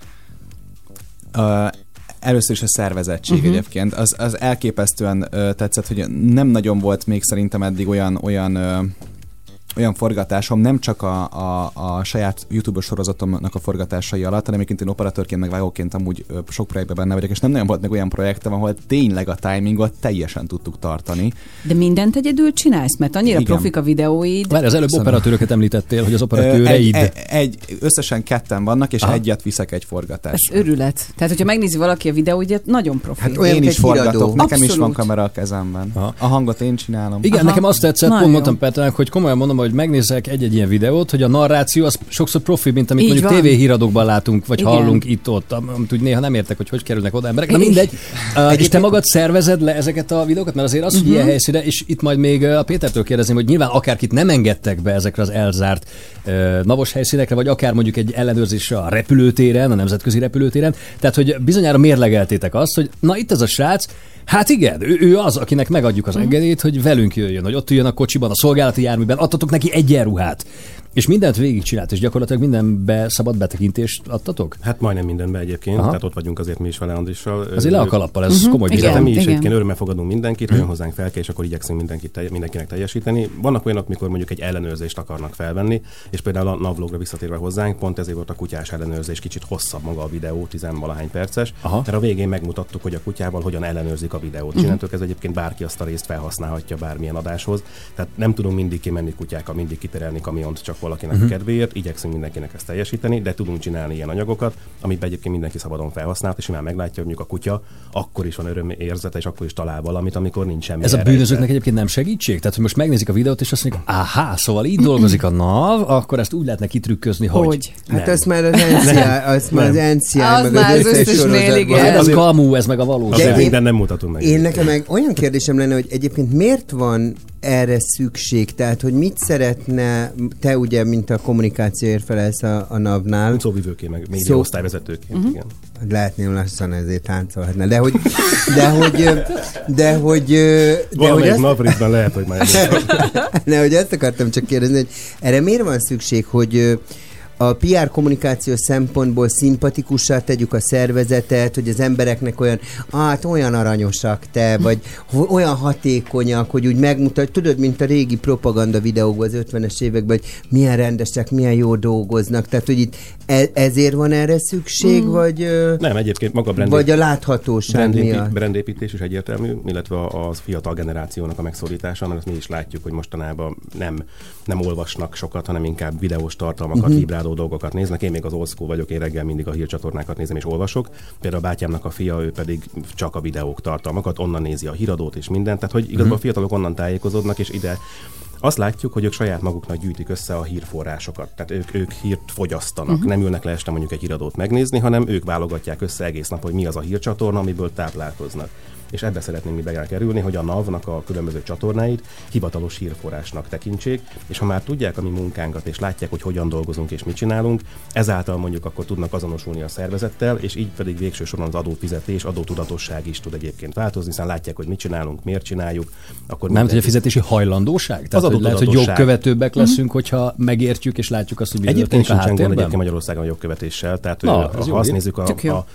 S14: Uh, először is a szervezettség uh-huh. egyébként. Az, az elképesztően uh, tetszett, hogy nem nagyon volt még szerintem eddig olyan, olyan uh, olyan forgatásom, nem csak a, a, a saját YouTube-os sorozatomnak a forgatásai alatt, hanem egyébként én operatőrként, meg vágóként amúgy ö, sok projektben benne vagyok, és nem nagyon volt meg olyan projektem, ahol tényleg a timingot teljesen tudtuk tartani.
S3: De mindent egyedül csinálsz? Mert annyira igen. Profik a videóid.
S2: Várj, az előbb Szóval... operatőröket említettél, hogy az operatőreid.
S14: Egy, egy, egy, összesen ketten vannak, és Aha. egyet viszek egy forgatásra.
S3: Ez őrület. Tehát, hogyha megnézi valaki a videóidat, nagyon profi.
S14: Hát olyan én is forgatok, nekem Abszolút. Is van kamera a kezemben. Aha. A hangot én csinálom.
S2: Igen, Aha. nekem azt tetszett, pont mondtam Petrának, hogy komolyan mondom, hogy megnézek egy-egy ilyen videót, hogy a narráció az sokszor profi, mint amit így mondjuk tévéhíradókban látunk, vagy Igen. hallunk itt-ott, amit úgy néha nem értek, hogy hogy kerülnek oda emberek. Na mindegy. Uh, és te magad szervezed le ezeket a videókat? Mert azért az, hogy uh-huh. ilyen helyszíne, és itt majd még a Pétertől kérdezném, hogy nyilván akárkit nem engedtek be ezekre az elzárt uh, navos helyszínekre, vagy akár mondjuk egy ellenőrzésre a repülőtéren, a nemzetközi repülőtéren. Tehát, hogy bizonyára mérlegeltétek azt, hogy na itt ez a srác, hát igen, ő, ő az, akinek megadjuk az engedélyt, hogy velünk jöjjön, hogy ott üljön a kocsiban, a szolgálati járműben, adtatok neki egyenruhát. És mindent végigcsinált, és gyakorlatilag mindenbe szabad betekintést adtatok?
S13: Hát majdnem mindenbe egyébként, Aha. tehát ott vagyunk azért mi is vele Andrissal.
S2: Azért le a kalappal, ez uh-huh. komoly
S13: bizony. Mi is egyébként örömmel fogadunk mindenkit, ha jön hozzánk fel kell, és akkor igyekszünk mindenkit, mindenkinek teljesíteni. Vannak olyanok, mikor mondjuk egy ellenőrzést akarnak felvenni, és például a Navlogra visszatérve hozzánk, pont ezért volt a kutyás ellenőrzés kicsit hosszabb maga a videó, tizenvalahány perces. Aha. Mert a végén megmutattuk, hogy a kutyával hogyan ellenőrzik a videót. Uh-huh. Innentől ez egyébként bárki azt a részt felhasználhatja bármilyen adáshoz. Tehát nem tudunk mindig kimenni kutyákkal, mindig kiterelni kamiont csak valakinek uh-huh. a kedvéért. Igyekszünk mindenkinek ezt teljesíteni, de tudunk csinálni ilyen anyagokat, amit egyébként mindenki szabadon felhasznál, és már meglátja, hogy mondjuk a kutya akkor is van örömérzete, és akkor is talál valamit, amikor nincs semmi.
S2: Ez a bűnözőknek egyébként nem segítség? Tehát, hogy most megnézik a videót, és azt mondják, áhá, szóval így dolgozik a NAV, akkor ezt úgy lehetne kitrükközni, hogy. hogy?
S4: Hát ezt már az en cé i, azt már az en cé i,
S3: az
S4: meg
S3: az összes sorozatban.
S2: Ez kamu, ez meg a valóság.
S13: Azért minden nem mutatunk meg.
S4: Én nekem meg olyan kérdésem lenne, hogy egyébként miért van erre szükség? Tehát, hogy mit szeretne, te ugye, mint a kommunikációért felelsz a, a NAV-nál.
S13: Szóvivőként, meg média osztályvezetőként, uh-huh. igen.
S4: Lehetném lassan ezért táncolhatna, de hogy de hogy de hogy de
S13: valamelyik NAV-részben lehet, hogy már
S4: ne, hogy ezt akartam csak kérdezni, hogy erre miért van szükség, hogy a pé er kommunikáció szempontból szimpatikussá tegyük a szervezetet, hogy az embereknek olyan, hát olyan aranyosak te, vagy olyan hatékonyak, hogy úgy megmutat, tudod, mint a régi propaganda videókban az ötvenes években, hogy milyen rendesek, milyen jó dolgoznak, tehát, hogy itt e- ezért van erre szükség, mm. vagy
S13: nem, egyébként maga brand
S4: vagy a láthatóság
S13: brand
S4: miatt.
S13: Brandépítés is egyértelmű, illetve a fiatal generációnak a megszólítása, mert mi is látjuk, hogy mostanában nem, nem olvasnak sokat, hanem inkább videós tartalmakat, mm-hmm. vibráló dolgokat néznek. Én még az old school vagyok, én reggel mindig a hírcsatornákat nézem és olvasok. Például a bátyámnak a fia, ő pedig csak a videók tartalmakat, onnan nézi a híradót és mindent. Tehát, hogy igazából a fiatalok onnan tájékozódnak, és ide azt látjuk, hogy ők saját maguknak gyűjtik össze a hírforrásokat. Tehát ők, ők hírt fogyasztanak. Uh-huh. Nem ülnek le este mondjuk egy híradót megnézni, hanem ők válogatják össze egész nap, hogy mi az a hírcsatorna, amiből táplálkoznak. És ebbe szeretnénk mi bekerülni, hogy a NAV-nak a különböző csatornáit hivatalos hírforrásnak tekintsék, és ha már tudják a mi munkánkat, és látják, hogy hogyan dolgozunk és mit csinálunk, ezáltal mondjuk akkor tudnak azonosulni a szervezettel, és így pedig végső soron az adófizetés, adótudatosság is tud egyébként változni, hiszen látják, hogy mit csinálunk, miért csináljuk. Akkor
S2: nem, hogy a fizetési hajlandóság? Tehát, hogy lehet, hogy jogkövetőbbek leszünk, mm-hmm. hogyha megértjük és látjuk azt, hogy mi
S13: egyébként sincsen gond egyébként Magyarországon a jogkövetéssel. Tehát
S2: Na,
S13: ha azt nézzük a, a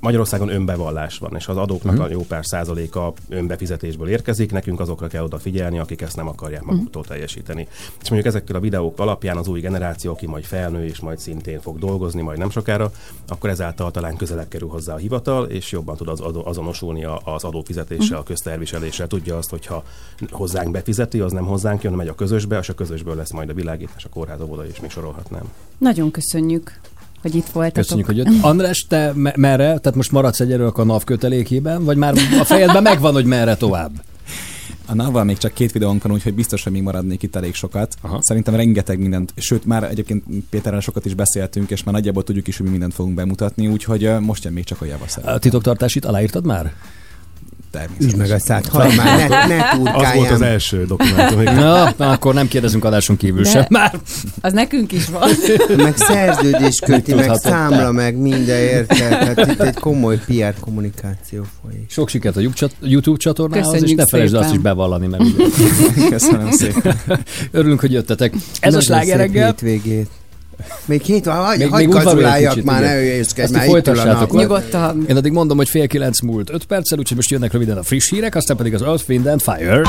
S13: Magyarországon önbevallás van, és az adóknak
S2: Mhm.
S13: a jó pár százaléka önbefizetésből érkezik, nekünk azokra kell odafigyelni, akik ezt nem akarják maguktól teljesíteni. És mondjuk ezekkel a videók alapján az új generáció, aki majd felnő és majd szintén fog dolgozni, majd nem sokára, akkor ezáltal talán közelebb kerül hozzá a hivatal, és jobban tud az adó, azonosulni a- az adófizetéssel, a közterviseléssel. Tudja azt, hogyha hozzánk befizeti, az nem hozzánk jön, megy a közösbe, és a közösből lesz majd a világítás, a kórház, óvoda, és még sorolhatnám.
S3: Nagyon köszönjük, hogy itt voltatok.
S2: Köszönjük, hogy jött. András, te me- merre? Tehát most maradsz egyelőre a NAV kötelékében, vagy már a fejedben megvan, hogy merre tovább?
S14: A navval még csak két videónk van, úgyhogy biztos, hogy még maradnék itt elég sokat. Aha. Szerintem rengeteg mindent, sőt már egyébként Péterrel sokat is beszéltünk, és már nagyjából tudjuk is, hogy mi mindent fogunk bemutatni, úgyhogy ö, most jön még csak a javaszlat.
S2: A titoktartásit aláírtad már?
S4: Üsd meg a szád, hagyd már, ne, ne turkáljam.
S13: Az volt az első dokumentum.
S2: Na, na, akkor nem kérdezünk adáson kívül
S3: De-
S2: sem már.
S3: Az nekünk is van.
S4: Meg szerződés köti, meg
S2: Tudhatod
S4: számla,
S2: te.
S4: meg minden, érted? Hát itt egy komoly pé er kommunikáció folyik.
S2: Sok sikert a YouTube csatornához, és
S3: Köszönjük
S2: ne felejtsd azt
S3: szépen.
S2: is bevallani, mert ugye.
S14: Köszönöm szépen.
S2: Örülünk, hogy jöttetek. Ez a
S4: Nagyon
S2: Sláger
S4: szép
S2: reggel.
S4: hétvégét. Még hét van, hagyj,
S2: Még-
S4: hagyj
S2: még udvarolj egy
S4: kazuláljak
S2: kicsit,
S4: már,
S2: igen.
S4: ne hülyéskedj,
S2: Ezt
S4: már
S2: ti
S4: itt ül a
S2: folytassátok
S4: nap.
S2: le.
S3: Nyugodtan.
S2: Én addig mondom, hogy fél kilenc múlt öt perccel, úgyhogy most jönnek röviden a friss hírek, aztán pedig az Earth, Wind and Fire.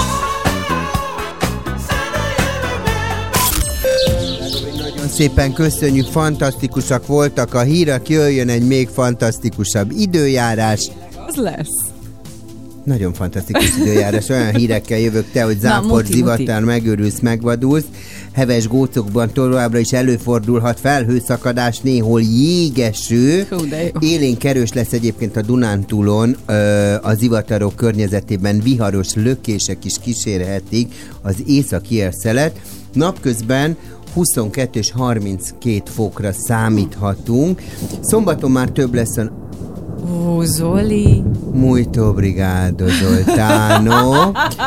S4: Nagyon szépen köszönjük, fantasztikusak voltak a hírek, jöjjön egy még fantasztikusabb időjárás.
S3: Az lesz.
S4: Nagyon fantasztikus időjárás, olyan hírekkel jövök te, hogy
S3: Na,
S4: zápor,
S3: muti,
S4: zivatar, megőrülsz, megvadulsz. Heves gócokban továbbra is előfordulhat felhőszakadás, néhol jégeső.
S3: Hú, de jó.
S4: Élénk erős lesz egyébként a Dunántúlon, ö, a zivatarok környezetében viharos lökések is kísérhetik az északi érszelet. Napközben huszonkettő és harminckét fokra számíthatunk. Szombaton már több lesz a
S3: Ó, Zoli.
S4: Muito obrigado, Zoltano.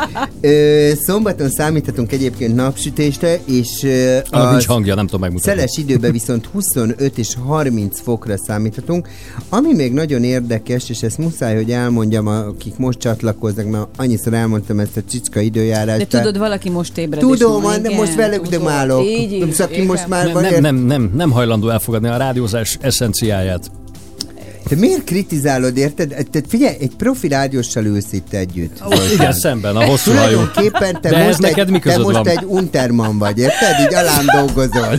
S4: Ö, szombaton számíthatunk egyébként napsütésre, és ö,
S2: Annak nincs
S4: az
S2: hangja, nem tudom megmutatni.
S4: szeles időben viszont huszonöt és harminc fokra számíthatunk. Ami még nagyon érdekes, és ezt muszáj, hogy elmondjam, akik most csatlakoznak, mert annyiszor elmondtam ezt a csicska időjárást.
S3: De tudod, valaki most ébred.
S4: Tudom,
S3: és ma,
S4: de
S3: igen,
S4: most velük
S3: tudom.
S4: domálok.
S3: Így is,
S4: Szóval aki
S3: igen.
S4: most már
S2: Nem,
S4: van,
S2: nem,
S4: ért-
S2: nem, nem, nem hajlandó elfogadni a rádiózás eszenciáját.
S4: Te miért kritizálod, érted? Te figyelj, egy profi rádióssal ülsz itt együtt.
S2: Igen, szemben, a hosszú hajú.
S4: Tulajdonképpen te
S2: De ez
S4: most,
S2: neked
S4: egy,
S2: mi
S4: te
S2: közöd
S4: most
S2: van?
S4: egy unterman vagy, érted? Így alám dolgozol.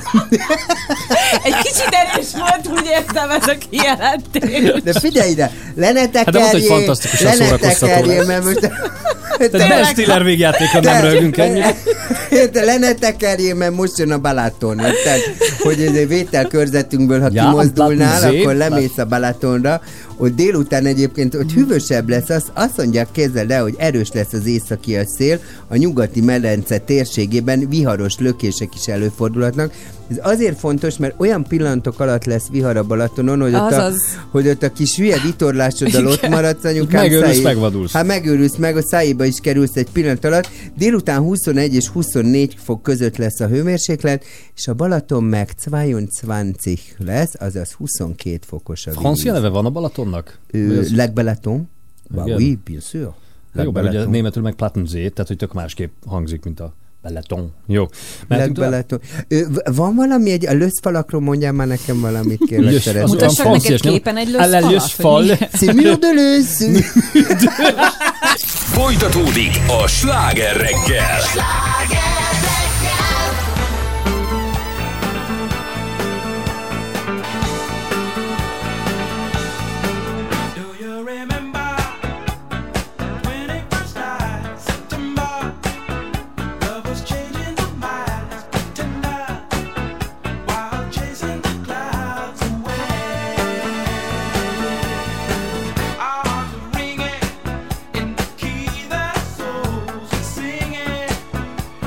S3: Egy kicsit erős volt, úgy értem ez a kijelentés.
S4: De figyelj ide, lenetekerjél,
S2: Hát de mondta, hogy fantasztikusan szórakoztató
S4: lenetekerjél,
S2: lesz.
S4: mert most...
S2: Tehát Ben Stiller végjátékon nem rögünk ennyire.
S4: Te lenetekerjél, mert most jön a Balaton, érted? Hogy ez egy vételkörzetünkből, ha
S2: Ja,
S4: kimozdulnál,
S2: Balaton,
S4: akkor
S2: szép.
S4: lemész a Balatonra, hogy délután egyébként, hogy hűvösebb lesz, azt, azt mondják, kézzel le, hogy erős lesz az északi szél, a nyugati medence térségében viharos lökések is előfordulhatnak. Ez azért fontos, mert olyan pillanatok alatt lesz vihar a Balatonon, hogy, ott a,
S3: Azaz.
S4: hogy ott a kis hülye vitorlásoddal ott maradsz, anyukám.
S2: Megőrülsz,
S4: száj-
S2: megvadulsz.
S4: Hát megőrülsz meg, a szájéba is kerülsz egy pillanat alatt. Délután huszonegy és huszonnégy fok között lesz a hőmérséklet, és a Balaton meg huszonkettő lesz, azaz huszonkét fokos a víz.
S2: Francia neve van a Balatonnak?
S4: Ö, Lac Balaton? Bah
S2: Igen.
S4: oui, bien sûr.
S2: Jó,
S4: Lac
S2: mert ugye
S4: Balaton.
S2: németül meg Plattensee, tehát hogy tök másképp hangzik, mint a Balaton. Jó.
S4: Lac
S2: Mehetünk tovább?
S4: Balaton. Ö, v- van valami, egy, a löszfalakról mondjál már nekem valamit, kérlek
S2: Lösz-
S4: szeretném.
S3: Mutassak
S2: Olyan
S3: neked
S2: franciás, nem?
S3: képen egy
S2: Allez,
S3: löszfalat,
S2: löszfal.
S3: hogy mi?
S4: C'est mur de lösz.
S1: Folytatódik a Sláger reggel.
S9: Do you remember when it first started? September, love was changing the minds, tender, while chasing the clouds away. Our hearts were ringing in the key that souls were singing.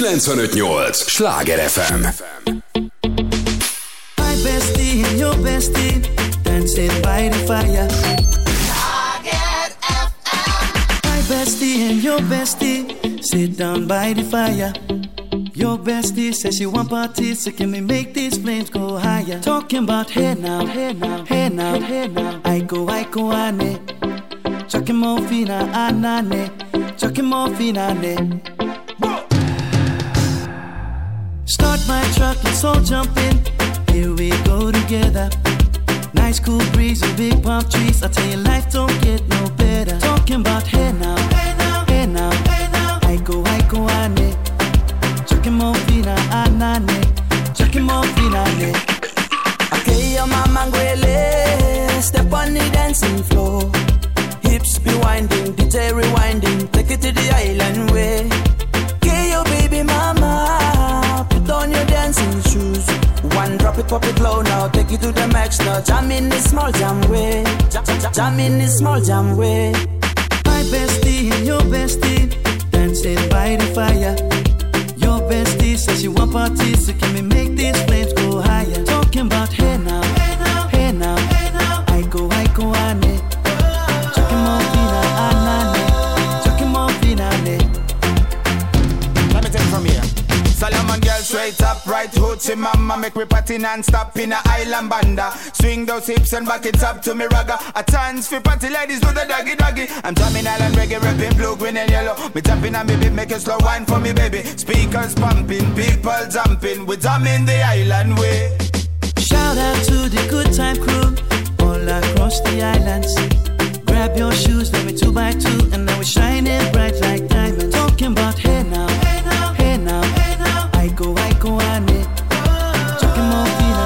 S1: kilencvenöt nyolc Sláger ef em.
S15: My bestie and your bestie dancing by the fire. My bestie and your bestie sit down by the fire. Your bestie says she want parties, so can we make these flames go higher? Talking about hey now, hey now, hey now, hey now. I go, I go, ane. Chucking more fina, anane. Chucking more fina, ane. Start my truck, let's all jump in. Here we go together. Nice cool breeze and big palm trees. I tell you, life don't get no better. Talking about hey now, hey now, hey now, hey now. I go, I go, ane. Chucking more fina, anane. Chucking more fina, ane.
S16: Okay, your mama ngwele, step on the dancing floor. Hips be winding, D J rewinding, take it to the island way. Okay, your baby mama, put on your dancing shoes. One drop it, pop it low now, take it to the max now. Jam in this small jam way, jam, jam, jam in this small jam way.
S15: My bestie and your bestie dancing by the fire. Your bestie says she want parties, so can we make these flames go higher? Talking about hey now, hey now, hey now, hey now. I go, I go, ane. Chucking more fina, anane. Chucking more fina, ane.
S17: Let me take it from here. Solomon girl straight up, right hoochie mama. Make me party non-stop in a island banda. Swing those hips and back it up to me ragga. A chance for party ladies do the doggy doggy. I'm drumming island reggae, rapping blue, green and yellow. Me tapping and baby, make a slow wine for me baby. Speakers pumping, people jumping. We drumming the island way.
S15: Shout out to the good time crew all across the islands. Grab your shoes, let me two by two, and now we're shining bright like diamonds. Talking about hey now, hey now, hey now, hey now. I go, I go, ane. Chucking more fina,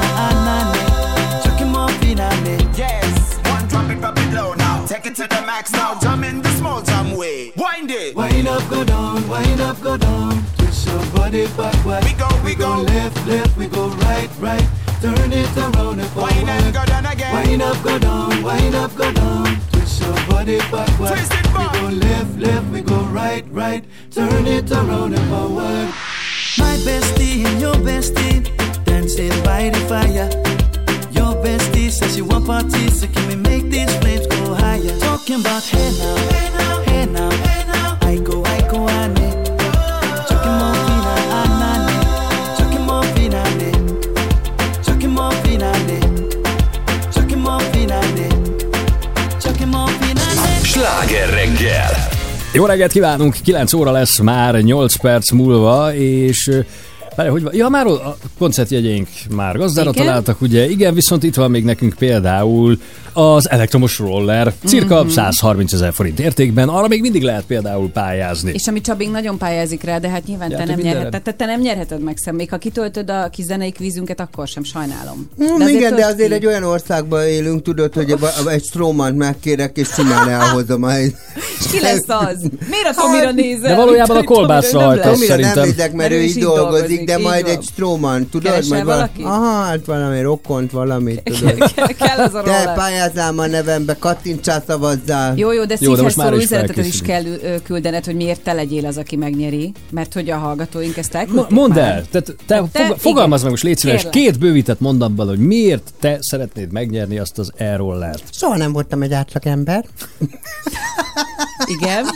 S15: anane. Chucking more fina, ane.
S17: Yes, one drop it, pop it low now. Take it to the max now, jump in the small jam way. Wind it.
S15: Wind up, go down, wind up, go down. Twist your body backward.
S17: We go, we, we go.
S15: go left, left, we go right, right. Turn it around and forward.
S17: Wind up, go down again.
S15: Wind up, go down, wind up, go down. Twist your body backward.
S17: Twist it back.
S15: We go left, left, we go right, right. Turn it around and forward. My bestie and your bestie dancing by the fire. Your bestie says she want parties, so can we make these flames go higher? Talking about hey now, hey now, hey now, hey now. I go, I go, ane. Chucking more fina, anane. Chucking more fina, ane. Chucking more fina, ane. Chucking more fina, ane. Chucking more fina, ane.
S1: Sláger reggel.
S2: Jó reggelt kívánunk, kilenc óra lesz már nyolc perc múlva, és várj, hogy van? Ja, már a koncertjegyeink már gazdára
S3: Igen?
S2: találtak, ugye? Igen, viszont itt van még nekünk például az elektromos roller, cirka
S3: Mhm.
S2: százharminc ezer forint értékben, arra még mindig lehet például pályázni.
S3: És ami Csabing nagyon pályázik rá, de hát nyilván
S2: Ja,
S3: te
S2: te
S3: nem
S2: mindenre.
S3: nyerheted. Te, te nem nyerheted meg szem. Még ha kitöltöd a kis zenei kvízünket, akkor sem sajnálom.
S4: Mm,
S3: azért
S4: igen, de
S3: tölt
S4: azért
S3: ki.
S4: egy olyan országban élünk, tudod, hogy a- egy strómant megkérek, és simán elhozom. A...
S3: Ki lesz az? Miért a Tomira nézel?
S2: De valójában a
S3: Tomira
S2: kolbászra
S3: nem
S2: hajtasz
S3: lesz.
S4: Tomira nem
S2: szerintem.
S4: nézek, mert
S3: Mert
S4: ő
S3: ő
S4: így
S3: is itt
S4: dolgozik,
S3: dolgozik,
S4: de
S3: így
S4: majd
S3: van.
S4: egy stróman, tudod?
S3: Keresel
S4: Majd vala-
S3: valakit?
S4: Aha, hát valami rokkont, valamit, tudod.
S3: Kell az a
S4: Te
S3: roller.
S4: pályázzál a nevembe, kattintsál, szavazzál.
S3: Jó, jó, de
S2: Jó, de most
S3: szívhez
S2: már
S3: szóló
S2: is
S3: üzenetet is
S2: felkészülünk.
S3: kell ö, küldened, hogy miért te legyél az, aki megnyeri. Mert hogy a hallgatóink ezt elküldték
S2: Mo- Mondd
S3: már.
S2: el, tehát te,
S3: Hát te-
S2: foga- fogalmazz meg most, légy szíves,
S3: Kérlek.
S2: két bővített mondatban, hogy miért te szeretnéd megnyerni azt az e-rollert.
S4: Soha nem voltam egy átlagember.
S3: Igen.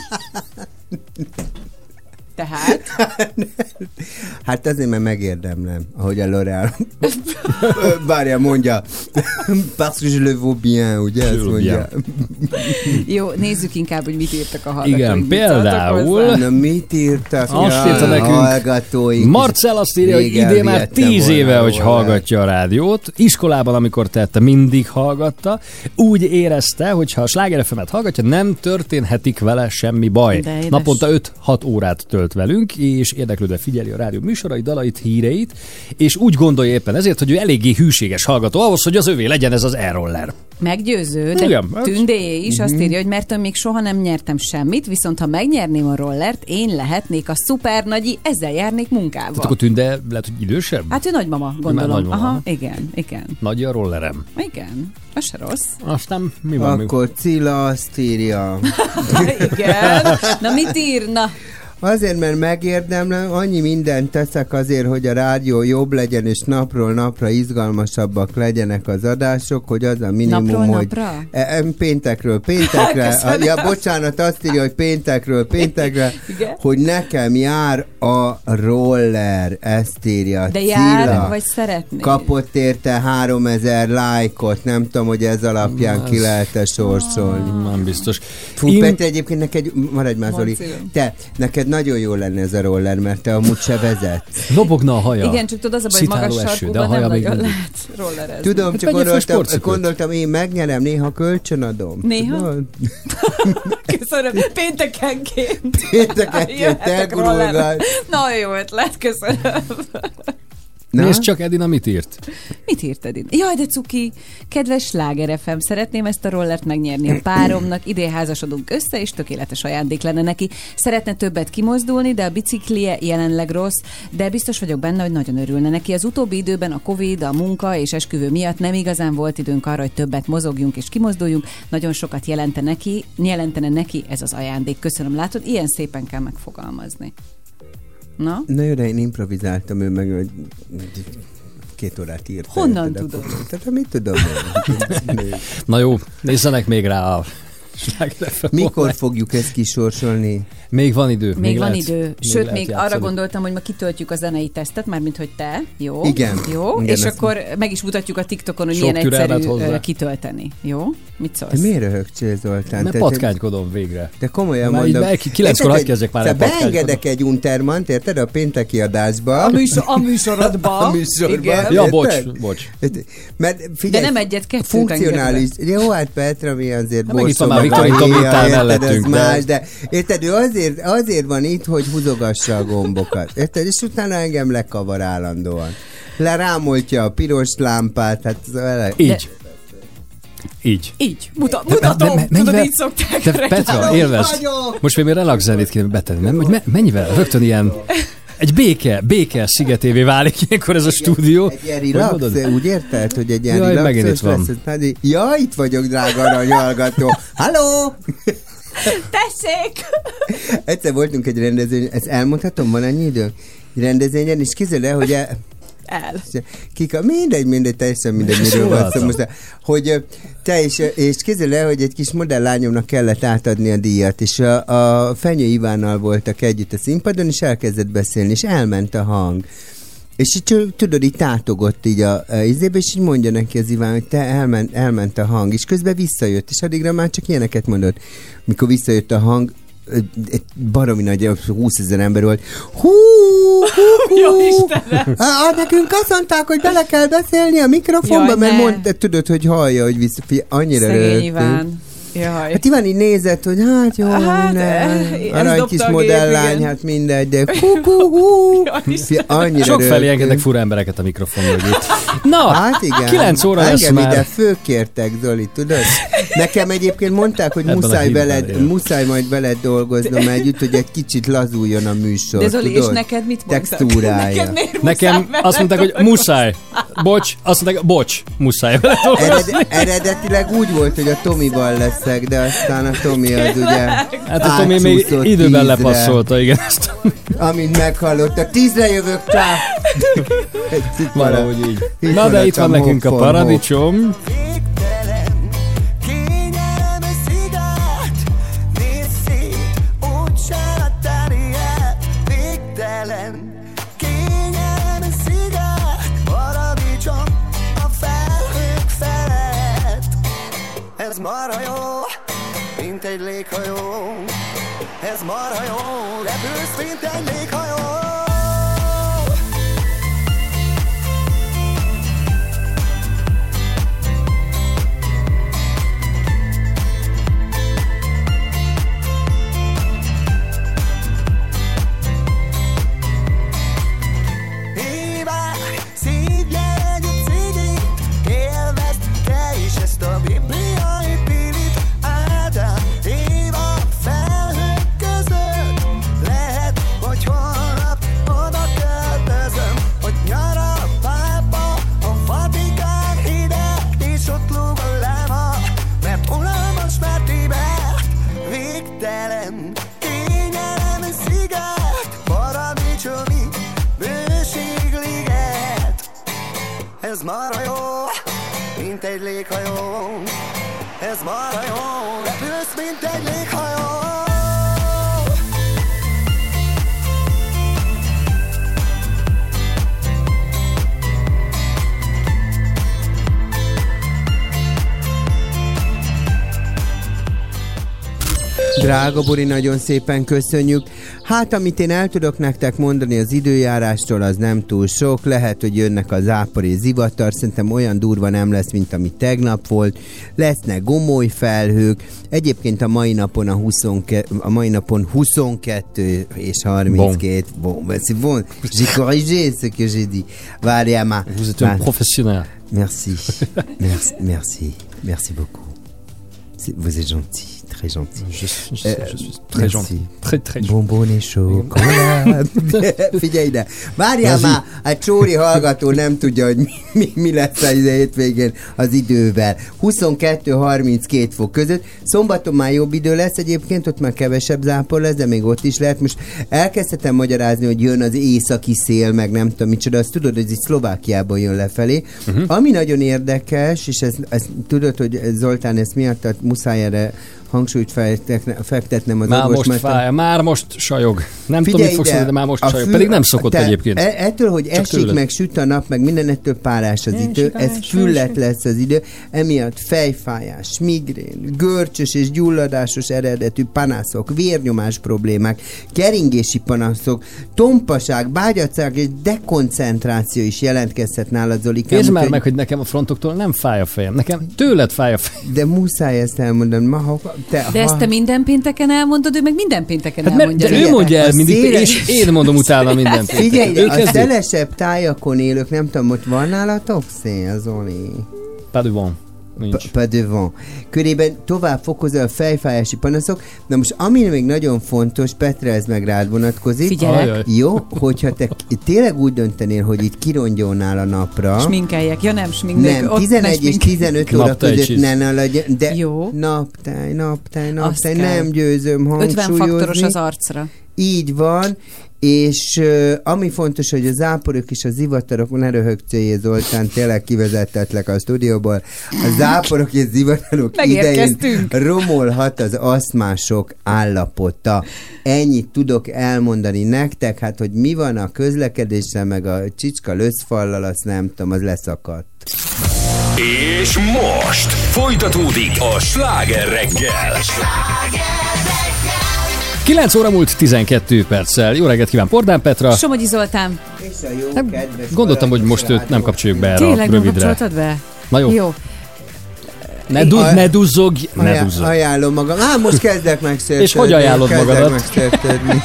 S3: Tehát?
S4: Hát azért, mert megérdemlem, ahogy a L'Oréal várja, mondja. Parce que je le vaux bien, ugye? Ezt mondja.
S3: Jó, nézzük inkább, hogy mit írtak a hallgatóink.
S2: Igen,
S3: Mit
S2: például-
S3: szóltak hozzá?
S4: Na, mit írtak?
S2: Azt
S4: Ja,
S2: írta nekünk,
S4: hallgatóink.
S2: Marcel azt írja, hogy
S4: Régen
S2: idén már
S4: vihettem
S2: tíz
S4: volna
S2: éve, hogy
S4: róla.
S2: hallgatja a rádiót. Iskolában, amikor tette, mindig hallgatta. Úgy érezte, hogy ha a Sláger ef emet hallgatja, nem történhetik vele semmi baj.
S3: De édes.
S2: Naponta öt-hat órát tölt velünk, és érdeklődve figyeli a rádió műsorait, dalait, híreit, és úgy gondolja éppen ezért, hogy ő eléggé hűséges hallgató ahhoz, hogy az övé legyen ez az e-roller.
S3: Meggyőző, de
S2: Igen, hát-
S3: Tündéjé is azt
S2: Mhm.
S3: írja, hogy mert én még soha nem nyertem semmit, viszont ha megnyerném a rollert, én lehetnék a szuper nagyi, ezzel járnék munkába.
S2: Tehát akkor Tünde lehet, hogy idősebb?
S3: Hát ő nagymama, gondolom.
S2: nagymama.
S3: Aha, igen, igen.
S2: Nagy a rollerem.
S3: Igen, az se rossz.
S2: Aztán mi van még?
S4: Akkor Cilla azt írja.
S3: Igen. Na mit írna?
S4: Azért, mert megérdemlem, annyi mindent teszek azért, hogy a rádió jobb legyen, és napról napra izgalmasabbak legyenek az adások, hogy az a minimum,
S3: Napról
S4: hogy
S3: napra?
S4: E, e, péntekről péntekre,
S3: Köszönöm.
S4: ja, bocsánat, azt írja, hogy péntekről péntekre,
S3: Igen.
S4: hogy nekem jár a roller, ezt írja
S3: De
S4: Cilla.
S3: jár, vagy szeretnél?
S4: Kapott érte háromezer lájkot, nem tudom, hogy ez alapján ki lehet-e sorsolni.
S2: Nem biztos.
S4: Fú,
S2: Én-
S4: Petr, egyébként neked, maradj már, Zoli,
S3: Mondd szívem.
S4: te, neked nagyon jó lenne ez a roller, mert te amúgy se vezetsz.
S2: Lobogna a haja.
S3: Igen, csak tudod, az a baj, hogy
S2: Szitáló
S3: magas
S2: eső, de a
S3: sarkúban
S2: haja
S3: nem
S2: még
S3: nagyon
S2: mindig.
S3: lehet rollerezni.
S4: Tudom,
S2: Hát
S4: csak
S2: vegyél fel
S4: gondoltam,
S2: sportcipőt.
S4: gondoltam, én megnyerem, néha kölcsönadom.
S3: Néha?
S4: Tudod?
S3: Köszönöm, péntekenként.
S4: Péntekenként
S3: Jöhetek
S4: te gurulgatsz.
S3: rollerre. Na jó ötlet, köszönöm.
S4: Na?
S2: Nézd csak, Edina mit írt.
S3: Mit írt Edin? Jaj, de cuki! Kedves Sláger ef em, szeretném ezt a rollert megnyerni a páromnak, idén házasodunk össze, és tökéletes ajándék lenne neki. Szeretne többet kimozdulni, de a biciklije jelenleg rossz, de biztos vagyok benne, hogy nagyon örülne neki. Az utóbbi időben a Covid, a munka és esküvő miatt nem igazán volt időnk arra, hogy többet mozogjunk és kimozduljunk. Nagyon sokat jelente neki, jelentene neki ez az ajándék. Köszönöm, látod, ilyen szépen kell megfogalmazni. Na?
S4: Na jó, de én improvizáltam, ő meg hogy két órát írt.
S3: Honnan
S4: érted?
S3: tudod?
S4: Tehát mit tudom én?
S2: Na jó, nézzenek még rá a Sláger ef em
S4: Mikor
S2: online.
S4: fogjuk ezt kisorsolni?
S2: Még van idő.
S3: Még van
S2: lehet,
S3: idő. Sőt,
S2: lehet
S3: még
S2: játszani.
S3: arra gondoltam, hogy ma kitöltjük a zenei tesztet, mármint, hogy te. Jó?
S4: Igen.
S3: Jó?
S4: Igen,
S3: és
S4: ezt-
S3: akkor meg is mutatjuk a TikTokon, hogy
S2: Sok
S3: milyen
S2: türelmet
S3: egyszerű
S2: hozzá.
S3: ö, kitölteni. Jó? Mit szólsz?
S4: De miért röhögcsél, Zoltán?
S2: Mert
S4: Te-
S2: patkánykodom végre.
S4: De komolyan
S2: Már így
S4: mondom.
S2: be- kilenckor
S4: Érted,
S2: hadd kezdjek már el
S4: szóval
S2: patkánykodni.
S4: beengedek egy untermant, érted, a pénteki adásba.
S3: A, műsor, a műsorodba.
S4: A műsorba.
S3: Igen.
S2: Ja,
S4: érted?
S2: bocs, bocs.
S4: Mert figyelj,
S3: De nem egyet, kettőt
S4: funkcionális. Jó, hát Petra, mi azért
S2: Hát meg itt van
S4: borzol
S2: már
S4: meg
S2: Viktorin
S4: a
S2: Tomi
S4: héja,
S2: itt áll
S4: érted,
S2: mellettünk,
S4: ez
S2: de-
S4: más, de érted, ő azért, azért van itt, hogy húzogassa a gombokat. Érted? És utána engem lekavar állandóan. Lerámoltja a piros lámpát, hát ez vele.
S2: Így. Így.
S3: Így. Muta, mutatom.
S2: me-
S3: Tudod,
S2: mennyivel-
S3: így szokták.
S2: Te Petra,
S3: reklámozni.
S2: élvezd. Most még relax zenét kéne betenni, nem? Hogy me- mennyivel? Rögtön ilyen egy béke, béke szigetévé válik ilyenkor ez a stúdió.
S4: Egy ilyen
S2: Hogy
S4: relax,
S2: mondod?
S4: úgy érted, hogy egy ilyen
S2: Jaj,
S4: relaxos
S2: megint itt van.
S4: lesz, ez pedig- Ja, itt vagyok, drága aranyhallgató. Halló!
S3: Tessék!
S4: Egyszer voltunk egy rendezvény, ezt elmondhatom, van ennyi idő? Egy rendezvényen, és képzeld el, hogy el,
S3: El.
S4: Kika, mindegy, mindegy, teljesen mindegy, miről van szó
S2: Szóval.
S4: most. Hogy ö, te is, ö, és képzeld el, hogy egy kis modelllányomnak kellett átadni a díjat, és a, a Fenyő Ivánnal voltak együtt a színpadon, és elkezdett beszélni, és elment a hang. És így csak, tudod, így tátogott így a, a izébe, és így mondja neki az Iván, hogy te elment, elment a hang, és közben visszajött, és addigra már csak ilyeneket mondott. Mikor visszajött a hang, ö, egy baromi nagy, húszezer ember volt. Hú, hú, hú.
S3: Jó Istenem!
S4: Ah, nekünk azt mondták, hogy bele kell beszélni a mikrofonba,
S3: Jaj,
S4: mert
S3: ne.
S4: mond, de tudod, hogy hallja, hogy vissza, figyelj, annyira
S3: Szegény
S4: rögtünk.
S3: Iván. Jaj.
S4: Hát Iván így nézett, hogy hát jó,
S3: Hát,
S4: ne,
S3: eh, ezt
S4: arany
S3: dobta
S4: kis
S3: a gép,
S4: modellány,
S3: igen.
S4: hát mindegy, de hú, hú, hú.
S3: Jaj,
S4: Figyelj, annyira
S2: Sok felé
S4: rögtünk.
S2: engednek fura embereket a mikrofon mögött. Na,
S4: Hát igen.
S2: kilenc óra lesz
S4: Engem
S2: már.
S4: ide fölkértek, Zoli, tudod? Nekem egyébként mondták, hogy
S2: Ebben a
S4: muszáj,
S2: hídben
S4: veled,
S2: él.
S4: muszáj majd veled dolgoznom együtt, hogy egy kicsit lazuljon a műsor,
S3: De Zoli,
S4: tudod?
S3: és neked mit mondtak?
S4: Textúrája.
S3: Neked miért
S2: Nekem
S3: muszáj
S2: azt mondták, hogy
S3: veled
S2: muszáj. Bocs, azt mondták, bocs, muszáj vele dolgozni.
S4: Ered, eredetileg úgy volt, hogy a Tomival leszek, de aztán a Tomi az ugye
S2: Hát a Tomi még
S4: átcsúszott
S2: időben
S4: tízre.
S2: lepasszolta, igen. Ezt.
S4: Amint meghallotta, tízre jövök, csá!
S2: Valahogy így.
S4: Itt
S2: Na
S4: van
S2: de
S4: a
S2: itt van
S4: Tom
S2: nekünk a
S4: Hoffman,
S2: paradicsom.
S9: Kényelem sziget, nézz szét, úgyse a terjed, végtelen. Kényelem sziget, paradicsom a felhők felett. Ez marha jó, mint egy léghajó. Ez marha jó, repülsz, mint egy léghajó. Hívák, szívjál egyet cigit, élvezd te is ezt a bibliai pilit. Ádám, Éva, felhők között, lehet, hogy holnap oda költözöm, hogy nyara a pápa, a Vatikán hideg, és ott lóg a láma, mert unalmas már Tibet, végtelen, kényelem sziget. mint egy léghajó. Ez marha jó, repülsz, mint egy léghajó.
S4: Drága Bori, nagyon szépen köszönjük. Hát, amit én el tudok nektek mondani az időjárástól, az nem túl sok. Lehet, hogy jönnek a zápor és zivatar. Szerintem olyan durva nem lesz, mint ami tegnap volt. Lesznek gomoly felhők. Egyébként a mai napon a, huszonkettő, a mai napon huszonkettő és harminckét. Bon, bon c'est bon. J'ai corrigé ce que j'ai dit. Várjál már.
S2: Vous êtes un professionnel.
S4: Merci. Merci. Merci. Merci beaucoup. C'est, vous êtes gentil. Très gentil.
S2: Je, je, euh, je suis très
S4: merci.
S2: gentil. Très, très gentil.
S4: Bonbon és chokolát. Figyelj ide. Várjál
S2: Vas-y.
S4: már, a Csóri hallgató nem tudja, hogy mi, mi, mi lesz a hétvégén az idővel. huszonkettő harminckét fok között. Szombaton már jobb idő lesz egyébként, ott már kevesebb zápor lesz, de még ott is lehet. Most elkezdhetem magyarázni, hogy jön az északi szél, meg nem tudom micsoda, azt tudod, hogy ez Szlovákiából jön lefelé. Uh-huh. Ami nagyon érdekes, és ez, ez, tudod, hogy Zoltán, ezt miatt tehát muszáj erre hangsúlyt fektetnem az
S2: már
S4: orvos.
S2: most fáj, már most sajog. Nem
S4: Figyelj
S2: tudom, mit fogsz
S4: ide,
S2: mondani, de már most
S4: a
S2: sajog.
S4: fül-
S2: Pedig nem szokott
S4: te,
S2: egyébként.
S4: e- Ettől, hogy
S2: Csak
S4: esik,
S2: tőled.
S4: meg süt a nap, meg minden ettől párás az idő, ez füllet lesz az idő, emiatt fejfájás, migrén, görcsös és gyulladásos eredetű panaszok, vérnyomás problémák, keringési panaszok, tompaság, bágyacság és dekoncentráció is jelentkezhet nálad, Zolikám.
S2: Értsd már
S4: úgyhogy-
S2: meg, hogy nekem a frontoktól nem fáj a fejem. Nekem tőled fáj a fejem.
S4: De muszáj ezt elmondani. Ma, ha, te,
S3: De ezt
S4: ha,
S3: te minden pénteken elmondod, ő meg minden pénteken
S2: Hát mert,
S3: elmondja.
S2: de ő
S3: neked.
S2: mondja el
S4: a
S2: mindig,
S4: széles-
S2: és én mondom utána minden pénteken.
S4: Figyelj,
S2: Ő
S4: a
S2: kezdő.
S4: szelesebb tájakon élők, nem tudom, ott van nálatok szél, Zoli?
S2: Pas de vent. Nincs.
S4: Pas de vent. Körében tovább fokozza a fejfájási panaszok. Na most, ami még nagyon fontos, Petra, ez meg rád vonatkozik.
S3: Figyelek.
S2: Ajaj.
S4: Jó, hogyha te tényleg úgy döntenél, hogy itt kirongyolnál a napra.
S3: Sminkeljek. Ja nem, sminknek.
S4: Nem,
S3: ott
S4: tizenegy
S3: ne
S4: és
S3: smink-
S4: tizenöt óra
S2: Naptáj
S4: között
S2: cheese.
S4: ne, ne legyen, de
S3: Jó.
S4: naptáj, naptáj, naptáj,
S3: kell.
S4: nem győzöm hangsúlyozni.
S3: ötven faktoros az arcra.
S4: Így van, és uh, ami fontos, hogy a záporok és a zivatarok, ne röhögcéljé Zoltán, tényleg kivezettetlek a stúdióból, a záporok és zivatarok idején
S3: Megérkeztünk.
S4: romolhat az asztmások állapota. Ennyit tudok elmondani nektek, hát hogy mi van a közlekedéssel, meg a csicska löszfallal, azt nem tudom, az leszakadt.
S1: És most folytatódik a Sláger reggel.
S2: kilenc óra múlt tizenkét perccel. Jó reggelt kíván Pordán Petra.
S3: Somogyi Zoltán.
S4: És a jó kedves
S2: Gondoltam, hogy most őt nem kapcsoljuk be erre a
S3: Tényleg nem
S2: rövidre.
S3: kapcsoltad be?
S2: Na jó.
S3: Jó.
S2: Ne, du- ne duzzogj, ne
S4: Ajá,
S2: duzzogj.
S4: ajánlom magam. Á, most kezdek megszörtődni.
S2: És hogy ajánlod
S4: kezdek
S2: magadat?
S4: megszörtődni.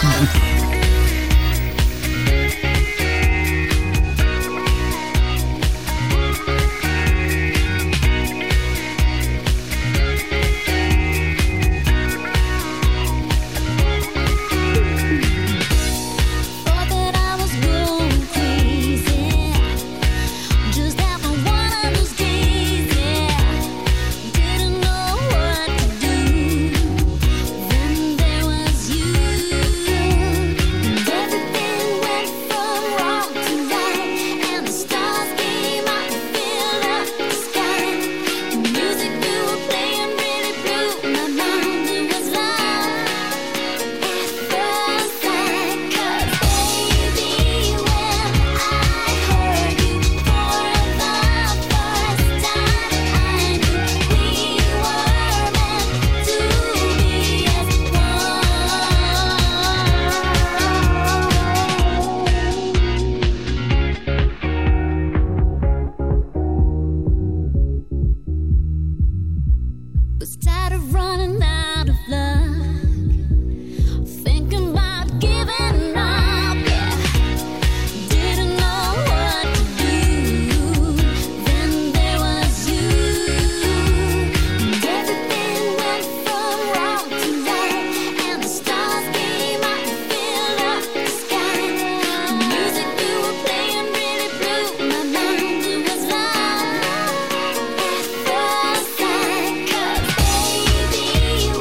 S5: Thought that I was going crazy. Just having one of those days, yeah. Didn't know what to do. Then there was you. And everything went from wrong to right. And the stars came out and filled up the sky. The music you were playing really blew my mind. It was love at first sight. 'Cause baby, when I heard you for the first time, I knew we were meant to be as one. Was tired of running out of luck, thinking about giving up, yeah. Didn't know what to do. Then there was you. And everything went from wrong to right. And the stars came out and filled up the sky. The music you were playing really blew my mind. It was love at first sight. 'Cause baby,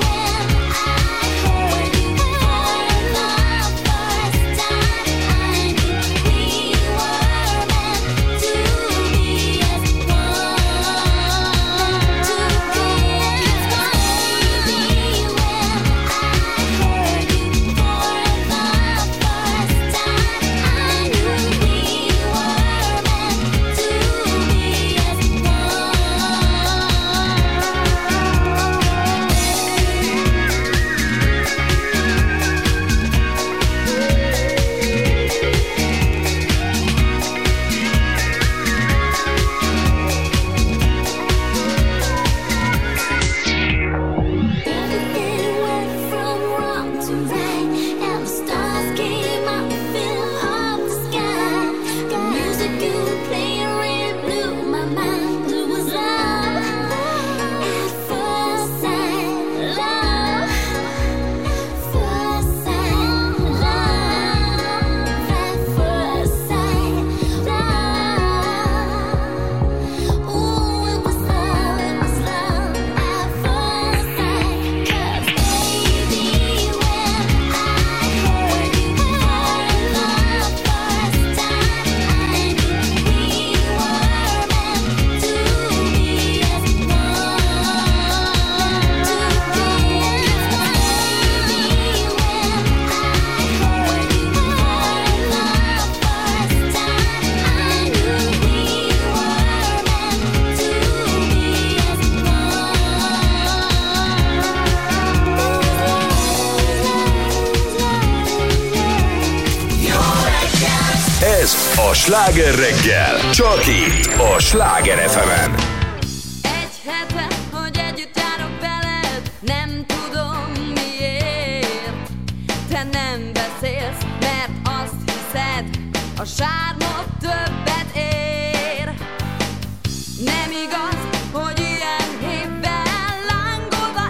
S1: a Sláger reggel, csak itt a Sláger ef emen.
S8: Egy hete, hogy együtt járok veled, nem tudom miért. Te nem beszélsz, mert azt hiszed, a sármod többet ér. Nem igaz, hogy ilyen hévvel lángolva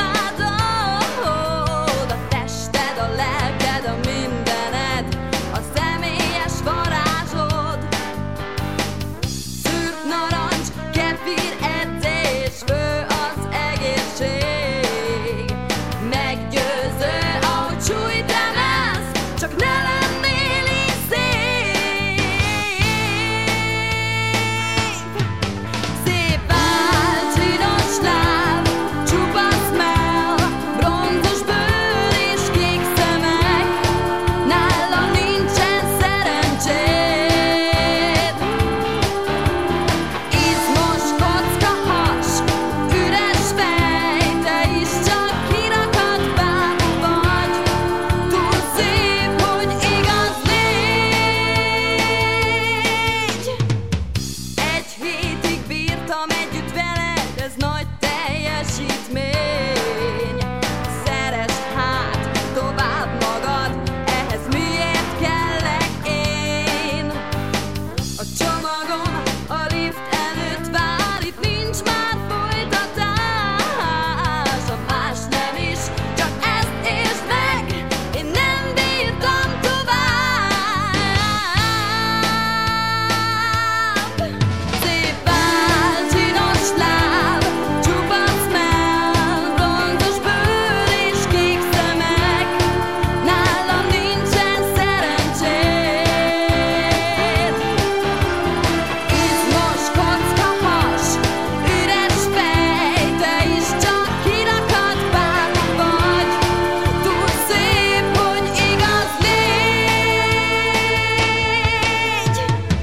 S8: imádod. A tested, a lelked, a mindened, a személyes varázsod. Szürk narancs, kefir edzés, fő az egészség. Meggyőző, ahogy súlyt emelsz, csak ne lennél így szép. Szép váll, csinos láb, csupasz mell, bronzos bőr és kék szemek. Nálam nincsen szerencséd. Izmos kocka has, üres fej, te is csak kirakat báb vagy. Túl szép, hogy igaz légy. Egy hétig bírtam együtt veled, ez nagy teljesítmény. Szeresd hát tovább magad, ehhez miért kellek én? A csomagom a lift előtt vár, itt nincs már folytatás. A más nem is, csak ezt értsd meg, én nem bírtam tovább. Szép váll, csinos láb, csupasz mell, bronzos bőr és kék szemek. Nálam nincsen szerencséd. Izmos kocka has, üres fej, te is csak kirakat báb vagy. Túl szép, hogy igaz légy.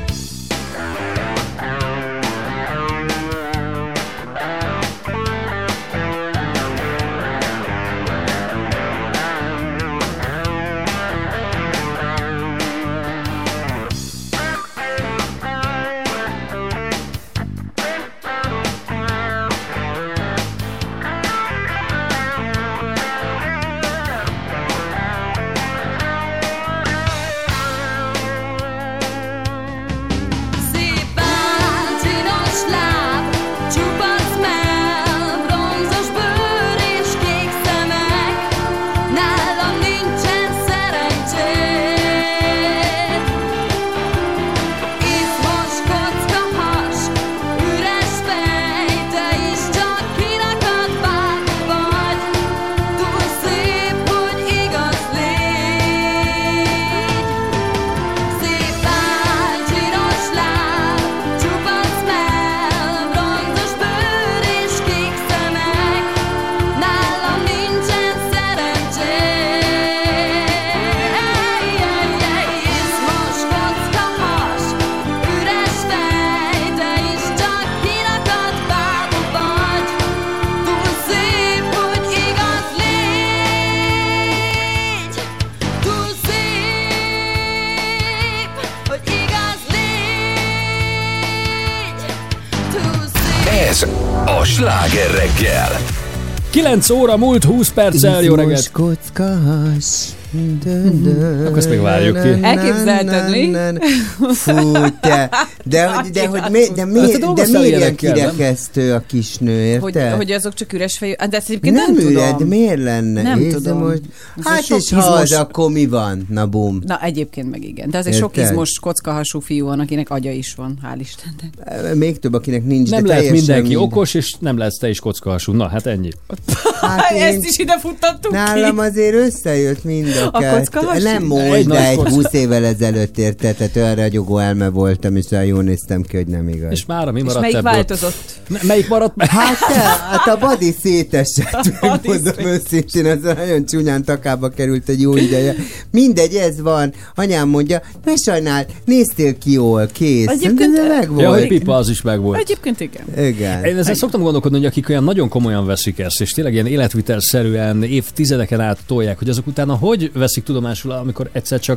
S8: Szép váll, csinos láb, csupasz mell, bronzos bőr és kék szemek. Nálam nincsen szerencséd. Izmos kocka has, üres fej, te is csak kirakat báb vagy. Túl szép, hogy igaz légy. Szép váll, csinos láb, csupasz mell, bronzos bőr és kék szemek. Nálam nincsen szerencséd. Izmos kocka has, üres fej, te is csak kirakat báb vagy. Túl szép, hogy igaz légy. Túl szép, hogy igaz légy. Túl szép.
S1: Ez a Sláger reggel.
S2: kilenc óra múlt húsz perccel, jó reggelt!
S4: Izmos kocka has. Dön, dön,
S2: Akkor ezt még várjuk ki.
S3: Elképzelted, mi?
S4: Fú, te. De, hogy- de, hogy mi, de, mi,
S2: Te
S4: de
S2: dolgoztál
S4: miért ilyen
S2: ilyenekkel, nem?
S4: kirekesztő a kisnő,
S3: Hogy,
S4: érted?
S3: hogy azok csak üres fejű. De ezt egyébként nem,
S4: nem üred,
S3: tudom.
S4: miért lenne?
S3: Nem
S4: Izmos.
S3: tudom. Ez
S4: Hát
S3: egy sok
S4: és ha az,
S3: izmos-
S4: akkor mi van? Na bum.
S3: Na egyébként meg igen. De azért sok
S4: Érted?
S3: izmos kockahasú fiú van, akinek agya is van, hál' Istennek.
S4: Még több, akinek nincs,
S2: Nem
S4: de
S2: lehet
S4: teljesen
S2: mindenki
S4: mindegy.
S2: okos, és nem lesz te is kockahasú. Na, hát ennyi.
S4: Hát én-
S3: Ezt is ide futtattuk
S4: Nálam
S3: ki.
S4: azért összejött mind a,
S3: A
S4: kettő.
S3: kockahasú?
S4: Nem
S2: Egy
S4: most,
S2: nagy
S4: de egy
S2: kocka.
S4: húsz évvel ezelőtt érted, tehát olyan ragyogó elme voltam, és olyan jól néztem ki, hogy nem igaz.
S2: És mára mi
S3: És
S2: maradt
S3: melyik
S2: ebből?
S3: változott?
S2: Ne- Melyik maradt meg?
S4: Hát te, hát a body szétesett,
S3: body
S4: megmondom őszintén, az nagyon csúnyán takába került egy jó ideje. Mindegy, ez van. Anyám mondja, ne sajnál, néztél ki jól, kész.
S3: Egyébként-
S4: De meg volt.
S2: Ja, hogy pipa, az is meg volt.
S3: Egyébként igen.
S4: Igen.
S2: Én ezzel szoktam gondolkodni, hogy akik olyan nagyon komolyan veszik ezt, és tényleg ilyen életvitelszerűen évtizedeken át tolják, hogy azok utána hogy veszik tudomásul, amikor egyszer csak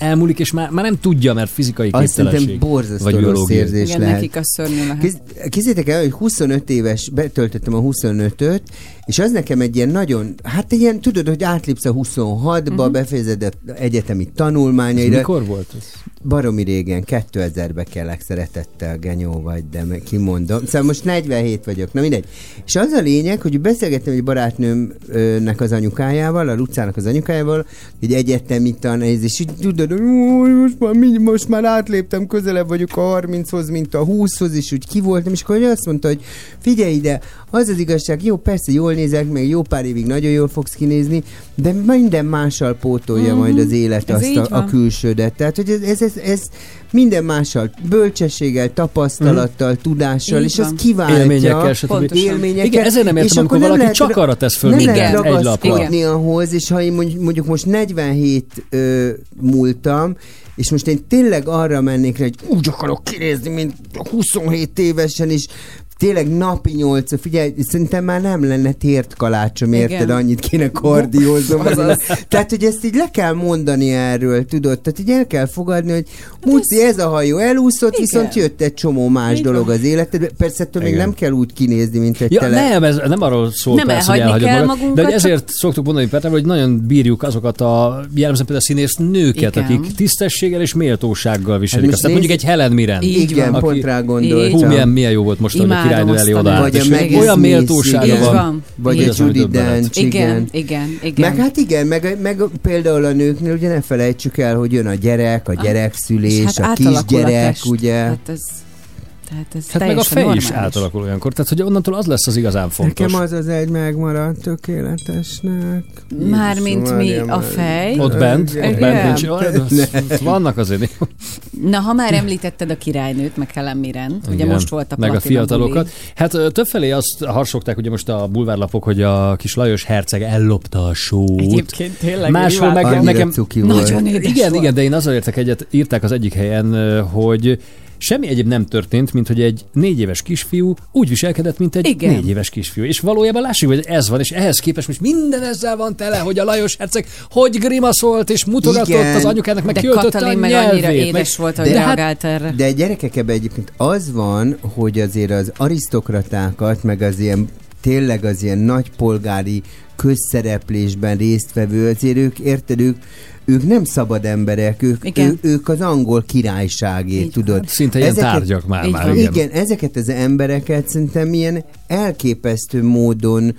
S2: elmúlik, és már, már nem tudja, mert fizikai
S4: Azt
S2: képtelenség.
S4: szerintem borzasztó
S2: vagy
S4: rossz
S2: biológiai.
S4: érzés
S3: Igen,
S4: lehet.
S3: nekik az szörnyű lehet.
S4: Kéz- Képzeljétek el, hogy huszonöt éves, betöltöttem a huszonötöt, és az nekem egy ilyen nagyon, hát egy ilyen, tudod, hogy átlépsz a huszonhatba, uh-huh. befejezed a egyetemi tanulmányaira.
S2: Ez mikor volt ez?
S4: Baromi régen, kétezerbe kellek, szeretettel, genyó vagy, de meg kimondom. Szóval most negyvenhét vagyok, na mindegy. És az a lényeg, hogy beszélgettem egy barátnőmnek az anyukájával, a Lucának az anyukájával, egy egyetemi tanéz, és így tudod, hogy most már, most már átléptem, közelebb vagyok a harminchoz, mint a húszhoz, és úgy ki voltam, és akkor azt mondta, hogy figyelj ide, az az igazság, jó, persze jól nézek, meg jó pár évig nagyon jól fogsz kinézni, de minden mással pótolja mm-hmm. majd az élet
S3: Ez
S4: azt a, a külsődet. Tehát, hogy ez, ez, ez, ez minden mással, bölcsességgel, tapasztalattal, mm. tudással,
S3: Így
S4: és
S3: van.
S4: az kiváltja.
S2: Élményekkel, stb.
S4: Élményekkel.
S2: Igen, ezért nem értem,
S4: és
S2: amikor
S4: akkor
S2: valaki
S4: lehet,
S2: csak arra tesz föl
S4: nem
S2: mindent
S4: lehet
S2: egy lapra.
S4: ragaszkodni ahhoz, és ha én mondjuk, mondjuk most negyvenhét ö, múltam, és most én tényleg arra mennék rá, hogy úgy akarok kinézni, mint huszonhét évesen, és tényleg napi nyolc, figyelj, szerintem már nem lenne tért kalácsom, érted?
S3: Igen.
S4: Annyit kéne kardióznom. Tehát, hogy ezt így le kell mondani erről, tudod? Tehát így el kell fogadni, hogy Muci, ez a hajó elúszott,
S3: Igen.
S4: viszont jött egy csomó más
S3: Így
S4: dolog
S3: van.
S4: az életedben. Persze ettől még
S2: Igen.
S4: nem kell úgy kinézni, mint egy
S2: Ja,
S4: tele...
S2: nem, ez nem arról szól,
S3: Nem
S2: persze, hogy
S3: elhagyni
S2: elhagyod
S3: kell
S2: magad,
S3: magunkat,
S2: de hogy
S3: csak-
S2: ezért szoktuk mondani Petrával, hogy nagyon bírjuk azokat a jellemzően például színész nőket,
S3: Igen.
S2: akik tisztességgel és méltósággal viselik
S4: Hát
S2: azt.
S4: most
S2: Tehát mondjuk egy Helen Mirren.
S3: Így
S4: Igen,
S3: van.
S4: pont rá
S2: Hú,
S4: gondoltam.
S2: milyen, milyen jó volt most, hogy a
S3: Imádom
S2: királynő
S3: azt
S2: elé
S3: a
S2: odaállt.
S4: Vagy a
S2: és
S4: Maggie
S2: olyan
S4: Smith,
S2: méltósága
S4: igen.
S2: van.
S3: Van.
S4: Vagy
S2: Így
S4: a
S2: az, ami
S4: Judi
S2: döbbenet.
S4: Dench,
S3: Igen, igen, igen.
S4: Meg hát igen, meg, meg például a nőknél ugye ne felejtsük el, hogy jön a gyerek, a gyerekszülés,
S3: És hát
S4: a
S3: átalakul
S4: kisgyerek,
S3: test.
S4: ugye.
S3: Hát ez, tehát ez
S2: Hát meg a
S3: teljesen
S2: fej
S3: normális.
S2: is átalakul olyankor, tehát hogy onnantól az lesz az igazán fontos.
S4: Nekem az az egy megmaradt tökéletesnek.
S3: Mármint
S4: Jézus
S3: mi
S4: Mária,
S3: a
S4: már-
S3: fej?
S2: Ott bent,
S4: Igen.
S2: ott bent nincs.
S3: Igen.
S2: Ott vannak azért.
S3: Na, ha már említetted a királynőt, meg Helen Mirren, ugye
S2: Igen.
S3: most volt a
S2: meg a
S3: Platina
S2: fiatalokat.
S3: buli.
S2: Hát ö, többfelé azt harsogták ugye most a bulvárlapok, hogy a kis Lajos herceg ellopta a sót.
S3: Egyébként tényleg.
S2: Máshol meg
S4: Annyira
S2: nekem...
S4: cuki volt.
S3: Nagyon édes
S2: Igen,
S3: volt.
S2: igen, de én azzal értek egyet, írták az egyik helyen, ö, hogy semmi egyéb nem történt, mint hogy egy négy éves kisfiú úgy viselkedett, mint egy
S3: Igen.
S2: négy éves kisfiú. És valójában lássuk, hogy ez van, és ehhez képest most minden ezzel van tele, hogy a Lajos herceg hogy grimaszolt, és mutogatott
S4: Igen.
S2: az anyukának, meg
S3: De
S2: kiöltötte
S3: Katalin
S2: a
S3: meg
S2: nyelvét.
S3: annyira édes
S2: meg...
S3: volt, hogy
S4: De hát-
S3: reagált erre.
S4: De gyerekek, ebben egyébként az van, hogy azért az arisztokratákat, meg az ilyen tényleg az ilyen nagypolgári közszereplésben résztvevő, azért ők, érted, ők, ők nem szabad emberek, ők,
S3: Igen.
S4: ő, ők az angol királyságé,
S3: Így
S4: tudod.
S2: Szinte ilyen tárgyak már,
S3: Így
S2: már
S3: van.
S2: igen.
S4: Igen, ezeket az embereket szerintem ilyen elképesztő módon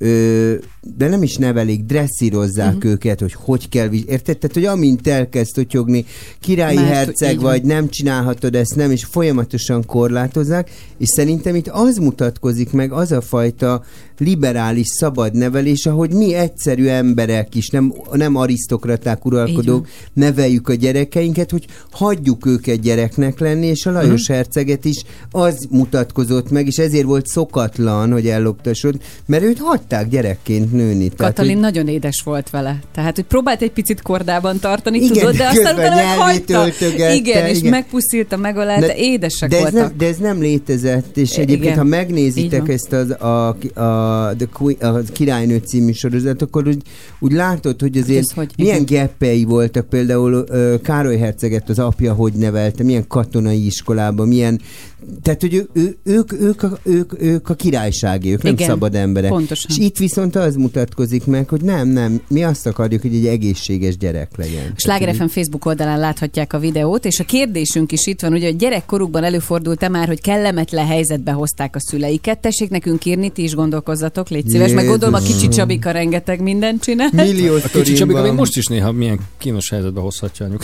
S4: ö, de nem is nevelik, dresszírozzák uh-huh. őket, hogy hogy kell, vis- érted? Tehát, hogy amint elkezd totyogni, királyi
S3: Mert
S4: herceg
S3: így van.
S4: vagy, nem csinálhatod ezt, nem, és folyamatosan korlátozzák, és szerintem itt az mutatkozik meg, az a fajta liberális, szabad nevelés, ahogy mi egyszerű emberek is, nem, nem arisztokraták, uralkodók, neveljük a gyerekeinket, hogy hagyjuk őket gyereknek lenni, és a Lajos uh-huh. herceget is az mutatkozott meg, és ezért volt szokatlan, hogy elloptasod, mert őt hagyták gyerekként nőni. Tehát,
S3: Katalin
S4: hogy...
S3: nagyon édes volt vele. Tehát, hogy próbált egy picit kordában tartani,
S4: Igen,
S3: tudod, de aztán
S4: közben
S3: utána
S4: nyelvét
S3: hagyta.
S4: töltögette,
S3: Igen, és
S4: igen.
S3: megpuszilta, megölelte, édesek
S4: de ez,
S3: voltak.
S4: nem, de ez nem létezett, és
S3: Igen.
S4: egyébként, ha
S3: Így
S4: megnézitek
S3: van.
S4: ezt az, a, a, The Queen, a Királynő című sorozat, akkor úgy, úgy látod, hogy azért
S3: ez hogy-
S4: milyen
S3: igen.
S4: geppei voltak, például ö, Károly herceget az apja hogy nevelte, milyen katonai iskolában, milyen, tehát, hogy ő, ő, ők, ők, a, ők, ők a királysági, ők nem
S3: Igen,
S4: szabad emberek.
S3: pontosan.
S4: És itt viszont az mutatkozik meg, hogy nem, nem, mi azt akarjuk, hogy egy egészséges gyerek legyen.
S3: A Sláger ef em Facebook oldalán láthatják a videót, és a kérdésünk is itt van, ugye, hogy gyerekkorukban előfordult-e már, hogy kellemetlen helyzetbe hozták a szüleiket. Tessék nekünk írni, ti is gondolkozzatok, légy szíves, meg gondolom a kicsi Csabika rengeteg mindent csinál.
S4: Millió
S2: A kicsi Csabika még
S4: van.
S2: most is néha milyen kínos helyzetbe hozhatja anyuk.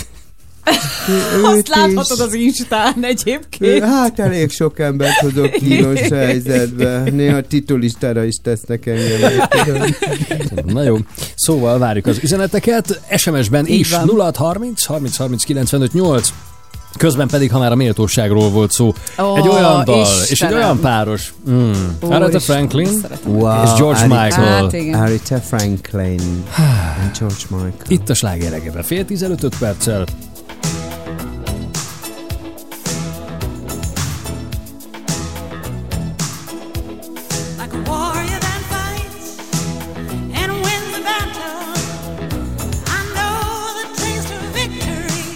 S3: Azt
S4: Őt
S3: láthatod
S4: is.
S3: az Instán
S4: Ő,
S3: egyébként.
S4: hát elég sok embert hozok kínos helyzetbe. Néha titulistára is tesznek engem.
S2: Na jó. Szóval várjuk az üzeneteket. es em es-ben
S3: Így
S2: is
S3: van.
S2: nulla hat harminc harminc harminc kilencvenöt nyolc. Közben pedig, ha már a méltóságról volt szó,
S3: Ó,
S2: egy olyan dal, és egy
S3: Istenem.
S2: olyan páros. Mm. Aretha Franklin
S4: Wow,
S2: és George
S4: Aretha-
S2: Michael.
S3: Hát igen.
S4: Aretha Franklin and George Michael.
S2: Itt a Sláger reggelben. Fél tizenöt öt perccel.
S18: Like a warrior that fights and wins the battle. I know the taste of victory.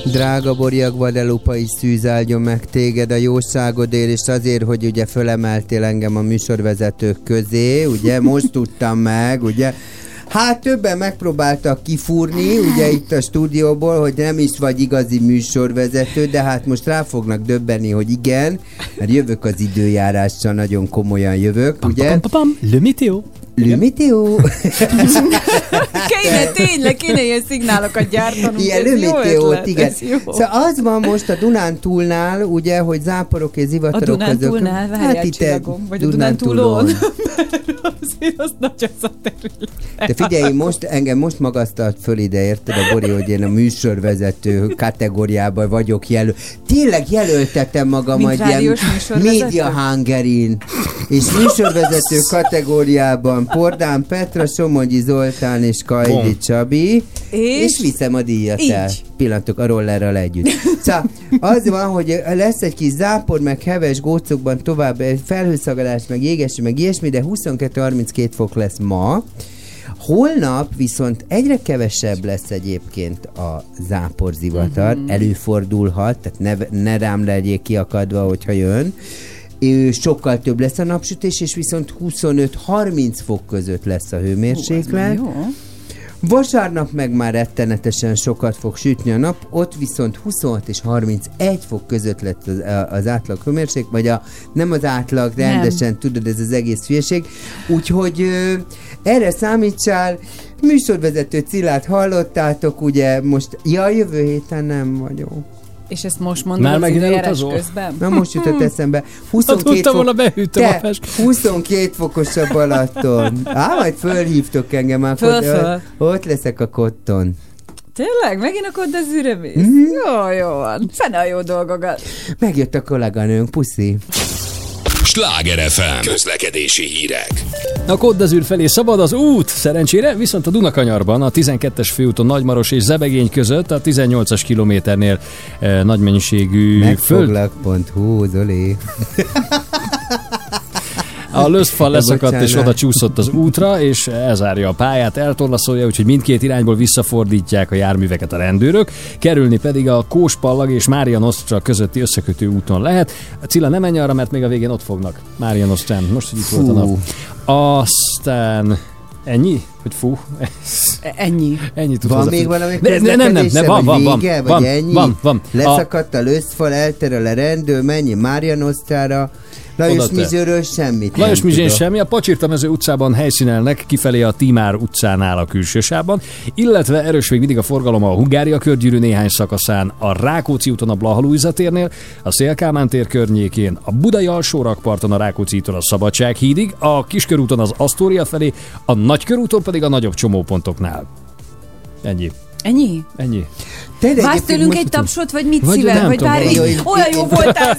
S4: Drága Boriak, Guadalupe is szűz áldjon meg téged a jóságodért, és azért, hogy ugye fölemeltél engem a műsorvezetők közé, ugye, most tudtam meg, ugye. Hát többen megpróbáltak kifúrni, ugye itt a stúdióból, hogy nem is vagy igazi műsorvezető, de hát most rá fognak döbbenni, hogy igen, mert jövök az időjárással, nagyon komolyan jövök, ugye.
S2: Pam, pam, pam, le météo.
S4: Le météo.
S3: Kéne, tényleg, kéne ilyen szignálokat gyártanunk.
S4: Ilyen
S3: ez jó
S4: löméteót,
S3: ötlet,
S4: igen.
S3: ez jó.
S4: Szóval az van most a Dunántúlnál, ugye, hogy záporok és
S3: A
S4: zivatarok azok.
S3: Dunántúlnál, várjál,
S4: itt
S3: csillagom, vagy a
S4: Dunántúlon.
S3: Dunántúlon. Azért az nagy az a terület.
S4: De figyelj, most, engem most magasztalt föl ide, érted a Bori, hogy én a műsorvezető kategóriában vagyok jelölt. Tényleg jelöltetem magam
S3: Mint
S4: egy ilyen
S3: rádiós műsorvezető?
S4: Media Hungarin, és műsorvezető kategóriában Pordán Petra, Somogyi Zoltán és Kajdi
S2: Bom.
S4: Csabi, és,
S3: És?
S4: viszem a díjat
S3: Így.
S4: el. Pillanatok a rollerral együtt. Szóval az van, hogy lesz egy kis zápor, meg heves gócokban tovább felhőszagadás, meg jégeső, meg ilyesmi, de huszonkettő harminckét fok lesz ma. Holnap viszont egyre kevesebb lesz egyébként a záporzivatar, uh-huh. előfordulhat, tehát ne, ne rám legyék kiakadva, hogyha jön. Ő sokkal több lesz a napsütés, és viszont huszonöt-harminc fok között lesz a hőmérséklet.
S3: Hú,
S4: Vasárnap meg már rettenetesen sokat fog sütni a nap, ott viszont huszonhat és harmincegy fok között lett az, az átlag hőmérséklet, vagy a, nem az átlag, rendesen, nem. Tudod, ez az egész hülyeség. Úgyhogy ö, erre számítsál, műsorvezető Cillát hallottátok, ugye most, ja, jövő héten nem vagyok.
S3: És ezt most mondom
S2: Már
S3: az
S2: megint
S3: időjárás
S2: elutazol?
S3: közben?
S4: Na most jutott eszembe.
S2: Hát
S4: huszonkettő
S2: tudtam
S4: fok,
S2: volna, behűtöm a
S4: te,
S2: fest.
S4: huszonkettő fokos a Balaton. Á, majd fölhívtok engem, akkor
S3: Föl, föl.
S4: ott leszek a kotton.
S3: Tényleg? Megint a Côte d'Azurre mész?
S4: Mhm.
S3: Jó, jó van. Fene a jó dolgokat.
S4: Megjött a kolléganőnk, puszi.
S1: Sláger ef em közlekedési hírek.
S2: A Côte d'Azur felé szabad az út, szerencsére, viszont a Dunakanyarban a tizenkettes főúton Nagymaros és Zebegény között a tizennyolcas kilométernél eh, nagy mennyiségű föld...
S4: Megfoglak.hu, Zoli.
S2: A löszfal leszakadt és
S4: Bocsánat.
S2: oda csúszott az útra, és elzárja a pályát, eltorlaszolja, úgyhogy mindkét irányból visszafordítják a járműveket a rendőrök, kerülni pedig a Kóspallag és Mária Nostra közötti összekötő úton lehet. A Cilla, nem menj arra, mert még a végén ott fognak. Mária Nostrán, most, hogy itt volt a nap. Aztán... Ennyi? Hogy fú?
S3: Ennyi.
S2: Ennyi tud
S4: Van
S2: hozzá-
S4: még valami
S2: Ne- ne- nem, nem, nem, van, van, van,
S4: vége,
S2: van,
S4: vagy ennyi?
S2: van, van.
S4: Leszakadt a löszfal, elterel a rendőr, mennyi Mária Nosztára, Lajos
S2: Oda te.
S4: Mizőről semmit
S2: Lajos
S4: nem
S2: Mizsén
S4: tudok.
S2: semmi, a Pacsirtamező utcában helyszínelnek kifelé a Timár utcánál a külsősában, illetve erős még mindig a forgalom a Hungária körgyűrű néhány szakaszán, a Rákóczi úton a Blaha-Lujza térnél, a Széll-Kálmán tér környékén, a Budai alsó rakparton a Rákóczitól a Szabadsághídig, a Kiskörúton az Asztória felé, a Nagykörúton pedig a nagyobb csomópontoknál. Ennyi.
S3: Ennyi?
S2: Ennyi.
S3: Vársz tőlünk egy tapsot, vagy mit
S2: Vagy
S3: szívem?
S2: nem
S3: Vagy
S2: tudom,
S3: bármi?
S2: valami.
S3: Olyan jó voltál!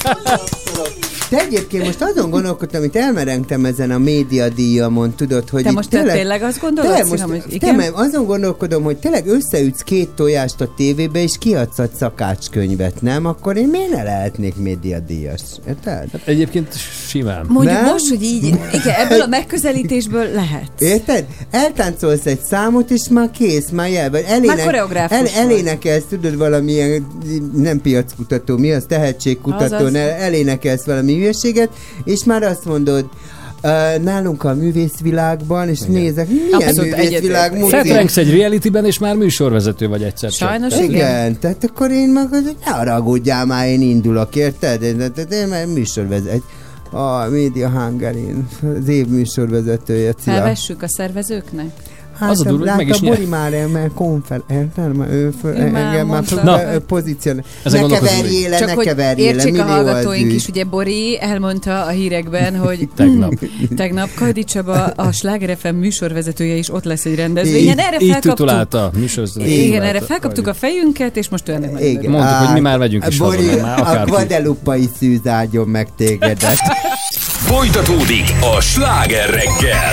S4: Te egyébként most azon gondolkodtam, amit elmerengtem ezen a médiadíjamon, tudod, hogy
S3: Te
S4: itt
S3: most te tényleg azt gondolod,
S4: Te,
S3: Szina,
S4: most,
S3: hogy
S4: te,
S3: igen?
S4: mert azon gondolkodom, hogy tényleg összeütsz két tojást a tévébe, és kiadsz egy szakácskönyvet, nem? Akkor én miért ne lehetnék médiadíjas? Érted?
S2: Hát egyébként simán.
S3: Mondjuk
S4: Nem?
S3: most, hogy így, igen, ebből a megközelítésből lehet.
S4: Érted? Eltáncolsz egy számot, és már kész, már jel. Vagy
S3: Már koreográfus
S4: el,
S3: vagy.
S4: elénekelsz, tudod, valamilyen, nem piackutató, mi az, tehetségkutató,
S3: Azaz.
S4: el, elénekelsz valami hülyeséget, és már azt mondod, Uh, nálunk a művészvilágban, és igen. Nézek, milyen
S3: Abszolút
S4: művészvilág
S3: egyetértek.
S4: muzik.
S2: Fetrengsz egy realityben, és már műsorvezető vagy egyszer csak.
S3: Sajnos
S2: Tehát-
S4: Igen, tehát akkor én meg, hogy ne haragudjál már, én indulok, érted? Én, én, én már műsorvezető. A Media Hungarin, az év műsorvezetője, Cilla.
S3: Felvessük a szervezőknek?
S4: Hát,
S2: Az a durva, hogy meg
S4: látta,
S2: is nyer.
S4: Bori már mert konfer... Érted? Már ő föl,
S3: Ő már
S4: engem már
S3: mondta.
S4: föl,
S2: Na.
S4: Na. pozícion.
S2: Ezen
S4: Ne
S2: gondolkozom,
S4: keverjél le,
S3: Csak
S4: ne
S3: hogy
S4: keverjél le,
S3: értsék a
S4: millió az
S3: hallgatóink
S4: ügy.
S3: is, ugye Bori elmondta a hírekben, hogy
S2: Tegnap.
S3: tegnap Kajdi Csaba, a Sláger ef em műsorvezetője is ott lesz egy rendezvényen. Erre
S2: Így
S3: felkaptuk.
S2: titulálta. Műsorvezető.
S3: Igen,
S2: titulálta.
S3: erre felkaptuk a fejünket, és most önnek meg.
S4: Igen.
S2: Mondtuk, hogy mi
S4: Á,
S2: már megyünk is
S4: Bori,
S2: haza, már
S4: a
S2: akárki.
S4: Guadalupai szűz áldjon meg tégedet.
S1: Folytatódik a Sláger reggel.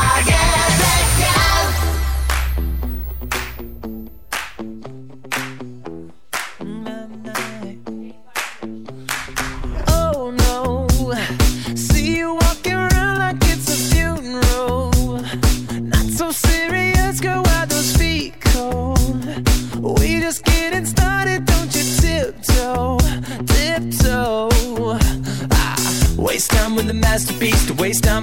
S7: Oh no, see you walking around like it's a funeral. Not so serious, girl, why those feet cold? We just getting started, don't you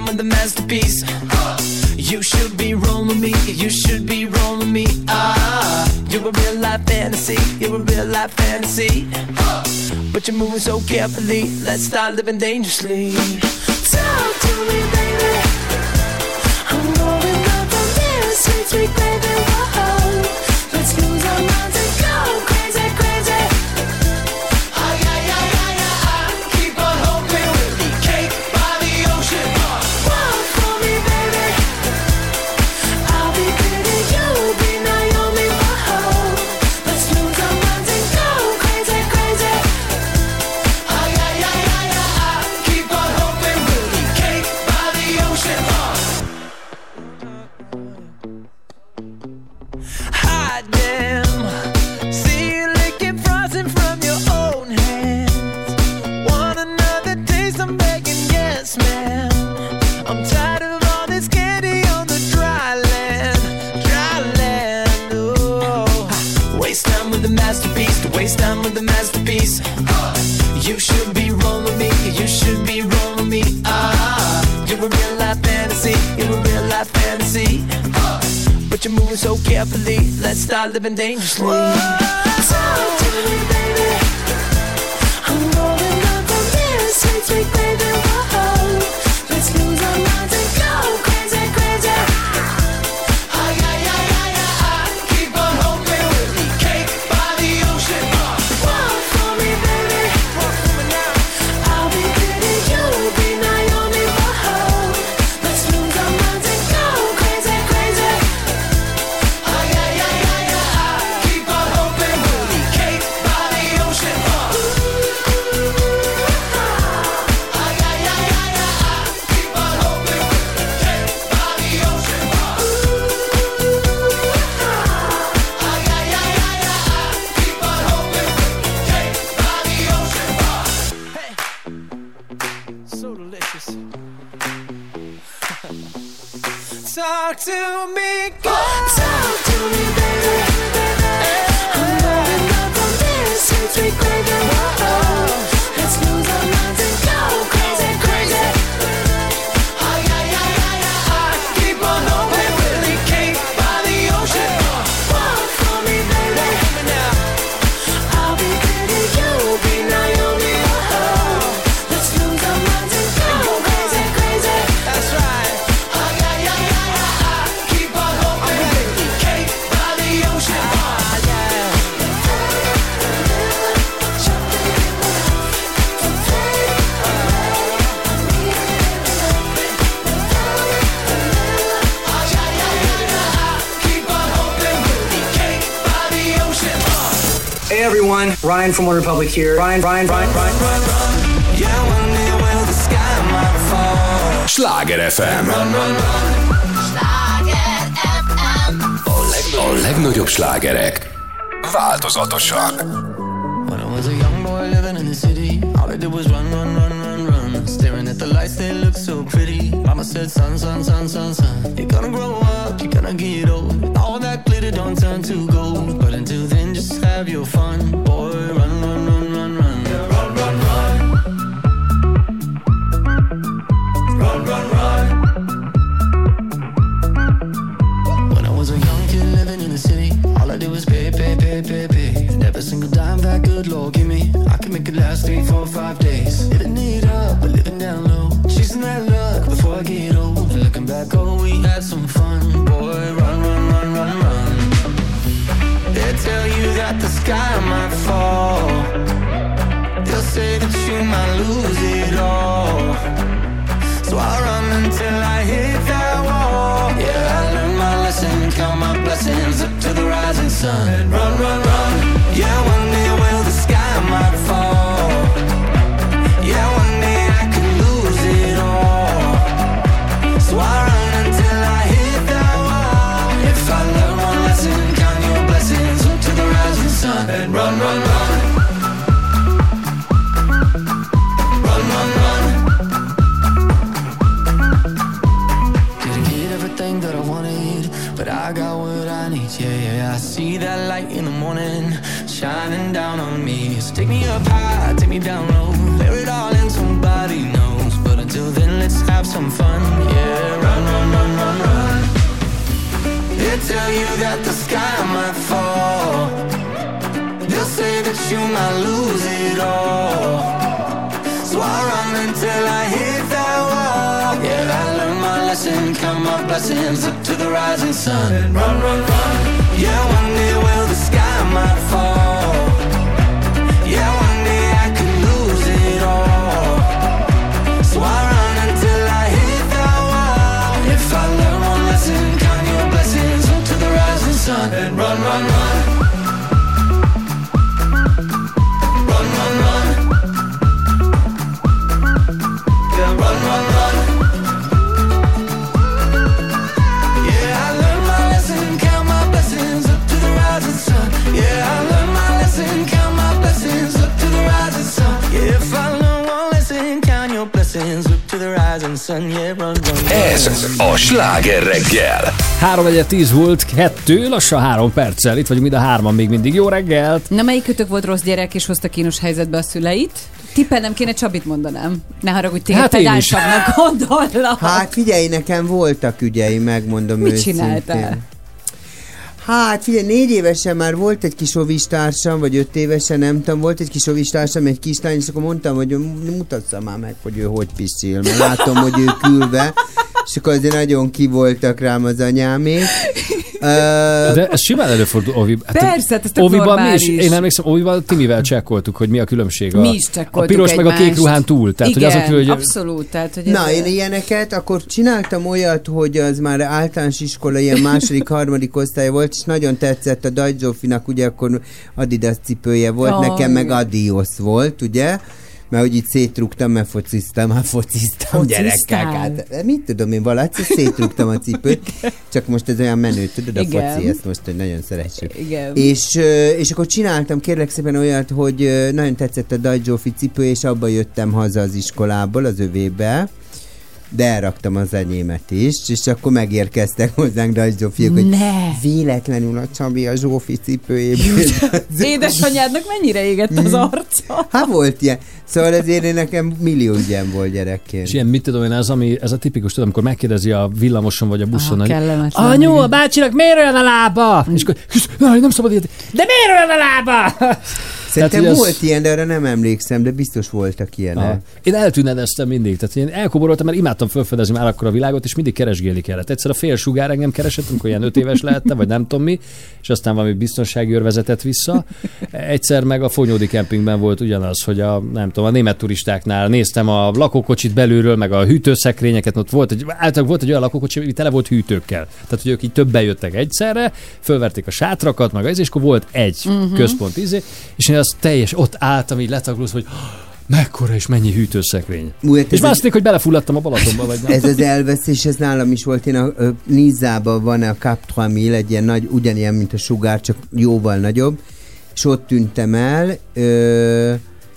S19: with the masterpiece. You should be rolling me, you should be rolling me. Ah, you're a real life fantasy, you're a real life fantasy. But you're moving so carefully, let's start living dangerously. Talk to me, baby. I'm going up on this sweet, sweet baby. Whoa, let's lose our minds and go crazy, crazy. Ay, ay, ay, ay, ay, keep on hoping we'll be cake by the ocean. Walk for me, baby. I'll be pretty, you'll be Naomi. Whoa, let's lose our minds and go crazy, crazy. Ay, ay, ay, ay, ay, keep on hoping we'll be cake by the ocean. Hot damn, see you licking frosting from your own hands. Want another taste? I'm begging, yes, ma'am. I'm tired of all this candy on the dry land, dry land. Oh, waste time with the masterpiece, to waste time with the masterpiece. You should be rolling me, you should be rolling me. Ah, you're a real life fantasy, you're a real life fantasy. But you're moving so carefully, let's start living dangerously. Talk to me, baby. I'm rolling up on this sweet, sweet baby. Whoa, let's lose our minds and go crazy, crazy. Ay, ay, ay, ay, ay, keep on hoping we'll be cake by the ocean. Walk for me, baby. Walk for me now. I'll be pretty, you'll be Naomi. Whoa, let's lose our minds and go crazy, crazy. Ay, ay, ay, ay, ay, keep on hoping we'll be cake by the ocean. Ay, ay, ay, ay, ay, keep on hoping we'll be cake by the ocean. Ay, ay, ay, ay, ay, keep on hoping we'll be cake by the ocean. Hey, so delicious. Talk to me, girl. Talk to me, baby. I'm rolling up on this sweet, sweet baby. Whoa, let's lose our minds and go crazy, crazy. Ay, ay, ay, ay, ay, keep on hoping we'll be cake by the ocean. Walk for me, baby. I'll be pretty, you'll be Naomi. Whoa, let's lose our minds and go crazy, crazy. That's right. Ay, ay, ay, ay, ay, keep on hoping we'll be cake by the ocean. Ah, yeah.
S20: Hey everyone, Ryan from One Republic here. Ryan, Ryan, Ryan, Ryan, Ryan, run. Yeah, one day will the sky might fall.
S1: Sláger ef em. A legnagyobb slágerek változatosan.
S19: When I was a young boy living in the city, all I did was run, run, run, run, run. Staring at the lights, they look so pretty. Mama said, son, son, son, son, son, you're gonna grow up, you're gonna get old. All that glitter don't turn to gold. But until then, just have your fun. Boy, run, run, run, run, run. Yeah, run, run, run. Run, run, run. When I was a young kid living in the city, all I did was pay, pay, pay, pay, pay. And every single dime that good Lord give me, I can make it last three, four, five days. Living it up, but living down low. Chasing that luck before I get old. And looking back, oh, we had some fun. Boy, run, run, run, run, run. They tell you that the sky might fall. They'll say that you might lose it all. So I run until I hit that wall. Yeah, I learned my lesson, count my blessings up to the rising sun. And run, run, run. Yeah, one day will the sky might fall. Yeah, one day I could lose it all. So I run until I hit that wall. If I learn one lesson, count your blessings up to the rising sun. And run, run, run. Run, run, run. Didn't get everything that I wanted, but I got what I need. Yeah, yeah, I see that light in the morning shining down on me. So take me up high, take me down low, bear it all and somebody knows. But until then let's have some fun. Yeah, run, run, run, run, run. They tell you that the sky might fall. They'll say that you might lose it all. So I run until I hit that wall. Yeah, I learned my lesson, count my blessings, up to the rising sun. And run, run, run. Yeah, one day, well, the sky might fall. Yeah, one day I could lose it all. So I run until I hit that wall. If I learn one lesson, count your blessings, up to the rising sun. And run, run, run. Run, run, run. Yeah, run, run, run. Yeah, I learned my lesson, count my blessings, up to the rising sun. Yeah, I learned my lesson, count my blessings, up to the rising sun. Yeah, if I learn one lesson, count your blessings, up to the rising sun. Yeah, run, run, run.
S1: Ez a Sláger reggel.
S2: három egyet tíz volt, kettő, lassan három perccel. Itt vagyunk mind a hárman még mindig. Jó reggelt!
S3: Na, melyikőtök volt rossz gyerek, és hozta kínos helyzetbe a szüleit? Tippelnem kéne, Csabit mondanám. Ne haragudj, téged
S4: Hát én is.
S3: pedánsabbnak gondollak.
S4: Hát figyelj, nekem voltak ügyeim, megmondom
S3: Mit
S4: őszintén.
S3: csináltál?
S4: Hát figyelj, négy évesen már volt egy kis ovistársam, vagy öt évesen, nem tudom, volt egy kis ovistársam, egy kislány, és akkor mondtam, hogy mutassam már meg, hogy ő hogy pisil, mert látom, hogy ő külve, és akkor azért nagyon ki voltak rám az anyámék. Uh,
S2: De ez simán előfordul, Ovi.
S3: Persze, hát ez tök
S2: Oviban mi
S3: normális.
S2: is, én emlékszem, Ovival Timivel csekkoltuk, hogy mi a különbség. A,
S3: Mi is csekkoltuk
S2: a piros meg a kék
S3: egymást.
S2: ruhán túl. Tehát,
S3: Igen,
S2: hogy azok, hogy
S3: abszolút. Tehát, hogy
S4: Na,
S3: ez
S4: én ilyeneket, akkor csináltam olyat, hogy az már általános iskola, ilyen második, harmadik osztály volt, és nagyon tetszett a Dajcs Zsófinak, ugye akkor Adidas cipője volt,
S3: Oh,
S4: nekem meg
S3: igen.
S4: Adios volt, ugye? Mert hogy itt szétrugtam, mert fociztam, hát fociztam
S3: Fociztál?
S4: gyerekek. Hát, mit tudom én, valahogy szétrugtam a cipőt, csak most ez olyan menő, tudod, a
S3: Igen.
S4: foci, ezt most hogy nagyon szeressük.
S3: Igen.
S4: És, ö, és akkor csináltam kérlek szépen olyat, hogy ö, nagyon tetszett a Dajcs Zsófi cipő, és abba jöttem haza az iskolából, az övébe, de elraktam az enyémet is, és akkor megérkeztek hozzánk Dajcs Zsófiak, hogy
S3: Ne!
S4: véletlenül a Csabi a Zsófi cipőjéből.
S3: Édesanyádnak mennyire égett az arca?
S4: Hát volt ilyen. Szóval ezért én nekem millió ügyem volt gyerekként.
S2: És ilyen, mit tudom én, ez, ami, ez a tipikus, tudom, amikor megkérdezi a villamoson vagy a buszon,
S3: Ah,
S2: hogy
S3: kellemetlen,
S2: anyu,
S3: igen.
S2: a bácsinak miért olyan a lába? És akkor, hisz, nem szabad ilyet. De miért olyan a lába?
S4: Szerintem
S2: Tehát, hogy
S4: volt ilyen, de arra nem emlékszem, de biztos voltak ilyenek.
S2: Aha. Én eltűnedeztem mindig, tehát én elkoboroltam, mert imádtam felfedezni már akkor a világot, és mindig keresgélni kellett. Egyszer a fél sugár engem keresett, amikor ilyen öt éves lehettem, vagy nem tudom mi, és aztán valami biztonsági őr vezetett vissza. Egyszer meg a Fonyódi kempingben volt ugyanaz, hogy a, nem tudom, a német turistáknál néztem a lakókocsit belülről, meg a hűtőszekrényeket, ott volt egy, általában volt egy olyan lakókocsi, ami tele volt hűtőkkel. Tehát, hogy ők így többen jöttek egyszerre, fölverték a sátrakat, meg ez, és akkor volt egy
S3: Mhm.
S2: központ izé, és én az teljes, ott álltam így letaglózva, hogy mekkora és mennyi hűtőszekrény.
S4: Múlt,
S2: És már azt mondják, hogy belefulladtam a Balatonba, vagy nem.
S4: Ez az elveszés, ez nálam is volt. Én a, a Nizában van a Cap három mille, egy ilyen nagy, ugyanilyen, mint a sugár, csak jóval nagyobb, és ott tűntem el, ö,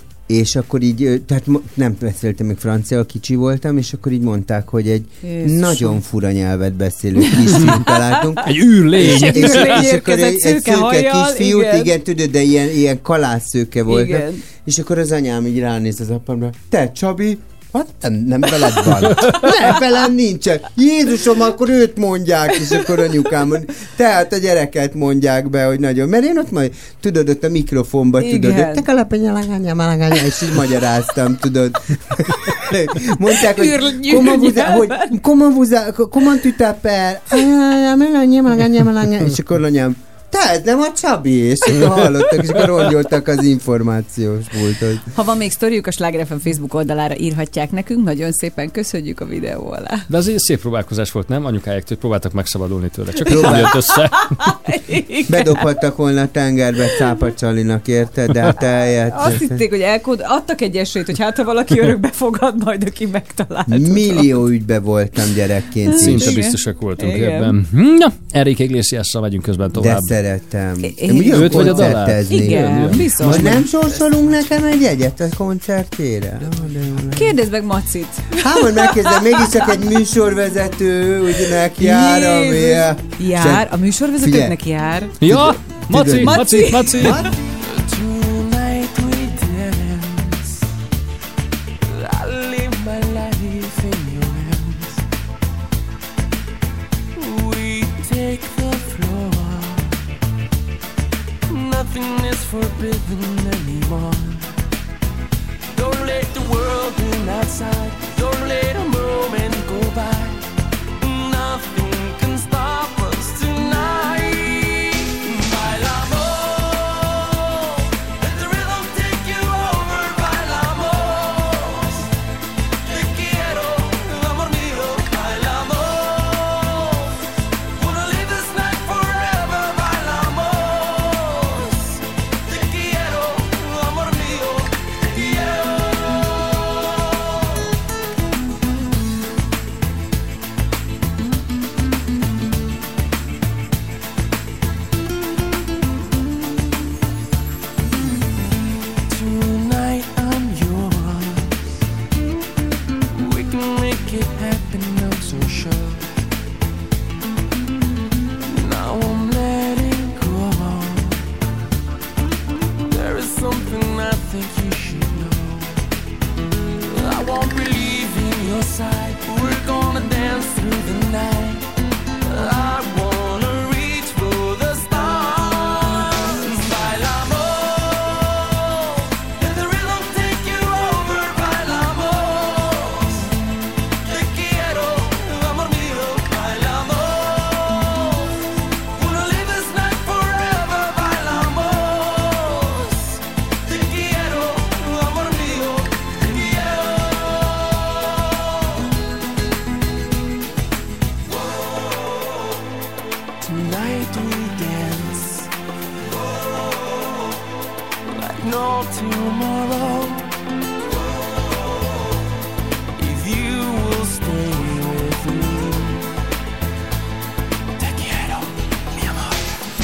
S4: és akkor így, ö, tehát mo- nem beszéltem még francia, kicsi voltam, és akkor így mondták, hogy egy
S3: Jézusom.
S4: nagyon fura nyelvet beszélő kisfiút találtunk.
S2: Egy űrlény.
S4: És, és,
S3: Űrlény
S4: és akkor
S3: érkezett
S4: egy, egy
S3: szőke
S4: szőke
S3: hajjal,
S4: kisfiút,
S3: igen.
S4: igen. igen, tudod, de ilyen, ilyen kalászszőke volt.
S3: Igen.
S4: És akkor az anyám így ránéz az apámra, te Csabi, hát nem, nem veled van. Nem, velem nincsen. Jézusom, akkor őt mondják, és akkor anyukám mond, tehát a gyereket mondják be, hogy nagyon, mert én ott majd, tudod, ott a mikrofonba,
S3: Igen.
S4: tudod, hogy te kalapanya, laganya, malaganya, és így magyaráztam, tudod. Mondták, hogy
S3: Űr-
S4: comment vous, a- hogy
S3: nyelven.
S4: comment vous, a- comment tu t'appelles? Malaganya, malaganya, malaganya, és akkor anyám, te, ez nem a Csabi, és akkor hallottak, és akkor rongyoltak az információs pultot.
S3: Ha van még sztoriuk, a Sláger ef em Facebook oldalára írhatják nekünk. Nagyon szépen köszönjük a videó alá.
S2: De az egy szép próbálkozás volt, nem? Anyukájáktól próbáltak megszabadulni tőle. Csak nem
S4: Próbál-
S2: jött össze.
S4: Bedobhattak volna a tengerbe Cápa Csalinak, érted? De hát eljött.
S3: Azt hitték, hogy elkód, adtak egy esélyt, hogy hát ha valaki örökbe fogad, majd, aki megtalált.
S4: Millió ügybe voltam gyerekként.
S2: Szinte
S3: Igen.
S2: biztosak voltunk
S3: Igen.
S2: ebben. Na, Enrique Iglesiassal megyünk közben
S4: De
S2: tovább.
S4: szeretem.
S3: Én-
S4: Mi jön
S2: Őt vagy a dalát?
S4: koncertezni?
S3: Igen, biztos.
S4: Most nem sorsolunk nekem egy jegyet a koncertjére? Ó, de jó lenne.
S3: Kérdezd meg Macit.
S4: Hát, hogy megkezdem, mégiscsak egy műsorvezető, ugyanek jár, ami...
S3: Jézus. Jár, a műsorvezetőknek
S4: Figyelj.
S3: jár.
S2: Ja, Maci,
S4: Tudod-
S2: Maci, Maci.
S4: What?
S19: Tonight we dance. I live my life forbidden anymore. Don't let the world in outside. Don't let a moment go by. Nothing can stop us tonight. Bailamos, let the rhythm take you over. Bailamos, te quiero, amor mío. Bailamos, wanna live this night forever. Bailamos, te quiero, amor mío. Te quiero. Tonight I'm yours. We can make it happen, I'm so sure. Now I'm letting go. There is something I think you should know. I won't be leaving your side. We're gonna dance through the night. I wanna reach for the stars. Bailamos, let the rhythm take you over. Bailamos, te quiero, amor mío. Bailamos, wanna live this night forever. Bailamos, te quiero, amor mío. Te quiero. Tonight we dance like no tomorrow. If you will stay with me, te quiero, mi amor.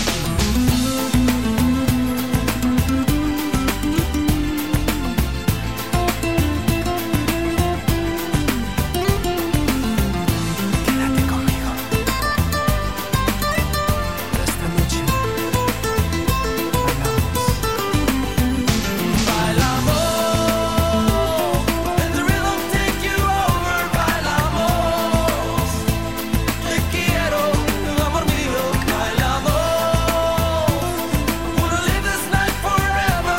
S19: Quédate conmigo. Esta noche bailamos. Let the rhythm take you over. Bailamos, te quiero, amor mío. Bailamos, wanna live this night forever.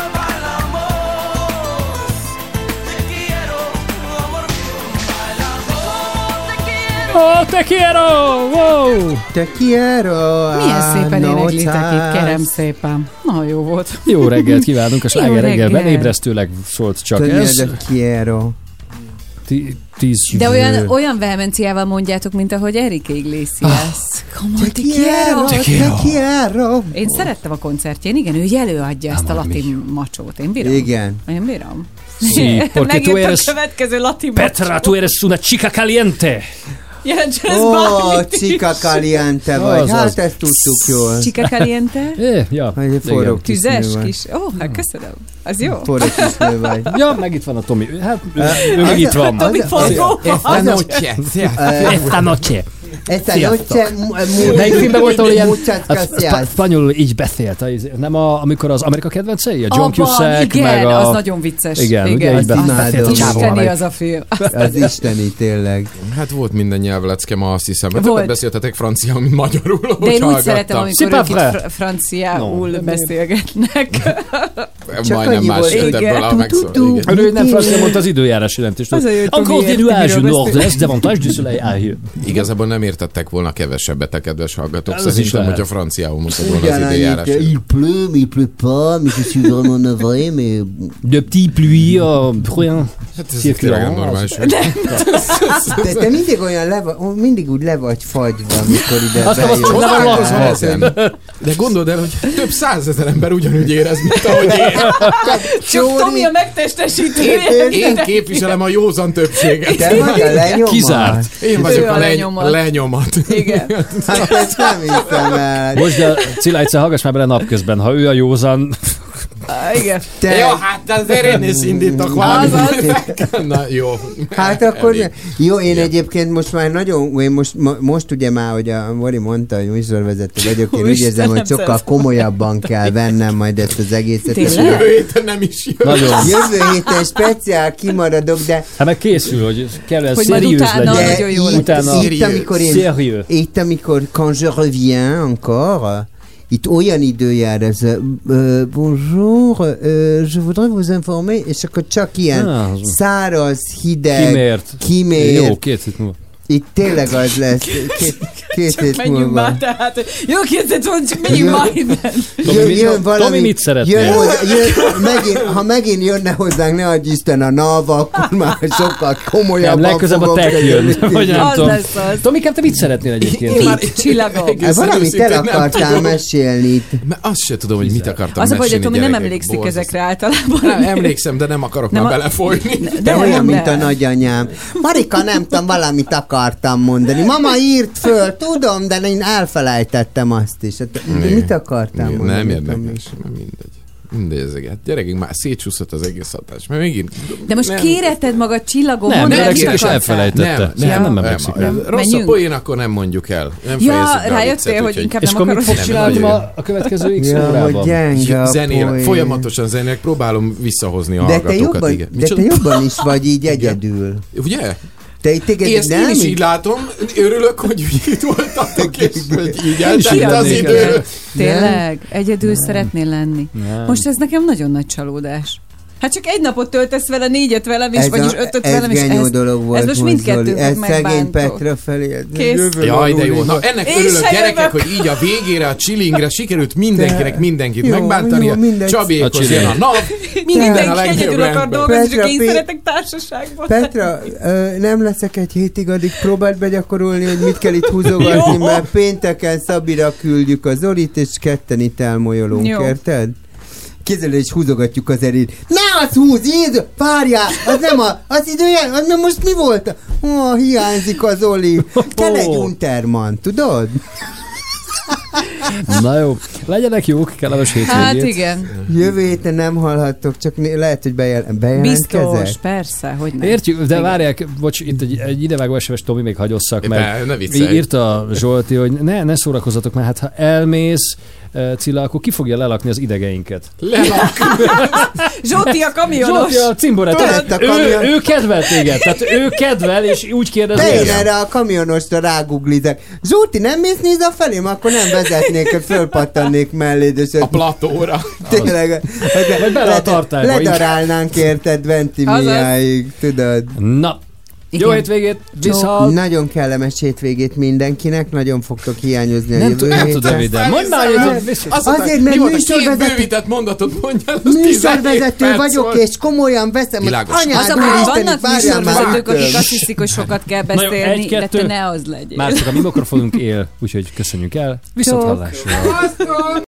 S19: Bailamos, te quiero, amor mío. Bailamos, te quiero.
S2: Oh, te quiero! Wow!
S4: Te quiero.
S3: Milyen szépen
S4: a
S3: éneklitek itt,
S4: notas.
S3: kérem szépen. Nagyon jó volt.
S2: Jó reggelt kívánunk a
S3: Jó
S2: Sláger reggelben.
S3: reggel.
S2: Ébresztőleg szólt csak
S4: Te
S2: ez.
S4: Te quiero.
S2: Ti- Tíz
S3: De olyan, olyan vehemenciával mondjátok, mint ahogy Enrique Iglesias. Come on, te quiero.
S4: Te quiero.
S3: Én szerettem a koncertjén, igen, ő előadja ezt a latin macsót. Én bírom.
S4: Igen.
S3: Én bírom.
S2: Sí, porque tú
S3: Megint
S2: eres-
S3: a következő latin
S2: Petra,
S3: macsó.
S2: tú eres una chica caliente.
S3: Jelentsen ez
S4: Ó,
S3: bármit is.
S4: Chica Caliente vagy.
S2: Az,
S4: Hát
S2: az.
S4: ezt tudtuk jól.
S3: Chica caliente?
S2: É, ja,
S4: Hogy forró
S2: igen.
S3: Tüzes
S4: kisnő vagy.
S3: kis. Ó, hát köszönöm. Az jó.
S4: Forró kisnő vagy.
S2: Ja, meg itt van a Tomi. Hát, ő, ő
S4: Az-
S2: meg itt van.
S3: Tomi forgó.
S14: Esta noche.
S2: Esta noche.
S4: Esta
S2: Sziasztok.
S4: noche mu-
S2: Melyik filmben volt, ahol ilyen
S4: muchas
S2: a
S4: gracias.
S2: spa- spanyolul így beszélt? Az- Nem a, amikor az Amerika kedvencei? A John
S3: Abban,
S2: Cusack,
S3: igen,
S2: meg a...
S3: az nagyon vicces.
S2: Igen,
S3: Igen,
S2: ugye így
S3: azt
S2: be-
S4: imádom.
S2: beszélt a csávó,
S3: Isteni
S2: amelyik-
S3: az a film.
S4: Az isteni, tényleg.
S21: Hát volt minden nyelvlecke ma, azt hiszem. Mert
S3: Volt.
S21: többet beszéltetek franciául, mint magyarul,
S3: De
S21: ahogy
S3: én úgy
S21: hallgattam.
S3: szeretem, amikor
S2: C'est
S3: ők
S2: pas
S3: itt
S2: vrai.
S3: fr- franciául
S2: No.
S3: beszélgetnek.
S4: Csak
S21: Majdnem
S4: annyi
S21: más
S4: volt.
S21: jött
S3: Igen.
S21: ebből a megszól. Igen.
S2: Ő nem francia mondta az időjárás jelentést.
S3: Az a jó, hogy
S2: Encore
S3: Tomi
S2: des
S3: érti,
S2: nuages
S3: miről
S2: nord-est, davantage du soleil arrière.
S21: Igazából nem értettek volna kevesebbet a kedves hallgatók.
S2: Ez is
S21: Szerintem,
S2: lehet.
S21: hogyha franciául mondtad volna az
S4: Ugyanannyit,
S21: időjárás.
S4: il pleut, mais il pleut pas, mais je suis vraiment navré, mais...
S2: De petit pluie, uh, rien.
S21: Hát ez tényleg nem normális.
S4: Te, te mindig olyan le vagy, mindig úgy le vagy fagyva, amikor ide
S2: Azt mondom, hogy le van
S21: Csodálkozom
S2: lakva.
S21: ezen. De gondold el, hogy több százezer ember ugyanúgy érez, mint ahogy én.
S3: Csak Tomi a megtestesítője.
S21: Én képviselem a józan többséget.
S4: Te vagy a lenyomat.
S2: Kizárt.
S21: Én vagyok
S3: Ő a
S21: a leny-
S3: lenyomat.
S21: lenyomat.
S3: Igen.
S4: Hát ezt nem hiszem el.
S2: Most, de Cilla, egyszer hallgass már bele napközben, ha ő a józan...
S3: Ah, igen.
S4: Te,
S21: Jó, hát azért én is indítok valamit. Na jó.
S4: hát akkor,
S21: Elég.
S4: jó, én egyébként most már nagyon, én most, mo- most ugye már, hogy a Mori mondta, hogy műsorvezető vagyok, én úgy
S3: Úristen,
S4: érzem, hogy
S3: nem
S4: sokkal
S3: szeretem.
S4: komolyabban kell vennem majd ezt az egészet.
S3: Tényleg?
S4: És
S21: Jövő héten nem is jön.
S2: Nagyon.
S4: Jövő héten speciál kimaradok, de
S2: Hát meg készül, hogy kell ez
S3: Hogy majd
S2: szeriős
S3: utána
S2: legyen.
S3: nagyon jó
S4: itt,
S2: Utána
S4: itt, amikor én,
S2: Sérieux.
S4: itt, amikor, quand je reviens encore, itt olyan időjárás, uh, bonjour, uh, je voudrais vous informer, és akkor csak ilyen
S2: Ah, az-
S4: száraz, hideg,
S2: Kimért.
S4: kimért.
S2: Jó, két hét múlva.
S4: Itt tényleg az lesz, két, két
S3: Csak
S4: hét
S3: menjünk
S4: múlva.
S3: már, tehát jó képzett van, csak menjünk
S4: Jön-
S3: már innen.
S2: Tomi, mit- Tomi, mit szeretnél?
S4: Jön hozzá, jön, megint, ha megint jönne hozzánk, ne adj Isten a NAV, akkor már sokkal komolyabban
S2: Nem, legközelebb a
S4: fogok
S2: tech jön,
S4: reagálni.
S2: vagy nem
S3: Az
S2: tudom.
S3: lesz az.
S2: Tomikám, te mit szeretnél egyébként?
S3: Mit? Csillagom.
S4: Hát valamit el akartál mesélni itt.
S21: Mert azt se tudom, hogy mit akartam
S3: Az a baj, hogy
S21: mesélni,
S3: Tomi nem
S21: gyerekek,
S3: emlékszik
S21: borzasztó.
S3: ezekre általában.
S21: Nem, emlékszem, de nem akarok
S3: Nem
S21: már
S3: a-
S21: belefolyni.
S4: De olyan,
S3: nem,
S4: mint a
S3: nem.
S4: nagyanyám. Marika, nem tudom, valamit akartam mondani. Mama írt föl, tudom, de én elfelejtettem azt is. Hát,
S21: Igen.
S4: mit akartál
S21: Igen,
S4: mondani?
S21: Nem érdekes, mert mindegy. Mindegy ezeket. Gyerekek, már szétcsúszott az egész hatás. Mert megint...
S3: De most
S21: nem-
S3: kéreted magad Csillagom,
S2: Nem,
S3: mondd el,
S2: emlékszik
S3: mit
S2: és
S3: akartál.
S2: elfelejtette.
S21: Nem, nem,
S2: nem
S21: nem,
S2: emlékszik rá.
S21: nem. Rossz a
S3: Menjünk.
S21: poén, akkor nem mondjuk el. Nem
S3: Ja,
S21: fejezzük be a
S3: rájöttél,
S21: viccet,
S3: hogy
S21: úgyhogy-
S3: inkább
S2: És
S3: nem
S2: akkor mit
S3: akarod.
S2: fog
S21: Nem,
S2: csinálni
S21: nagyon
S2: ma a következő X
S4: Ja, hogy
S2: órában?
S4: gyenge a
S21: Zenélek,
S4: poén.
S21: folyamatosan zenélek, próbálom visszahozni a
S4: De te,
S21: hallgatókat.
S4: jobban,
S21: igen.
S4: de te
S21: Micsoda?
S4: jobban is vagy így egyedül.
S21: Ugye?
S4: Te itt téged
S21: Én ezt
S4: nem?
S21: én is így látom, örülök, hogy itt voltatok, és hogy így eltelt az
S2: lennék
S21: idő.
S2: el.
S3: Tényleg? Egyedül szeretnél lenni?
S2: Nem.
S3: Most ez nekem nagyon nagy csalódás. Hát csak egy napot töltesz vele, négyet velem, és
S4: Ez,
S3: vagyis
S4: a,
S3: ötöt
S4: ez
S3: velem, és
S4: genyó
S3: ez,
S4: dolog volt
S3: ez most
S4: Zoli.
S3: mindkettőnknek
S4: Ez szegény
S3: megbántó.
S4: Petra felé.
S3: Kész.
S4: Jövő
S21: Jaj, de jó.
S4: valódi.
S21: Na ennek
S3: Én
S21: örülök,
S3: se
S21: gyerekek,
S3: jövök.
S21: hogy így a végére, a chillingre sikerült mindenkinek mindenkit
S4: Jó,
S21: megbántani.
S4: jó, mindegy.
S21: Csabékhoz
S2: A
S21: jön a
S2: chilling.
S21: nap. Minden a
S3: Mindenki
S21: legnagyobb
S3: egyedül akar
S21: rendben.
S3: dolgozni, csak
S4: Petra,
S3: én
S4: Pi-
S3: szeretek társaságban.
S4: Petra, ö, nem leszek egy hétig, addig próbáld begyakorolni, hogy mit kell itt húzogatni,
S3: Jó.
S4: mert pénteken Szabira küldjük a Zolit, és ketten itt elmolyolunk,
S3: Jó.
S4: érted? Kézzel és húzogatjuk az erét. Ne az húz, Jézus, várjál, az nem a, az idője, az nem most mi volt? Ó, hiányzik az Zoli. Kell egy Unterman, tudod?
S2: Na jó, legyenek jók, kellemes hétvégét.
S3: Hát igen.
S4: Jövő héten nem hallhattok, csak né- lehet, hogy bejel-
S3: Biztos,
S4: bejelentkezek.
S3: persze, hogy nem.
S2: Értjük, de
S3: Igen.
S2: várják, bocs, itt egy, egy idevágó es em es Tomi még hagyosszak meg.
S21: Be, ne viccelj.
S2: Írta Zsolti, hogy ne, ne szórakozzatok, mert hát ha elmész, eh, Cilla, akkor ki fogja lelakni az idegeinket.
S21: Lelak.
S3: Zsóti a kamionos.
S2: Zsolti a cimborát,
S4: Tudod,
S2: tehát
S4: a kamion-
S2: ő, ő kedvel téged, tehát ő kedvel, és úgy kérdezi.
S4: De én
S2: igen.
S4: erre a kamionosra ráguglizek. Zsóti, nem mész néz a felém, akkor nem vezetnék, hogy fölpattannék melléd, és
S21: A platóra.
S4: tényleg,
S2: Vagy bele a tartályba,
S4: ledarálnánk érted Ventimiáig, tudod.
S2: Na, jó
S3: Igen.
S2: hétvégét, viszont...
S4: Nagyon kellemes hétvégét mindenkinek, nagyon fogtok hiányozni a
S2: Nem,
S4: jövő
S2: tud, nem
S4: héten.
S2: tudom ide. Mondd már, hogy viszont...
S21: Azt mondták,
S4: Azért, mert
S21: mi volt a két
S4: műsorvezető-
S21: bővített mondatot mondjál, az tizenhét
S4: Műsorvezető
S21: perc
S4: vagyok,
S21: volt.
S4: és komolyan veszem, hogy
S21: Világos.
S4: anyád,
S3: Az a baj,
S4: úristen,
S3: vannak
S4: itt várjál már
S3: műsorvezetők, akik
S4: ütöm.
S3: azt hiszik, hogy sokat kell
S2: Na jó,
S3: beszélni,
S2: egy,
S3: de
S2: kettő.
S3: te ne az legyél.
S2: Már csak a mi mikrofonunk él, úgyhogy köszönjük el. Viszont
S3: Csók.
S2: hallásra.